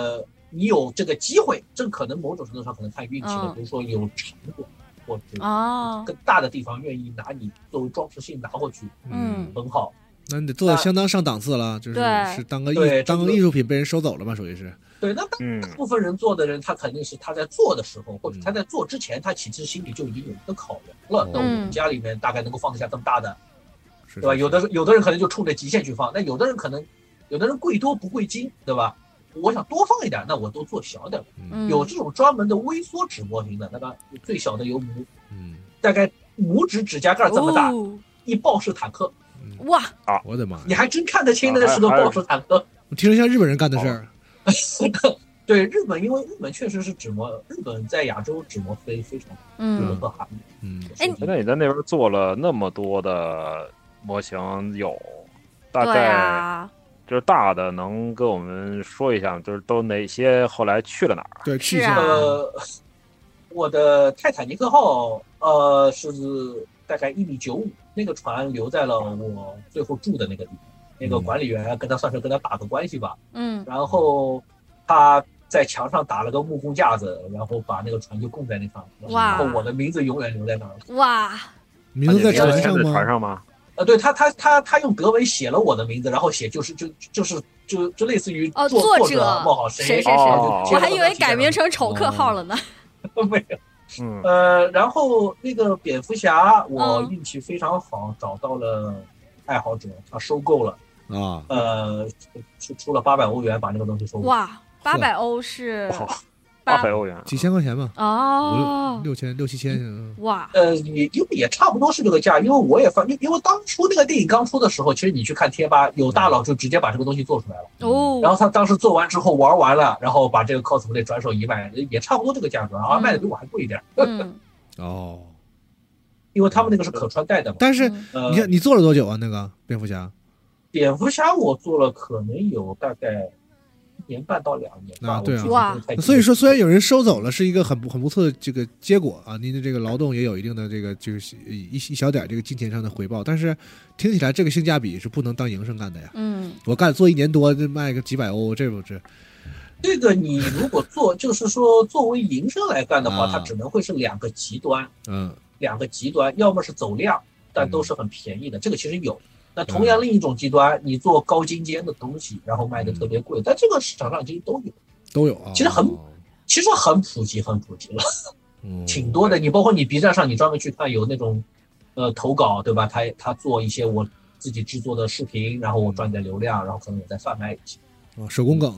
你有这个机会，这可能某种程度上可能看运气的，比如说有成果。或者更大的地方愿意拿你作为装饰性拿过去，嗯，很好。 那你得做的相当上档次了，就是是当个艺当个艺术品被人收走了嘛，属于是。 对，那大部分人做的人，他肯定是他在做的时候，或者他在做之前，他其实心里就已经有一个考量了。那我们家里面大概能够放得下这么大的，对吧？有的有的人可能就冲着极限去放，那有的人可能，有的人贵多不贵精，对吧？我想多放一点，那我都做小点。嗯、有这种专门的微缩纸模型的，那个最小的有拇，嗯，大概拇指指甲盖这么大，哦、一豹式坦克。 哇！ 啊，我的妈！ 你还真看得清那是个豹式坦克。 我听着像日本人干的事儿。 对日本，因为日本确实是纸模，日本在亚洲纸模非非常嗯和韩。 嗯，哎，现在你在那边做了那么多的模型，有大概。就是大的，能跟我们说一下，就是都哪些后来去了哪儿？ 对，去啊。 呃，我的泰坦尼克号，呃，是大概一米九五，那个船留在了我最后住的那个地方。那个管理员跟他算是跟他打个关系吧。嗯。然后他在墙上打了个木工架子，然后把那个船就供在那上。哇。然后我的名字永远留在那儿。 哇。 名字在船上吗？ 船上吗？ 呃，对他，他他他用德文写了我的名字，然后写就是就就是就就类似于哦， 作者冒号谁谁谁，我还以为改名成丑客号了呢。 没有，嗯，呃，然后那个蝙蝠侠，我运气非常好，找到了爱好者，他收购了啊，呃，是出了八百欧元把那个东西收购。 哇，八百欧是。 八百欧元， 几千块钱吧， 哦， 六千六七千， 哇，呃，也因为也差不多是这个价，因为我也发，因因为当初那个电影刚出的时候，其实你去看贴吧，有大佬就直接把这个东西做出来了，哦，然后他当时做完之后玩完了，然后把这个 cosplay 转手一卖，也差不多这个价格，然后卖的比我还贵一点， 嗯， 哦， 因为他们那个是可穿戴的嘛， 但是你看你做了多久啊？那个蝙蝠侠， 蝙蝠侠我做了可能有大概。一年半到两年吧， 啊，对啊， 哇！ 所以说，虽然有人收走了，是一个很不很不错的这个结果啊，您的这个劳动也有一定的这个就是一一小点这个金钱上的回报，但是听起来这个性价比是不能当营生干的呀。 嗯， 我干做一年多，就卖个几百欧，这不是？ 这个你如果做，就是说作为营生来干的话，啊、它只能会是两个极端， 嗯， 两个极端，要么是走量，但都是很便宜的，嗯、这个其实有。那同样另一种极端，你做高精尖的东西，然后卖的特别贵，但这个市场上其实都有， 都有啊。 其实很，其实很普及，很普及了，挺多的。你包括你 B 站上，你专门去看有那种，呃，投稿对吧？他他做一些我自己制作的视频，然后我赚点流量，然后可能我再贩卖一些。 哦，手工梗。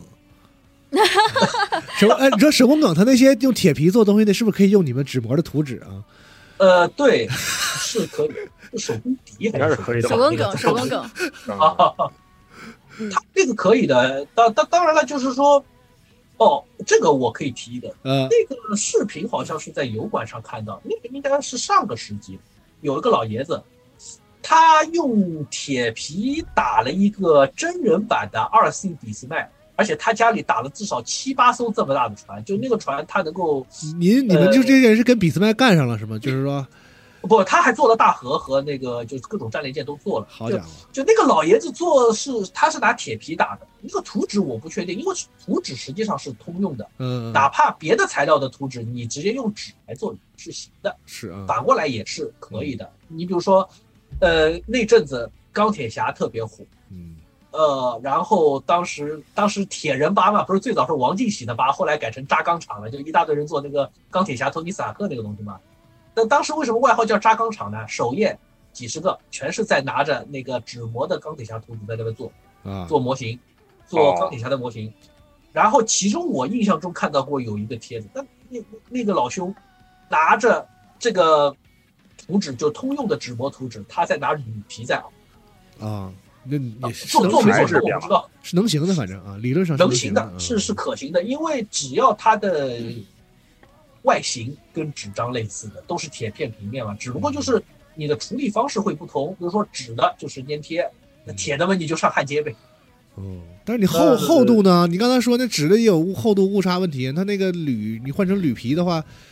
手哎，你说手工梗，他那些用铁皮做东西的，是不是可以用你们纸模的图纸啊？ 呃，对，是可以。手工笛还是可以的， 手工梗，手工梗啊，他这个可以的。当当当然了，就是说，哦，这个我可以提的。 呃， 那个视频好像是在油管上看到，那个应该是上个世纪，有一个老爷子，他用铁皮打了一个真人版的二 C 俾斯麦。而且他家里打了至少七八艘这么大的船，就那个船他能够， 您你们就这些人是跟俾斯麦干上了是吗？就是说。 不，他还做了大河和那个，就是各种战列舰都做了。 好家伙！ 就那个老爷子做是，他是拿铁皮打的。那个图纸我不确定，因为图纸实际上是通用的。 嗯， 哪怕别的材料的图纸，你直接用纸来做是行的。 是啊， 反过来也是可以的。嗯、你比如说，呃，那阵子钢铁侠特别火。 嗯。 呃，然后当时当时铁人八嘛，不是最早是王进喜的八，后来改成扎钢厂了，就一大堆人做那个钢铁侠托尼斯塔克那个东西嘛。那当时为什么外号叫扎钢厂呢？首页几十个全是在拿着那个纸模的钢铁侠图纸在那边做， 啊， 做模型，做钢铁侠的模型。然后其中我印象中看到过有一个帖子，那那那个老兄拿着这个图纸，就通用的纸模图纸，他在拿铝皮在熬。 啊，那也是做做没做我不知道， 是能行的，反正啊，理论上能行的，是是可行的，因为只要它的。外形跟纸张类似的，都是铁片平面嘛，只不过就是你的处理方式会不同。比如说纸的就是粘贴，那铁的嘛你就上焊接呗。 哦，但是你厚厚度呢？你刚才说那纸的也有厚度误差问题，它那个铝你换成铝皮的话，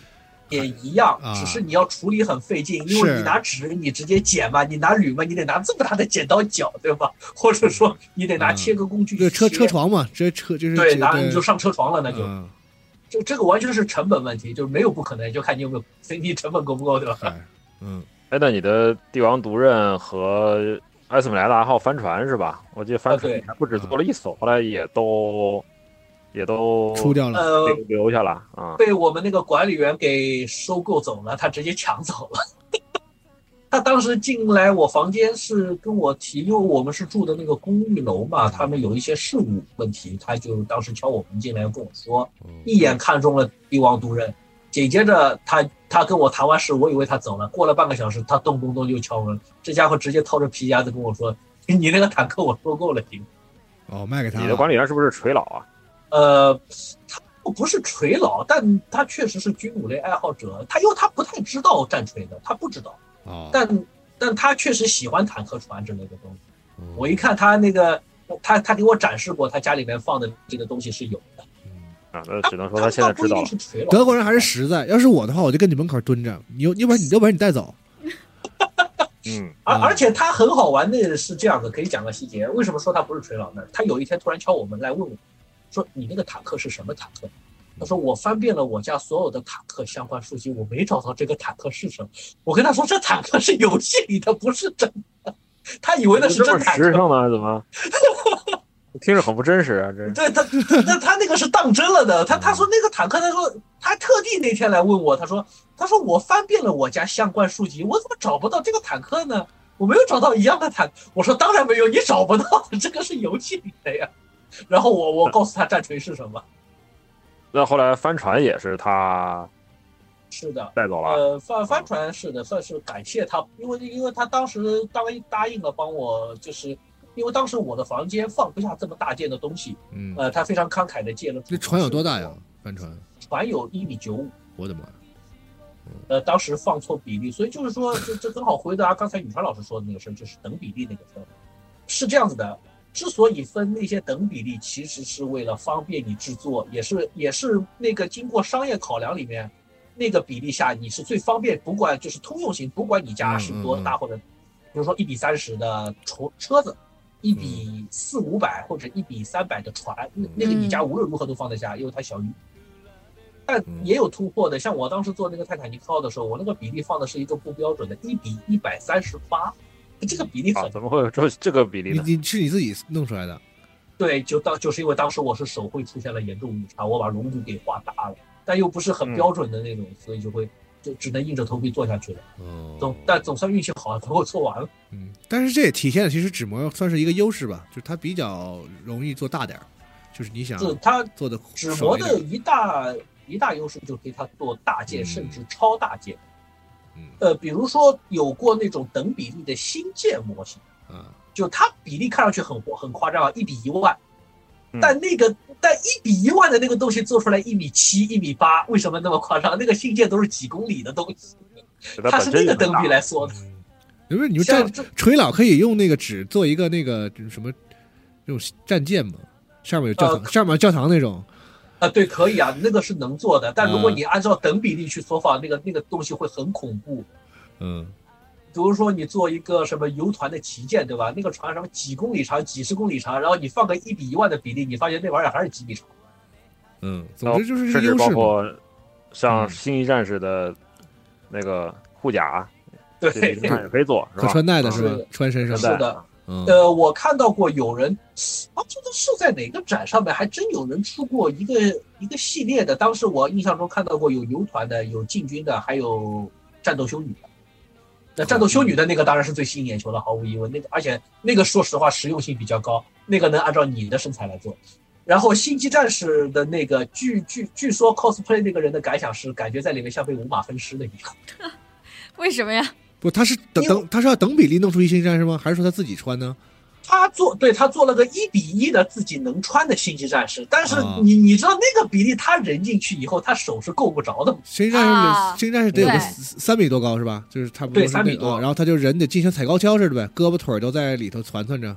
也一样， 啊、 只是你要处理很费劲，因为你拿纸你直接剪嘛，你拿铝嘛，你得拿这么大的剪刀剪，对吧？或者说你得拿切割工具去切、 嗯、车车床嘛，直接车就是对，拿你就上车床了，那就。 嗯就这个完全是成本问题，就是没有不可能，就看你有没有 C D 成本够不够，对吧？ 嗯， 哎，那你的帝王独刃和艾斯美莱达号帆船是吧？我记得帆船还不止做了一艘，后来也都也都出掉了， 呃， 留下了啊， 被我们那个管理员给收购走了，他直接抢走了。他当时进来我房间是跟我提，因为我们是住的那个公寓楼嘛，他们有一些事务问题，他就当时敲我门进来跟我说，一眼看中了帝王独刃。紧接着他他跟我谈完事，我以为他走了，过了半个小时，他动动动又敲门，这家伙直接掏着皮夹子跟我说：“你那个坦克我收购了，行。” 哦，卖给他。 你的管理员是不是垂老啊？ 呃，他不是垂老，但他确实是军武类爱好者。他因为他不太知道战锤的，他不知道。 哦、 但但他确实喜欢坦克船之类的东西。嗯、我一看他那个，他他给我展示过，他家里面放的这个东西是有的。 啊，那只能说他现在知道了。 德国人还是实在，要是我的话，我就跟你门口蹲着，你有你有本事你有本事你带走。 嗯， 而而且他很好玩的是这样的，可以讲个细节。为什么说他不是垂老呢？他有一天突然敲我门来问我，说你那个坦克是什么坦克？他说我翻遍了我家所有的坦克相关书籍，我没找到这个坦克是什么。我跟他说这坦克是游戏里的，不是真的。他以为那是真坦克。 这么实诚吗？怎么？听着很不真实啊！这对他，那他那个是当真了的。他他说那个坦克，他说他特地那天来问我，他说他说我翻遍了我家相关书籍，我怎么找不到这个坦克呢？我没有找到一样的坦克。我说当然没有，你找不到的，这个是游戏里的呀。然后我我告诉他战锤是什么。 那后来帆船也是他， 是的， 带走了。 呃，帆帆船是的，算是感谢他，因为因为他当时当答应了帮我，就是因为当时我的房间放不下这么大件的东西， 嗯， 呃，他非常慷慨的借了。 这船有多大呀？帆船？ 船有一米九五。 我的妈！ 呃，当时放错比例，所以就是说，这这正好回答刚才宇川老师说的那个事，就是等比例那个事，是这样子的。之所以分那些等比例，其实是为了方便你制作，也是也是那个经过商业考量里面，那个比例下你是最方便，不管就是通用型，不管你家是多大或者，比如说一比三十的车车子，一比四五百或者一比三百的船，那那个你家无论如何都放得下，因为它小于。但也有突破的，像我当时做那个泰坦尼克号的时候，我那个比例放的是一个不标准的一比一百三十八。这个比例很、 啊、怎么会有这这个比例呢？ 你你是你自己弄出来的？ 对，就当就是因为当时我是手绘出现了严重误差，我把龙骨给画大了，但又不是很标准的那种，嗯、所以就会就只能硬着头皮做下去了。哦，总但总算运气好，把我做完了。 嗯，但是这也体现了其实纸模算是一个优势吧，就是它比较容易做大点，就是你想它做的纸模的一大一大优势就可以它做大件，嗯、甚至超大件。呃，比如说有过那种等比例的星舰模型， 嗯， 就它比例看上去很很夸张啊，一比一万，但那个但一比一万的那个东西做出来一米七、一米八，为什么那么夸张？那个星舰都是几公里的东西，它是那个等比来说的。 因为你说战锤老可以用那个纸做一个那个什么那种战舰嘛，上面有教堂，呃、上面有教堂那种。 啊、呃，对，可以啊，那个是能做的，但如果你按照等比例去缩放，那个那个东西会很恐怖。 嗯， 比如说你做一个什么游团的旗舰，对吧？那个船什么几公里长、几十公里长，然后你放个一比一万的比例，你发现那玩意儿还是几米长。 嗯，总之就是甚至包括像星际战士的那个护甲， 对， 也可以做， 可穿戴的是吧？穿身上是的。呃，我看到过有人啊，这个是在哪个展上面，还真有人出过一个一个系列的。当时我印象中看到过有游团的，有禁军的，还有战斗修女的。那战斗修女的那个当然是最吸引眼球的，毫无疑问。那个而且那个说实话实用性比较高，那个能按照你的身材来做。然后星际战士的那个据据据说 cosplay 那个人的感想是，感觉在里面像被五马分尸的一样。 为什么呀？ 不，他是等等，他是要等比例弄出一星际战士吗？还是说他自己穿呢？ 他做对他做了个一比一的自己能穿的星际战士，但是你、哦、你知道那个比例，他人进去以后，他手是够不着的。 星际战士、啊、星际战士得有个三米多高是吧？就是差不多对三米多、 哦，然后他就人得进行踩高跷似的呗，胳膊腿都在里头攒攒着，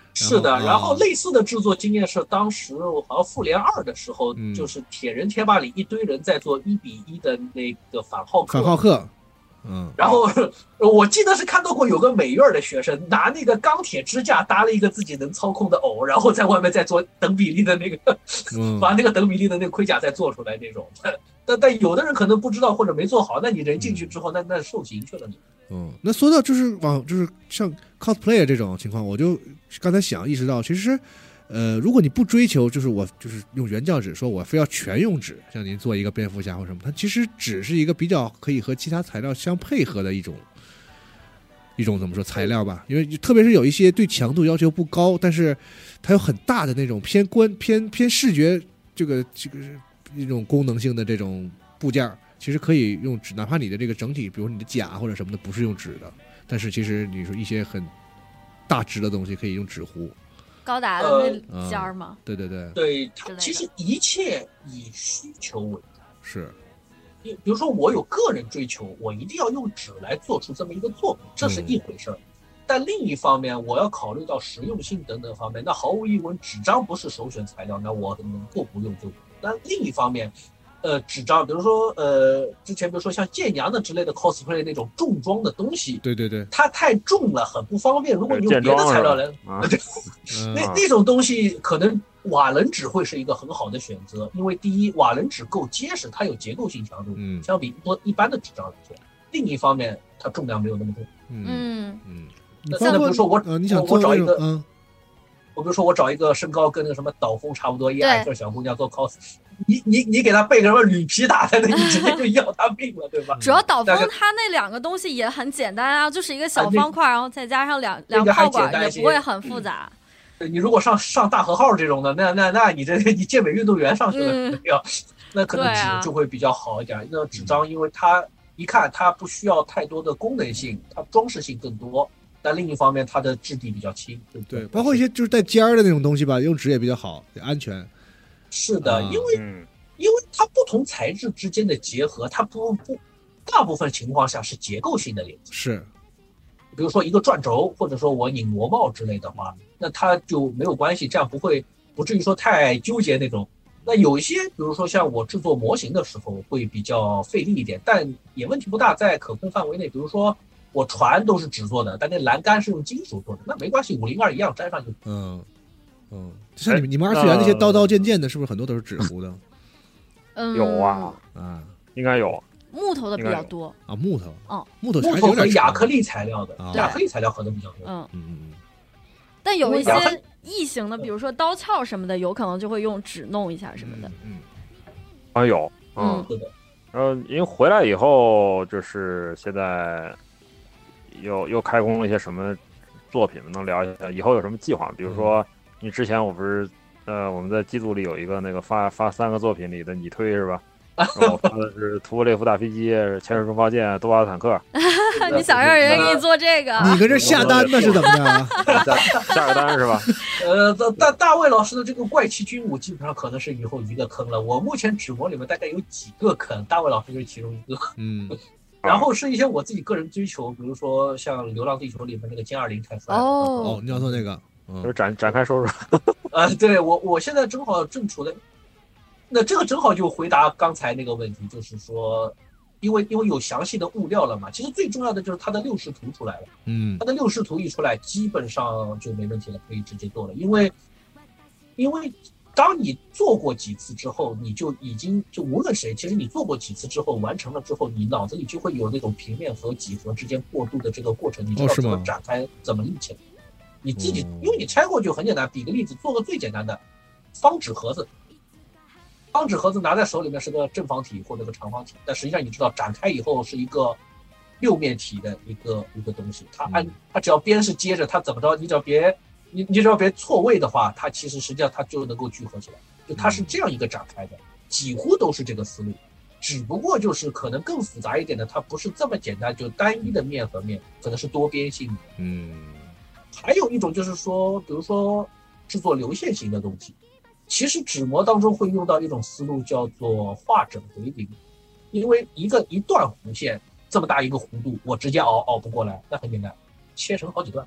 是的，然后类似的制作经验是当时好像复联二的时候，嗯、就是铁人贴吧里一堆人在做一比一的那个反浩克。 反浩克，嗯。 然后我记得是看到过有个美院的学生拿那个钢铁支架搭了一个自己能操控的偶，然后在外面再做等比例的那个，嗯、把那个等比例的那个盔甲再做出来那种。但但有的人可能不知道或者没做好，那你人进去之后，嗯、那那受刑去了你。 嗯，那说到就是往就是像 cosplay 这种情况，我就刚才想意识到，其实，呃，如果你不追求就是我就是用原教旨说我非要全用纸，像您做一个蝙蝠侠或什么，它其实纸是一个比较可以和其他材料相配合的一种一种怎么说材料吧，因为特别是有一些对强度要求不高，但是它有很大的那种偏观偏偏视觉这个这个一种功能性的这种部件。其实可以用纸，哪怕你的这个整体，比如你的甲或者什么的不是用纸的，但是其实你说一些很大支的东西可以用纸糊。 高达的那尖儿吗、 呃？对对对， 对，它其实一切以需求为主。 是， 比如说我有个人追求，我一定要用纸来做出这么一个作品，这是一回事儿。嗯、但另一方面，我要考虑到实用性等等方面，那毫无疑问，纸张不是首选材料，那我能够不用就不用。但另一方面，呃，纸张，比如说，呃，之前比如说像剑娘的之类的 cosplay 那种重装的东西， 对对对， 它太重了，很不方便。如果你用别的材料来， 啊、 那那种东西可能瓦楞纸会是一个很好的选择，因为第一，瓦楞纸够结实，它有结构性强度， 嗯， 相比多一般的纸张来说。另一方面，它重量没有那么重。 嗯嗯。 那那比如说我， 呃、你想我找一个， 嗯。 我比如说我找一个身高跟那个什么岛风差不多一矮个小姑娘做 cos， 你你你给她备个什么铝皮打在那，你直接就要她命了，对吧？ 主要岛风它那两个东西也很简单啊，就是一个小方块，然后再加上两两炮管，也不会很复杂。 嗯、你如果上上大和号这种的，那那那你这你健美运动员上去了，嗯、那可能纸就会比较好一点。啊、那纸张因为它一看它不需要太多的功能性，它装饰性更多。但另一方面，它的质地比较轻，对不对？ 对，包括一些就是带尖儿的那种东西吧，用纸也比较好，也安全。 是的， 啊、 因为、嗯、因为它不同材质之间的结合，它不不大部分情况下是结构性的连接。 是， 比如说一个转轴，或者说我拧螺帽之类的话，那它就没有关系，这样不会不至于说太纠结那种。那有一些，比如说像我制作模型的时候会比较费力一点，但也问题不大，在可控范围内。比如说。我船都是纸做的，但那栏杆是用金属做的，那没关系，五零二一样粘上去。 嗯嗯，就像你们你们二次元那些刀刀剑剑的，是不是很多都是纸糊的？ 嗯， 有啊啊， 应该有。 木头的比较多啊，木头哦， 木头木头和亚克力材料的，亚克力材料合的比较多。 嗯嗯嗯。 但有一些异形的，比如说刀鞘什么的，有可能就会用纸弄一下什么的。 嗯， 啊有， 嗯， 对的。 然后因为回来以后，就是现在。又又开工了一些什么作品，能聊一下？以后有什么计划？比如说，你之前我不是呃，我们在机组里有一个那个发发三个作品里的拟推是吧？我发的是图波列夫大飞机、潜水中炮舰、多巴坦克。 你想让人给你做这个？ 你搁这下单那是怎么的？下个单是吧？ 呃，大大卫老师的这个怪奇军武基本上可能是以后一个坑了。我目前纸模里面大概有几个坑，大卫老师就是其中一个。 嗯。 然后是一些我自己个人追求，比如说像《流浪地球》里面那个歼二零太帅了。 哦哦，你要做那个， 嗯、就展展开说说。 呃，对我我现在正好正处在，那这个正好就回答刚才那个问题，就是说，因为因为有详细的物料了嘛，其实最重要的就是它的六视图出来了。 嗯， 它的六视图一出来，基本上就没问题了，可以直接做了，因为因为。当你做过几次之后，你就已经就无论谁，其实你做过几次之后，完成了之后，你脑子里就会有那种平面和几何之间过渡的这个过程，你知道怎么展开，怎么立起来。你自己，因为你拆过就很简单。比个例子，做个最简单的方纸盒子，方纸盒子拿在手里面是个正方体或者个长方体，但实际上你知道展开以后是一个六面体的一个一个东西。它按它只要边是接着，它怎么着，你只要别。你你只要别错位的话，它其实实际上它就能够聚合起来，就它是这样一个展开的，几乎都是这个思路，只不过就是可能更复杂一点的，它不是这么简单，就单一的面和面，可能是多边性的。 嗯， 还有一种就是说，比如说制作流线型的东西，其实纸模当中会用到一种思路叫做化整为零，因为一个一段弧线这么大一个弧度，我直接熬熬不过来，那很简单，切成好几段。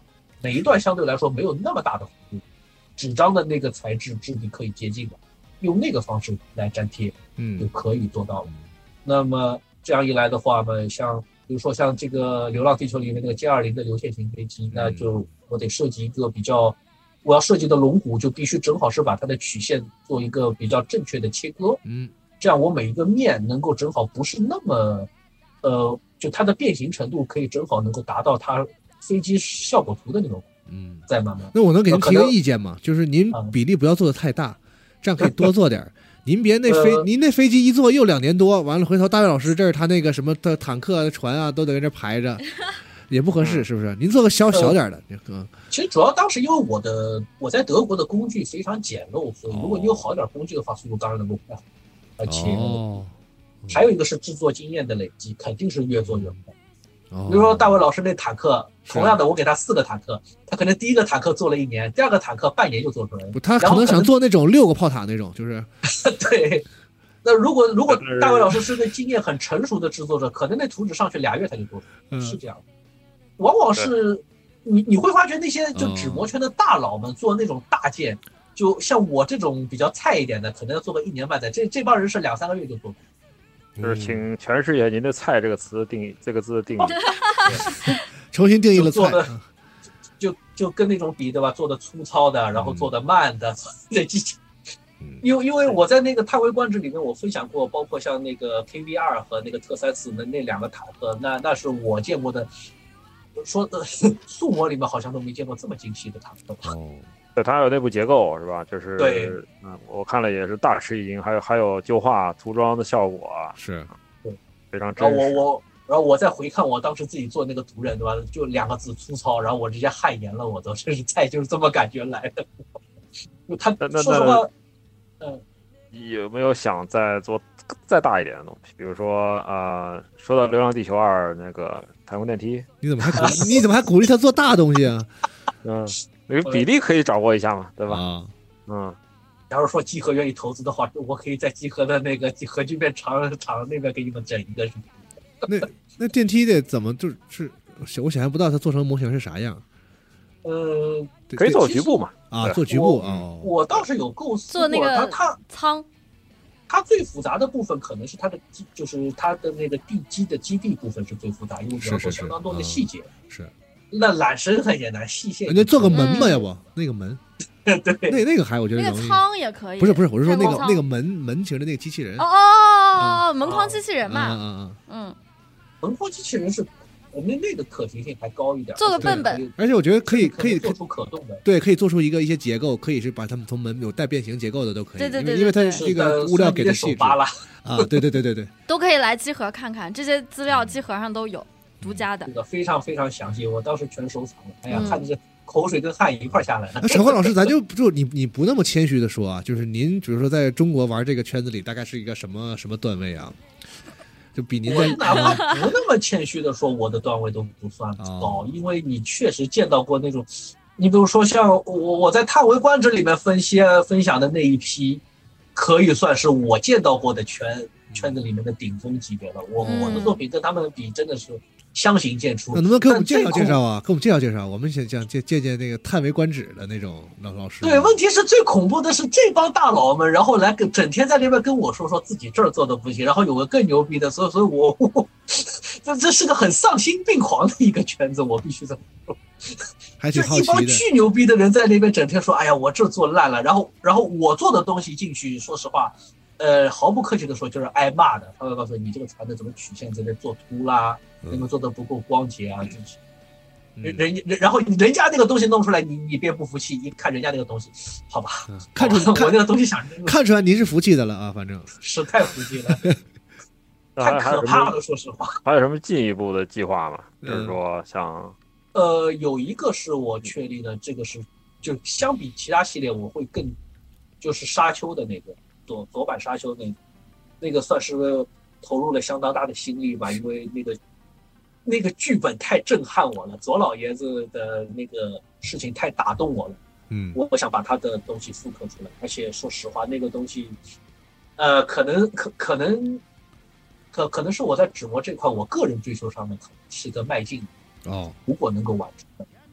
每一段相对来说没有那么大的弧度，纸张的那个材质质地可以接近的，用那个方式来粘贴，嗯，就可以做到了。嗯、那么这样一来的话呢，像比如说像这个《流浪地球》里面那个歼二零的流线型飞机，那就我得设计一个比较，我要设计的龙骨就必须正好是把它的曲线做一个比较正确的切割，嗯，这样我每一个面能够正好不是那么，呃，就它的变形程度可以正好能够达到它飞机效果图的那种，嗯，再慢慢。 那我能给您提个意见吗？就是您比例不要做的太大，这样可以多做点。您别那飞、呃，您那飞机一坐又两年多，完了回头大卫老师这儿他那个什么的坦克、船啊都得在这排着，也不合适，是不是？您做个小小点的， 呃。其实主要当时因为我的我在德国的工具非常简陋，所以如果你有好点工具的话，速度当然能够快。而且、哦、还有一个是制作经验的累积，肯定是越做越快。比如说大卫老师那坦克，同样的我给他四个坦克，他可能第一个坦克做了一年，第二个坦克半年就做出来了。 他可能想做那种六个炮塔那种，就是对。那如果如果大卫老师是个经验很成熟的制作者，可能那图纸上去俩月他就做出来，是这样。往往是你你会发觉那些就纸模圈的大佬们做那种大件，就像我这种比较菜一点的，可能要做个一年半载，这这帮人是两三个月就做出来。 就是请诠释一下您的“菜”这个词定义，这个字的定义， 重新定义了菜， 就就就跟那种比对吧，做的粗糙的，然后做的慢的，这技巧。因为因为我在那个《叹为观止》里面，我分享过，包括像那个 K V 二和那个特三四的那两个坦克，那那是我见过的，说的素模里面好像都没见过这么精细的坦克。 哦。对，它有内部结构是吧？就是对， 嗯，我看了也是大吃一惊，还有还有旧化涂装的效果是， 对， 非常真实。 然后我我然后我再回看我当时自己做那个图人对吧？就两个字粗糙，然后我直接汗颜了，我都真是菜就是这么感觉来的。他说实话，嗯， 有没有想再做再大一点的东西？比如说呃，说到《流浪地球二》那个太空电梯， 你怎么还鼓你怎么还鼓励他做大东西啊？ 嗯。那个比例可以掌握一下嘛，对吧？ 啊， 嗯， 假如说集合愿意投资的话，我可以在集合的那个核聚变厂厂那边给你们整一个。 那那电梯的怎么就是我想象不到它做成模型是啥样？ 呃， 可以做局部嘛？ 啊，做局部啊、 哦。我倒是有构思做那个它舱。 它最复杂的部分可能是它的基，就是它的那个地基的基地部分是最复杂，因为要做相当多的细节。 是。 那缆绳很简单，细线。 人家做个门吧，要不那个门， 对， 那那个还我觉得那个舱也可以。 不是不是，我是说那个那个门门型的那个机器人。 哦哦哦，门框机器人嘛。 嗯嗯嗯， 门框机器人是，那那个可行性还高一点。 做个笨笨， 而且我觉得可以可以做出可动的。 对，可以做出一个一些结构，可以是把它们从门有带变形结构的都可以。 对对对， 因为它这个物料给的细致了啊，对对对对对， 都可以来集合看看，这些资料集合上都有。独家的， 这个非常非常详细，我当时全收藏了。哎呀，嗯、看着口水跟汗一块下来了。 那陈辉老师，咱就就你你不那么谦虚的说啊，就是您比如说在中国玩这个圈子里，大概是一个什么什么段位啊？就比您在哪怕不那么谦虚的说，我的段位都不算高，哦、因为你确实见到过那种，你比如说像我我在《叹为观止》里面分析分享的那一批，可以算是我见到过的圈圈子里面的顶峰级别了。我、嗯、我的作品跟他们比，真的是。相形见绌。 那能不能给我们介绍介绍啊？给我们介绍介绍，我们想想借借鉴那个叹为观止的那种老老师。 对，问题是最恐怖的是这帮大佬们，然后来跟整天在那边跟我说说自己这儿做的不行，然后有个更牛逼的，所以所以我我这这是个很丧心病狂的一个圈子，我必须这么说。 还挺好奇的。 就一帮巨牛逼的人在那边整天说，哎呀，我这做烂了，然后然后我做的东西进去，说实话。呃，毫不客气的说，就是挨骂的。他会告诉你，这个船的怎么曲线在这做凸啦，你们做的不够光洁啊，这些。人人然后人家那个东西弄出来，你你别不服气，一看人家那个东西，好吧， 嗯、看出我那个东西想看出来您是服气的了啊，反正是太服气了，太可怕了，说实话。 还有什么进一步的计划吗？就是说像呃，有一个是我确立的，这个是就相比其他系列，我会更就是沙丘的那个。左左版沙丘那个，那个算是投入了相当大的心力吧，因为那个那个剧本太震撼我了，左老爷子的那个事情太打动我了， 嗯， 我我想把他的东西复刻出来，而且说实话，那个东西，呃，可能可可能可可能是我在纸模这块，我个人追求上面是一个迈进哦， 如果能够完成的。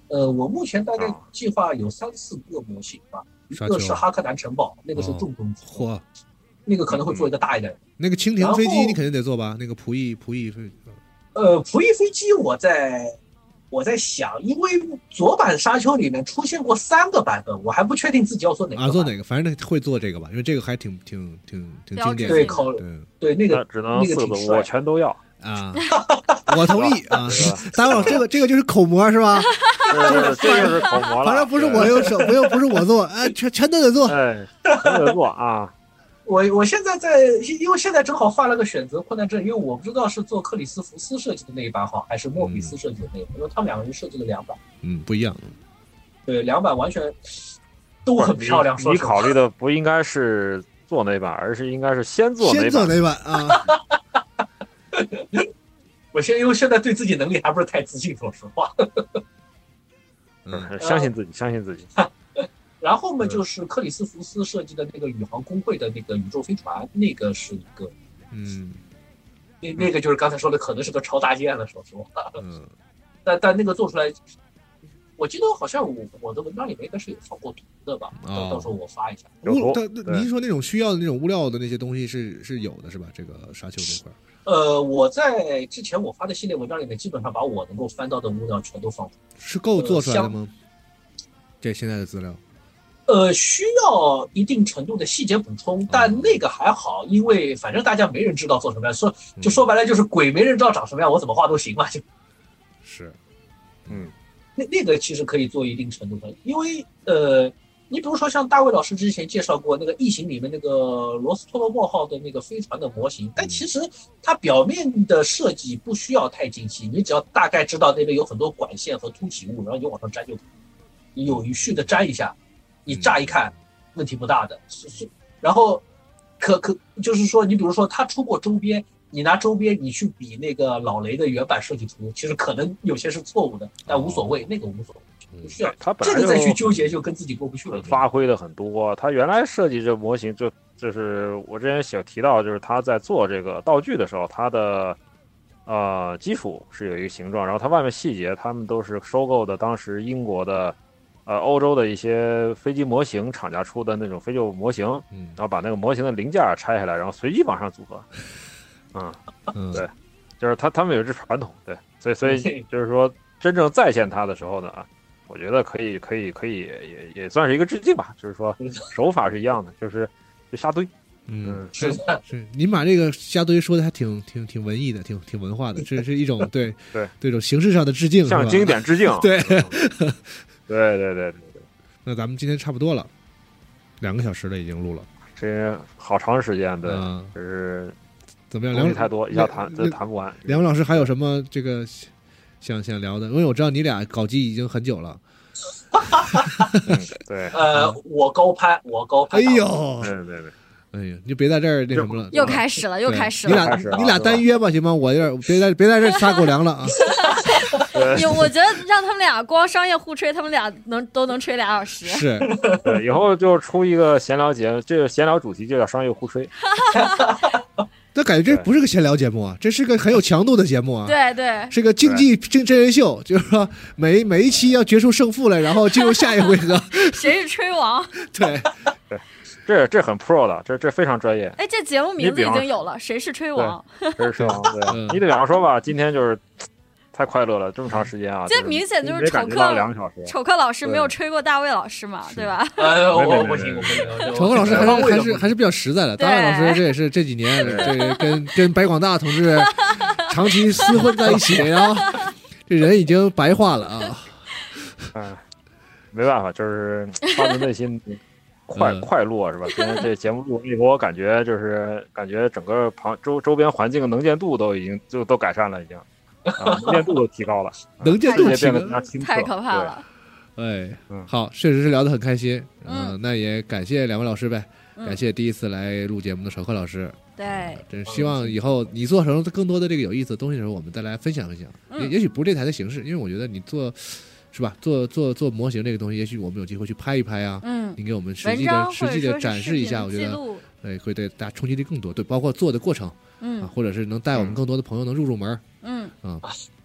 呃，我目前大概计划有三四个模型吧，一个是哈克南城堡，那个是重中之重，那个可能会做一个大一点。 那个蜻蜓飞机你肯定得做吧？那个仆役仆役飞， 呃，仆役飞机我在我在想，因为左版沙丘里面出现过三个版本，我还不确定自己要做哪个。 啊，做哪个？反正会做这个吧，因为这个还挺挺挺挺经典的。 对，考对对那个只能四个，我全都要啊！我同意啊！大卫老师，这个这个就是口模是吧？ 这就是口模了。 反正不是我用手，不用不是我做，哎，全全都得做， 哎，全都得做啊！ 我我现在在，因为现在正好犯了个选择困难症，因为我不知道是做克里斯福斯设计的那一版好，还是莫比斯设计的那一版，因为他们两个人设计了两版， 嗯，不一样。 对，两版完全都很漂亮。 你, 你考虑的不应该是做哪版，而是应该是先做哪版。 先做哪版啊？ 我现因为现在对自己能力还不是太自信，说实话。 嗯，相信自己，相信自己。 然后嘛，就是克里斯福斯设计的那个宇航工会的那个宇宙飞船，那个是一个， 嗯， 那那个就是刚才说的，可能是个超大件了，说实话。嗯，但但那个做出来，我记得好像我我的文章里面应该是有放过图的吧？哦，到时候我发一下。 物，但您说那种需要的那种物料的那些东西是是有的，是吧？这个沙丘这块。 呃，我在之前我发的系列文章里面，基本上把我能够翻到的物料全都放出来。 是够做出来的吗？呃、这现在的资料。 呃，需要一定程度的细节补充，但那个还好，因为反正大家没人知道做什么样，说就说白了就是鬼没人知道长什么样，我怎么画都行嘛，就。 是， 嗯， 那那个其实可以做一定程度的，因为呃，你比如说像大卫老师之前介绍过那个《异形》里面那个罗斯托罗莫号的那个飞船的模型，但其实它表面的设计不需要太精细，你只要大概知道那边有很多管线和凸起物，然后你往上粘就可以，你有序的粘一下。你乍一看问题不大的，是是，然后可可就是说，你比如说他出过周边，你拿周边你去比那个老雷的原版设计图，其实可能有些是错误的，但无所谓，哦、那个无所谓，不需要。 他这个再去纠结就跟自己过不去了。 发挥的很多，他原来设计这模型就就是我之前想提到，就是他在做这个道具的时候，他的呃基础是有一个形状，然后它外面细节他们都是收购的当时英国的。呃，欧洲的一些飞机模型厂家出的那种飞旧模型，嗯，然后把那个模型的零件拆下来，然后随机往上组合，嗯，嗯对，就是他他们有这传统，对，所以所以就是说，真正再现它的时候呢，我觉得可以可以可以也也算是一个致敬吧，就是说手法是一样的，就是就瞎堆， 嗯，是是，您把这个瞎堆说的还挺挺挺文艺的，挺挺文化的，这是一种对对这种形式上的致敬， 向经典致敬， 对。 对对对对对， 那咱们今天差不多了，两个小时了，已经录了， 这好长时间，对， 嗯、 就是怎么样？ 东西太多，一下谈这谈不完。 两位老师还有什么这个想想聊的？因为我知道你俩搞基已经很久了。 嗯、对， 呃，我高攀，我高攀。 哎呦， 对对对。 哎呀，你就别在这儿那什么了， 又开始了，又开始了。 你俩你俩单约吧，行吗？我有点别在别在这撒狗粮了啊！ 有，我觉得让他们俩光商业互吹，他们俩能都能吹俩小时。 是， 对，以后就出一个闲聊节目，这个闲聊主题就叫商业互吹。 那感觉这不是个闲聊节目啊，这是个很有强度的节目啊。 对对， 是个竞技真真人秀，就是说每每一期要决出胜负来，然后进入下一回合。 谁是吹王？ 对对。这这很 pro 的，这这非常专业。 哎，这节目名字已经有了，谁是吹王？ 谁是吹王？对，嗯、你得比方说吧，今天就是太快乐了，这么长时间啊， 这明显就是丑克两个小时。 丑克老师没有吹过大卫老师嘛，对吧？ 呃，我不行，我不行。 丑克老师还是还是还是比较实在的。大卫老师这也是这几年这跟跟白广大同志长期厮混在一起，然后这人已经白化了啊。 哎，没办法，就是发自内心。快、嗯、快乐是吧？今天这节目录完以后，我感觉就是感觉整个旁周周边环境的能见度都已经就都改善了，已经、啊、能见度都提高了， 能见度变得更加清澈， 太可怕了。 哎，嗯，好，确实是聊得很开心，嗯、呃，那也感谢两位老师呗，嗯、感谢第一次来录节目的丑克老师。 对， 真希望以后你做成更多的这个有意思的东西的时候，我们再来分享分享。嗯、也也许不是这台的形式，因为我觉得你做。是吧？做做做模型这个东西，也许我们有机会去拍一拍啊。嗯，你给我们实际的实际的展示一下，我觉得对会对大家冲击力更多。对，包括做的过程，嗯、啊，或者是能带我们更多的朋友能入入门。嗯啊，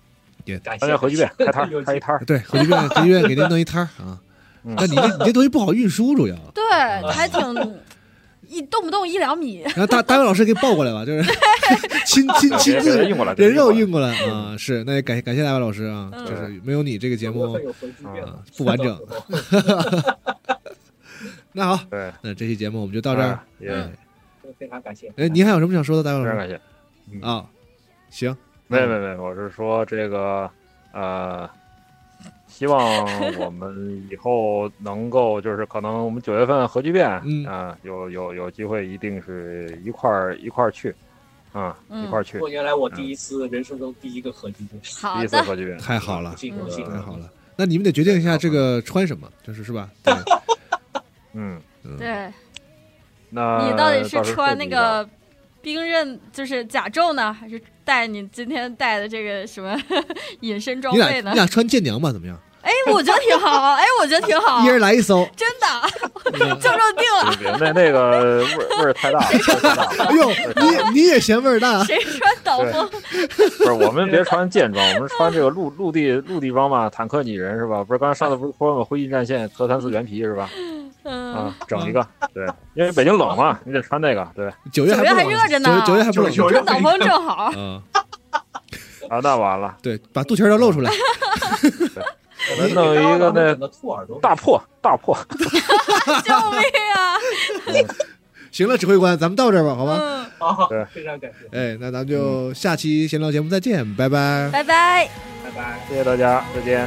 也参加核聚变开摊开一摊对，核聚变核聚变给您弄一摊啊。那你这你这东西不好运输，主要对，还挺一动不动一两米。 然后大大卫老师给抱过来吧，就是亲亲亲自人肉运过来啊。是，那也感谢感谢大卫老师啊，就是没有你这个节目啊不完整。那好， 对， 那这期节目我们就到这儿。 嗯， 非常感谢。 哎，您还有什么想说的，大卫老师？ 非常感谢。 啊，行， 没没没，我是说这个呃。希望我们以后能够，就是可能我们九月份核聚变，嗯啊、呃，有有有机会，一定是一块儿一块儿去，啊、嗯，一块儿去。 过年来我第一次、嗯、人生中第一个核聚变， 第一次核聚变， 太好了， 幸福幸福， 太好了。那你们得决定一下这个穿什么，就是是吧？对嗯， 对。 那你到底是穿那个兵刃，就是甲胄呢，还是带你今天带的这个什么隐身装备呢？ 你俩穿舰娘吧，怎么样？ 哎，我觉得挺好。哎，我觉得挺好。 一人来一艘， 真的，就这么定了。那那个味味儿太大了，太大了。 哎呦，你你也嫌味儿大？ 谁穿导风？ 不是，我们别穿舰装，我们穿这个陆陆地陆地装嘛，坦克拟人是吧？不是，刚才上次不是说了灰烬战线特三四原皮是吧？ 嗯啊，整一个，对，因为北京冷嘛，你得穿那个，对。 九月还热着呢， 九月还不冷， 穿导风正好。 嗯。 啊，那完了。 对，把肚脐都露出来。 我们弄一个那大破大破， 救命啊！ 行了，指挥官，咱们到这儿吧，好吧？ 嗯， 好，非常感谢。 哎，那咱们就下期闲聊节目再见，拜拜， 拜拜， 拜拜， 谢谢大家，再见。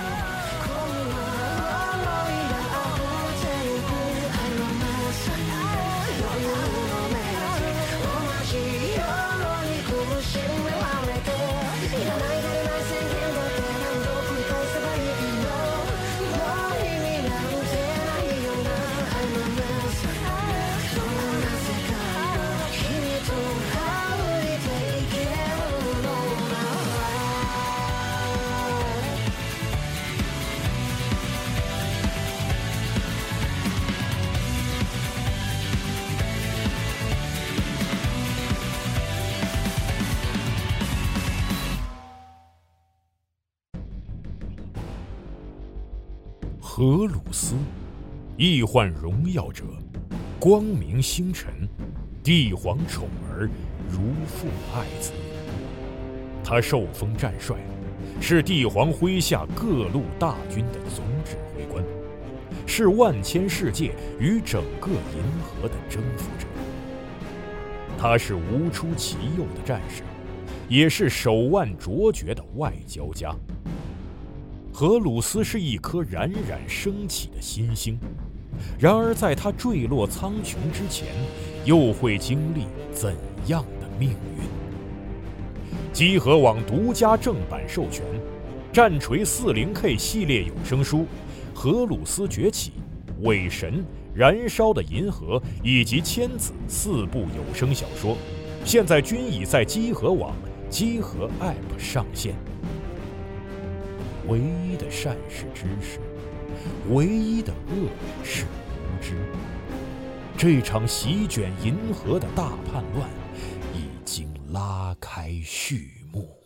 荷鲁斯，易患荣耀者，光明星辰，帝皇宠儿，如父爱子。他受封战帅，是帝皇麾下各路大军的总指挥官，是万千世界与整个银河的征服者。他是无出其右的战士，也是手腕卓绝的外交家。荷鲁斯是一颗冉冉升起的新星，然而在他坠落苍穹之前，又会经历怎样的命运？积禾网独家正版授权，战锤 四十 K 系列有声书《荷鲁斯崛起》、《伪神》、《燃烧的银河》以及《千子》四部有声小说，现在均已在积禾网、积禾 App 上线。唯一的善是知识，唯一的恶是无知。这场席卷银河的大叛乱已经拉开序幕。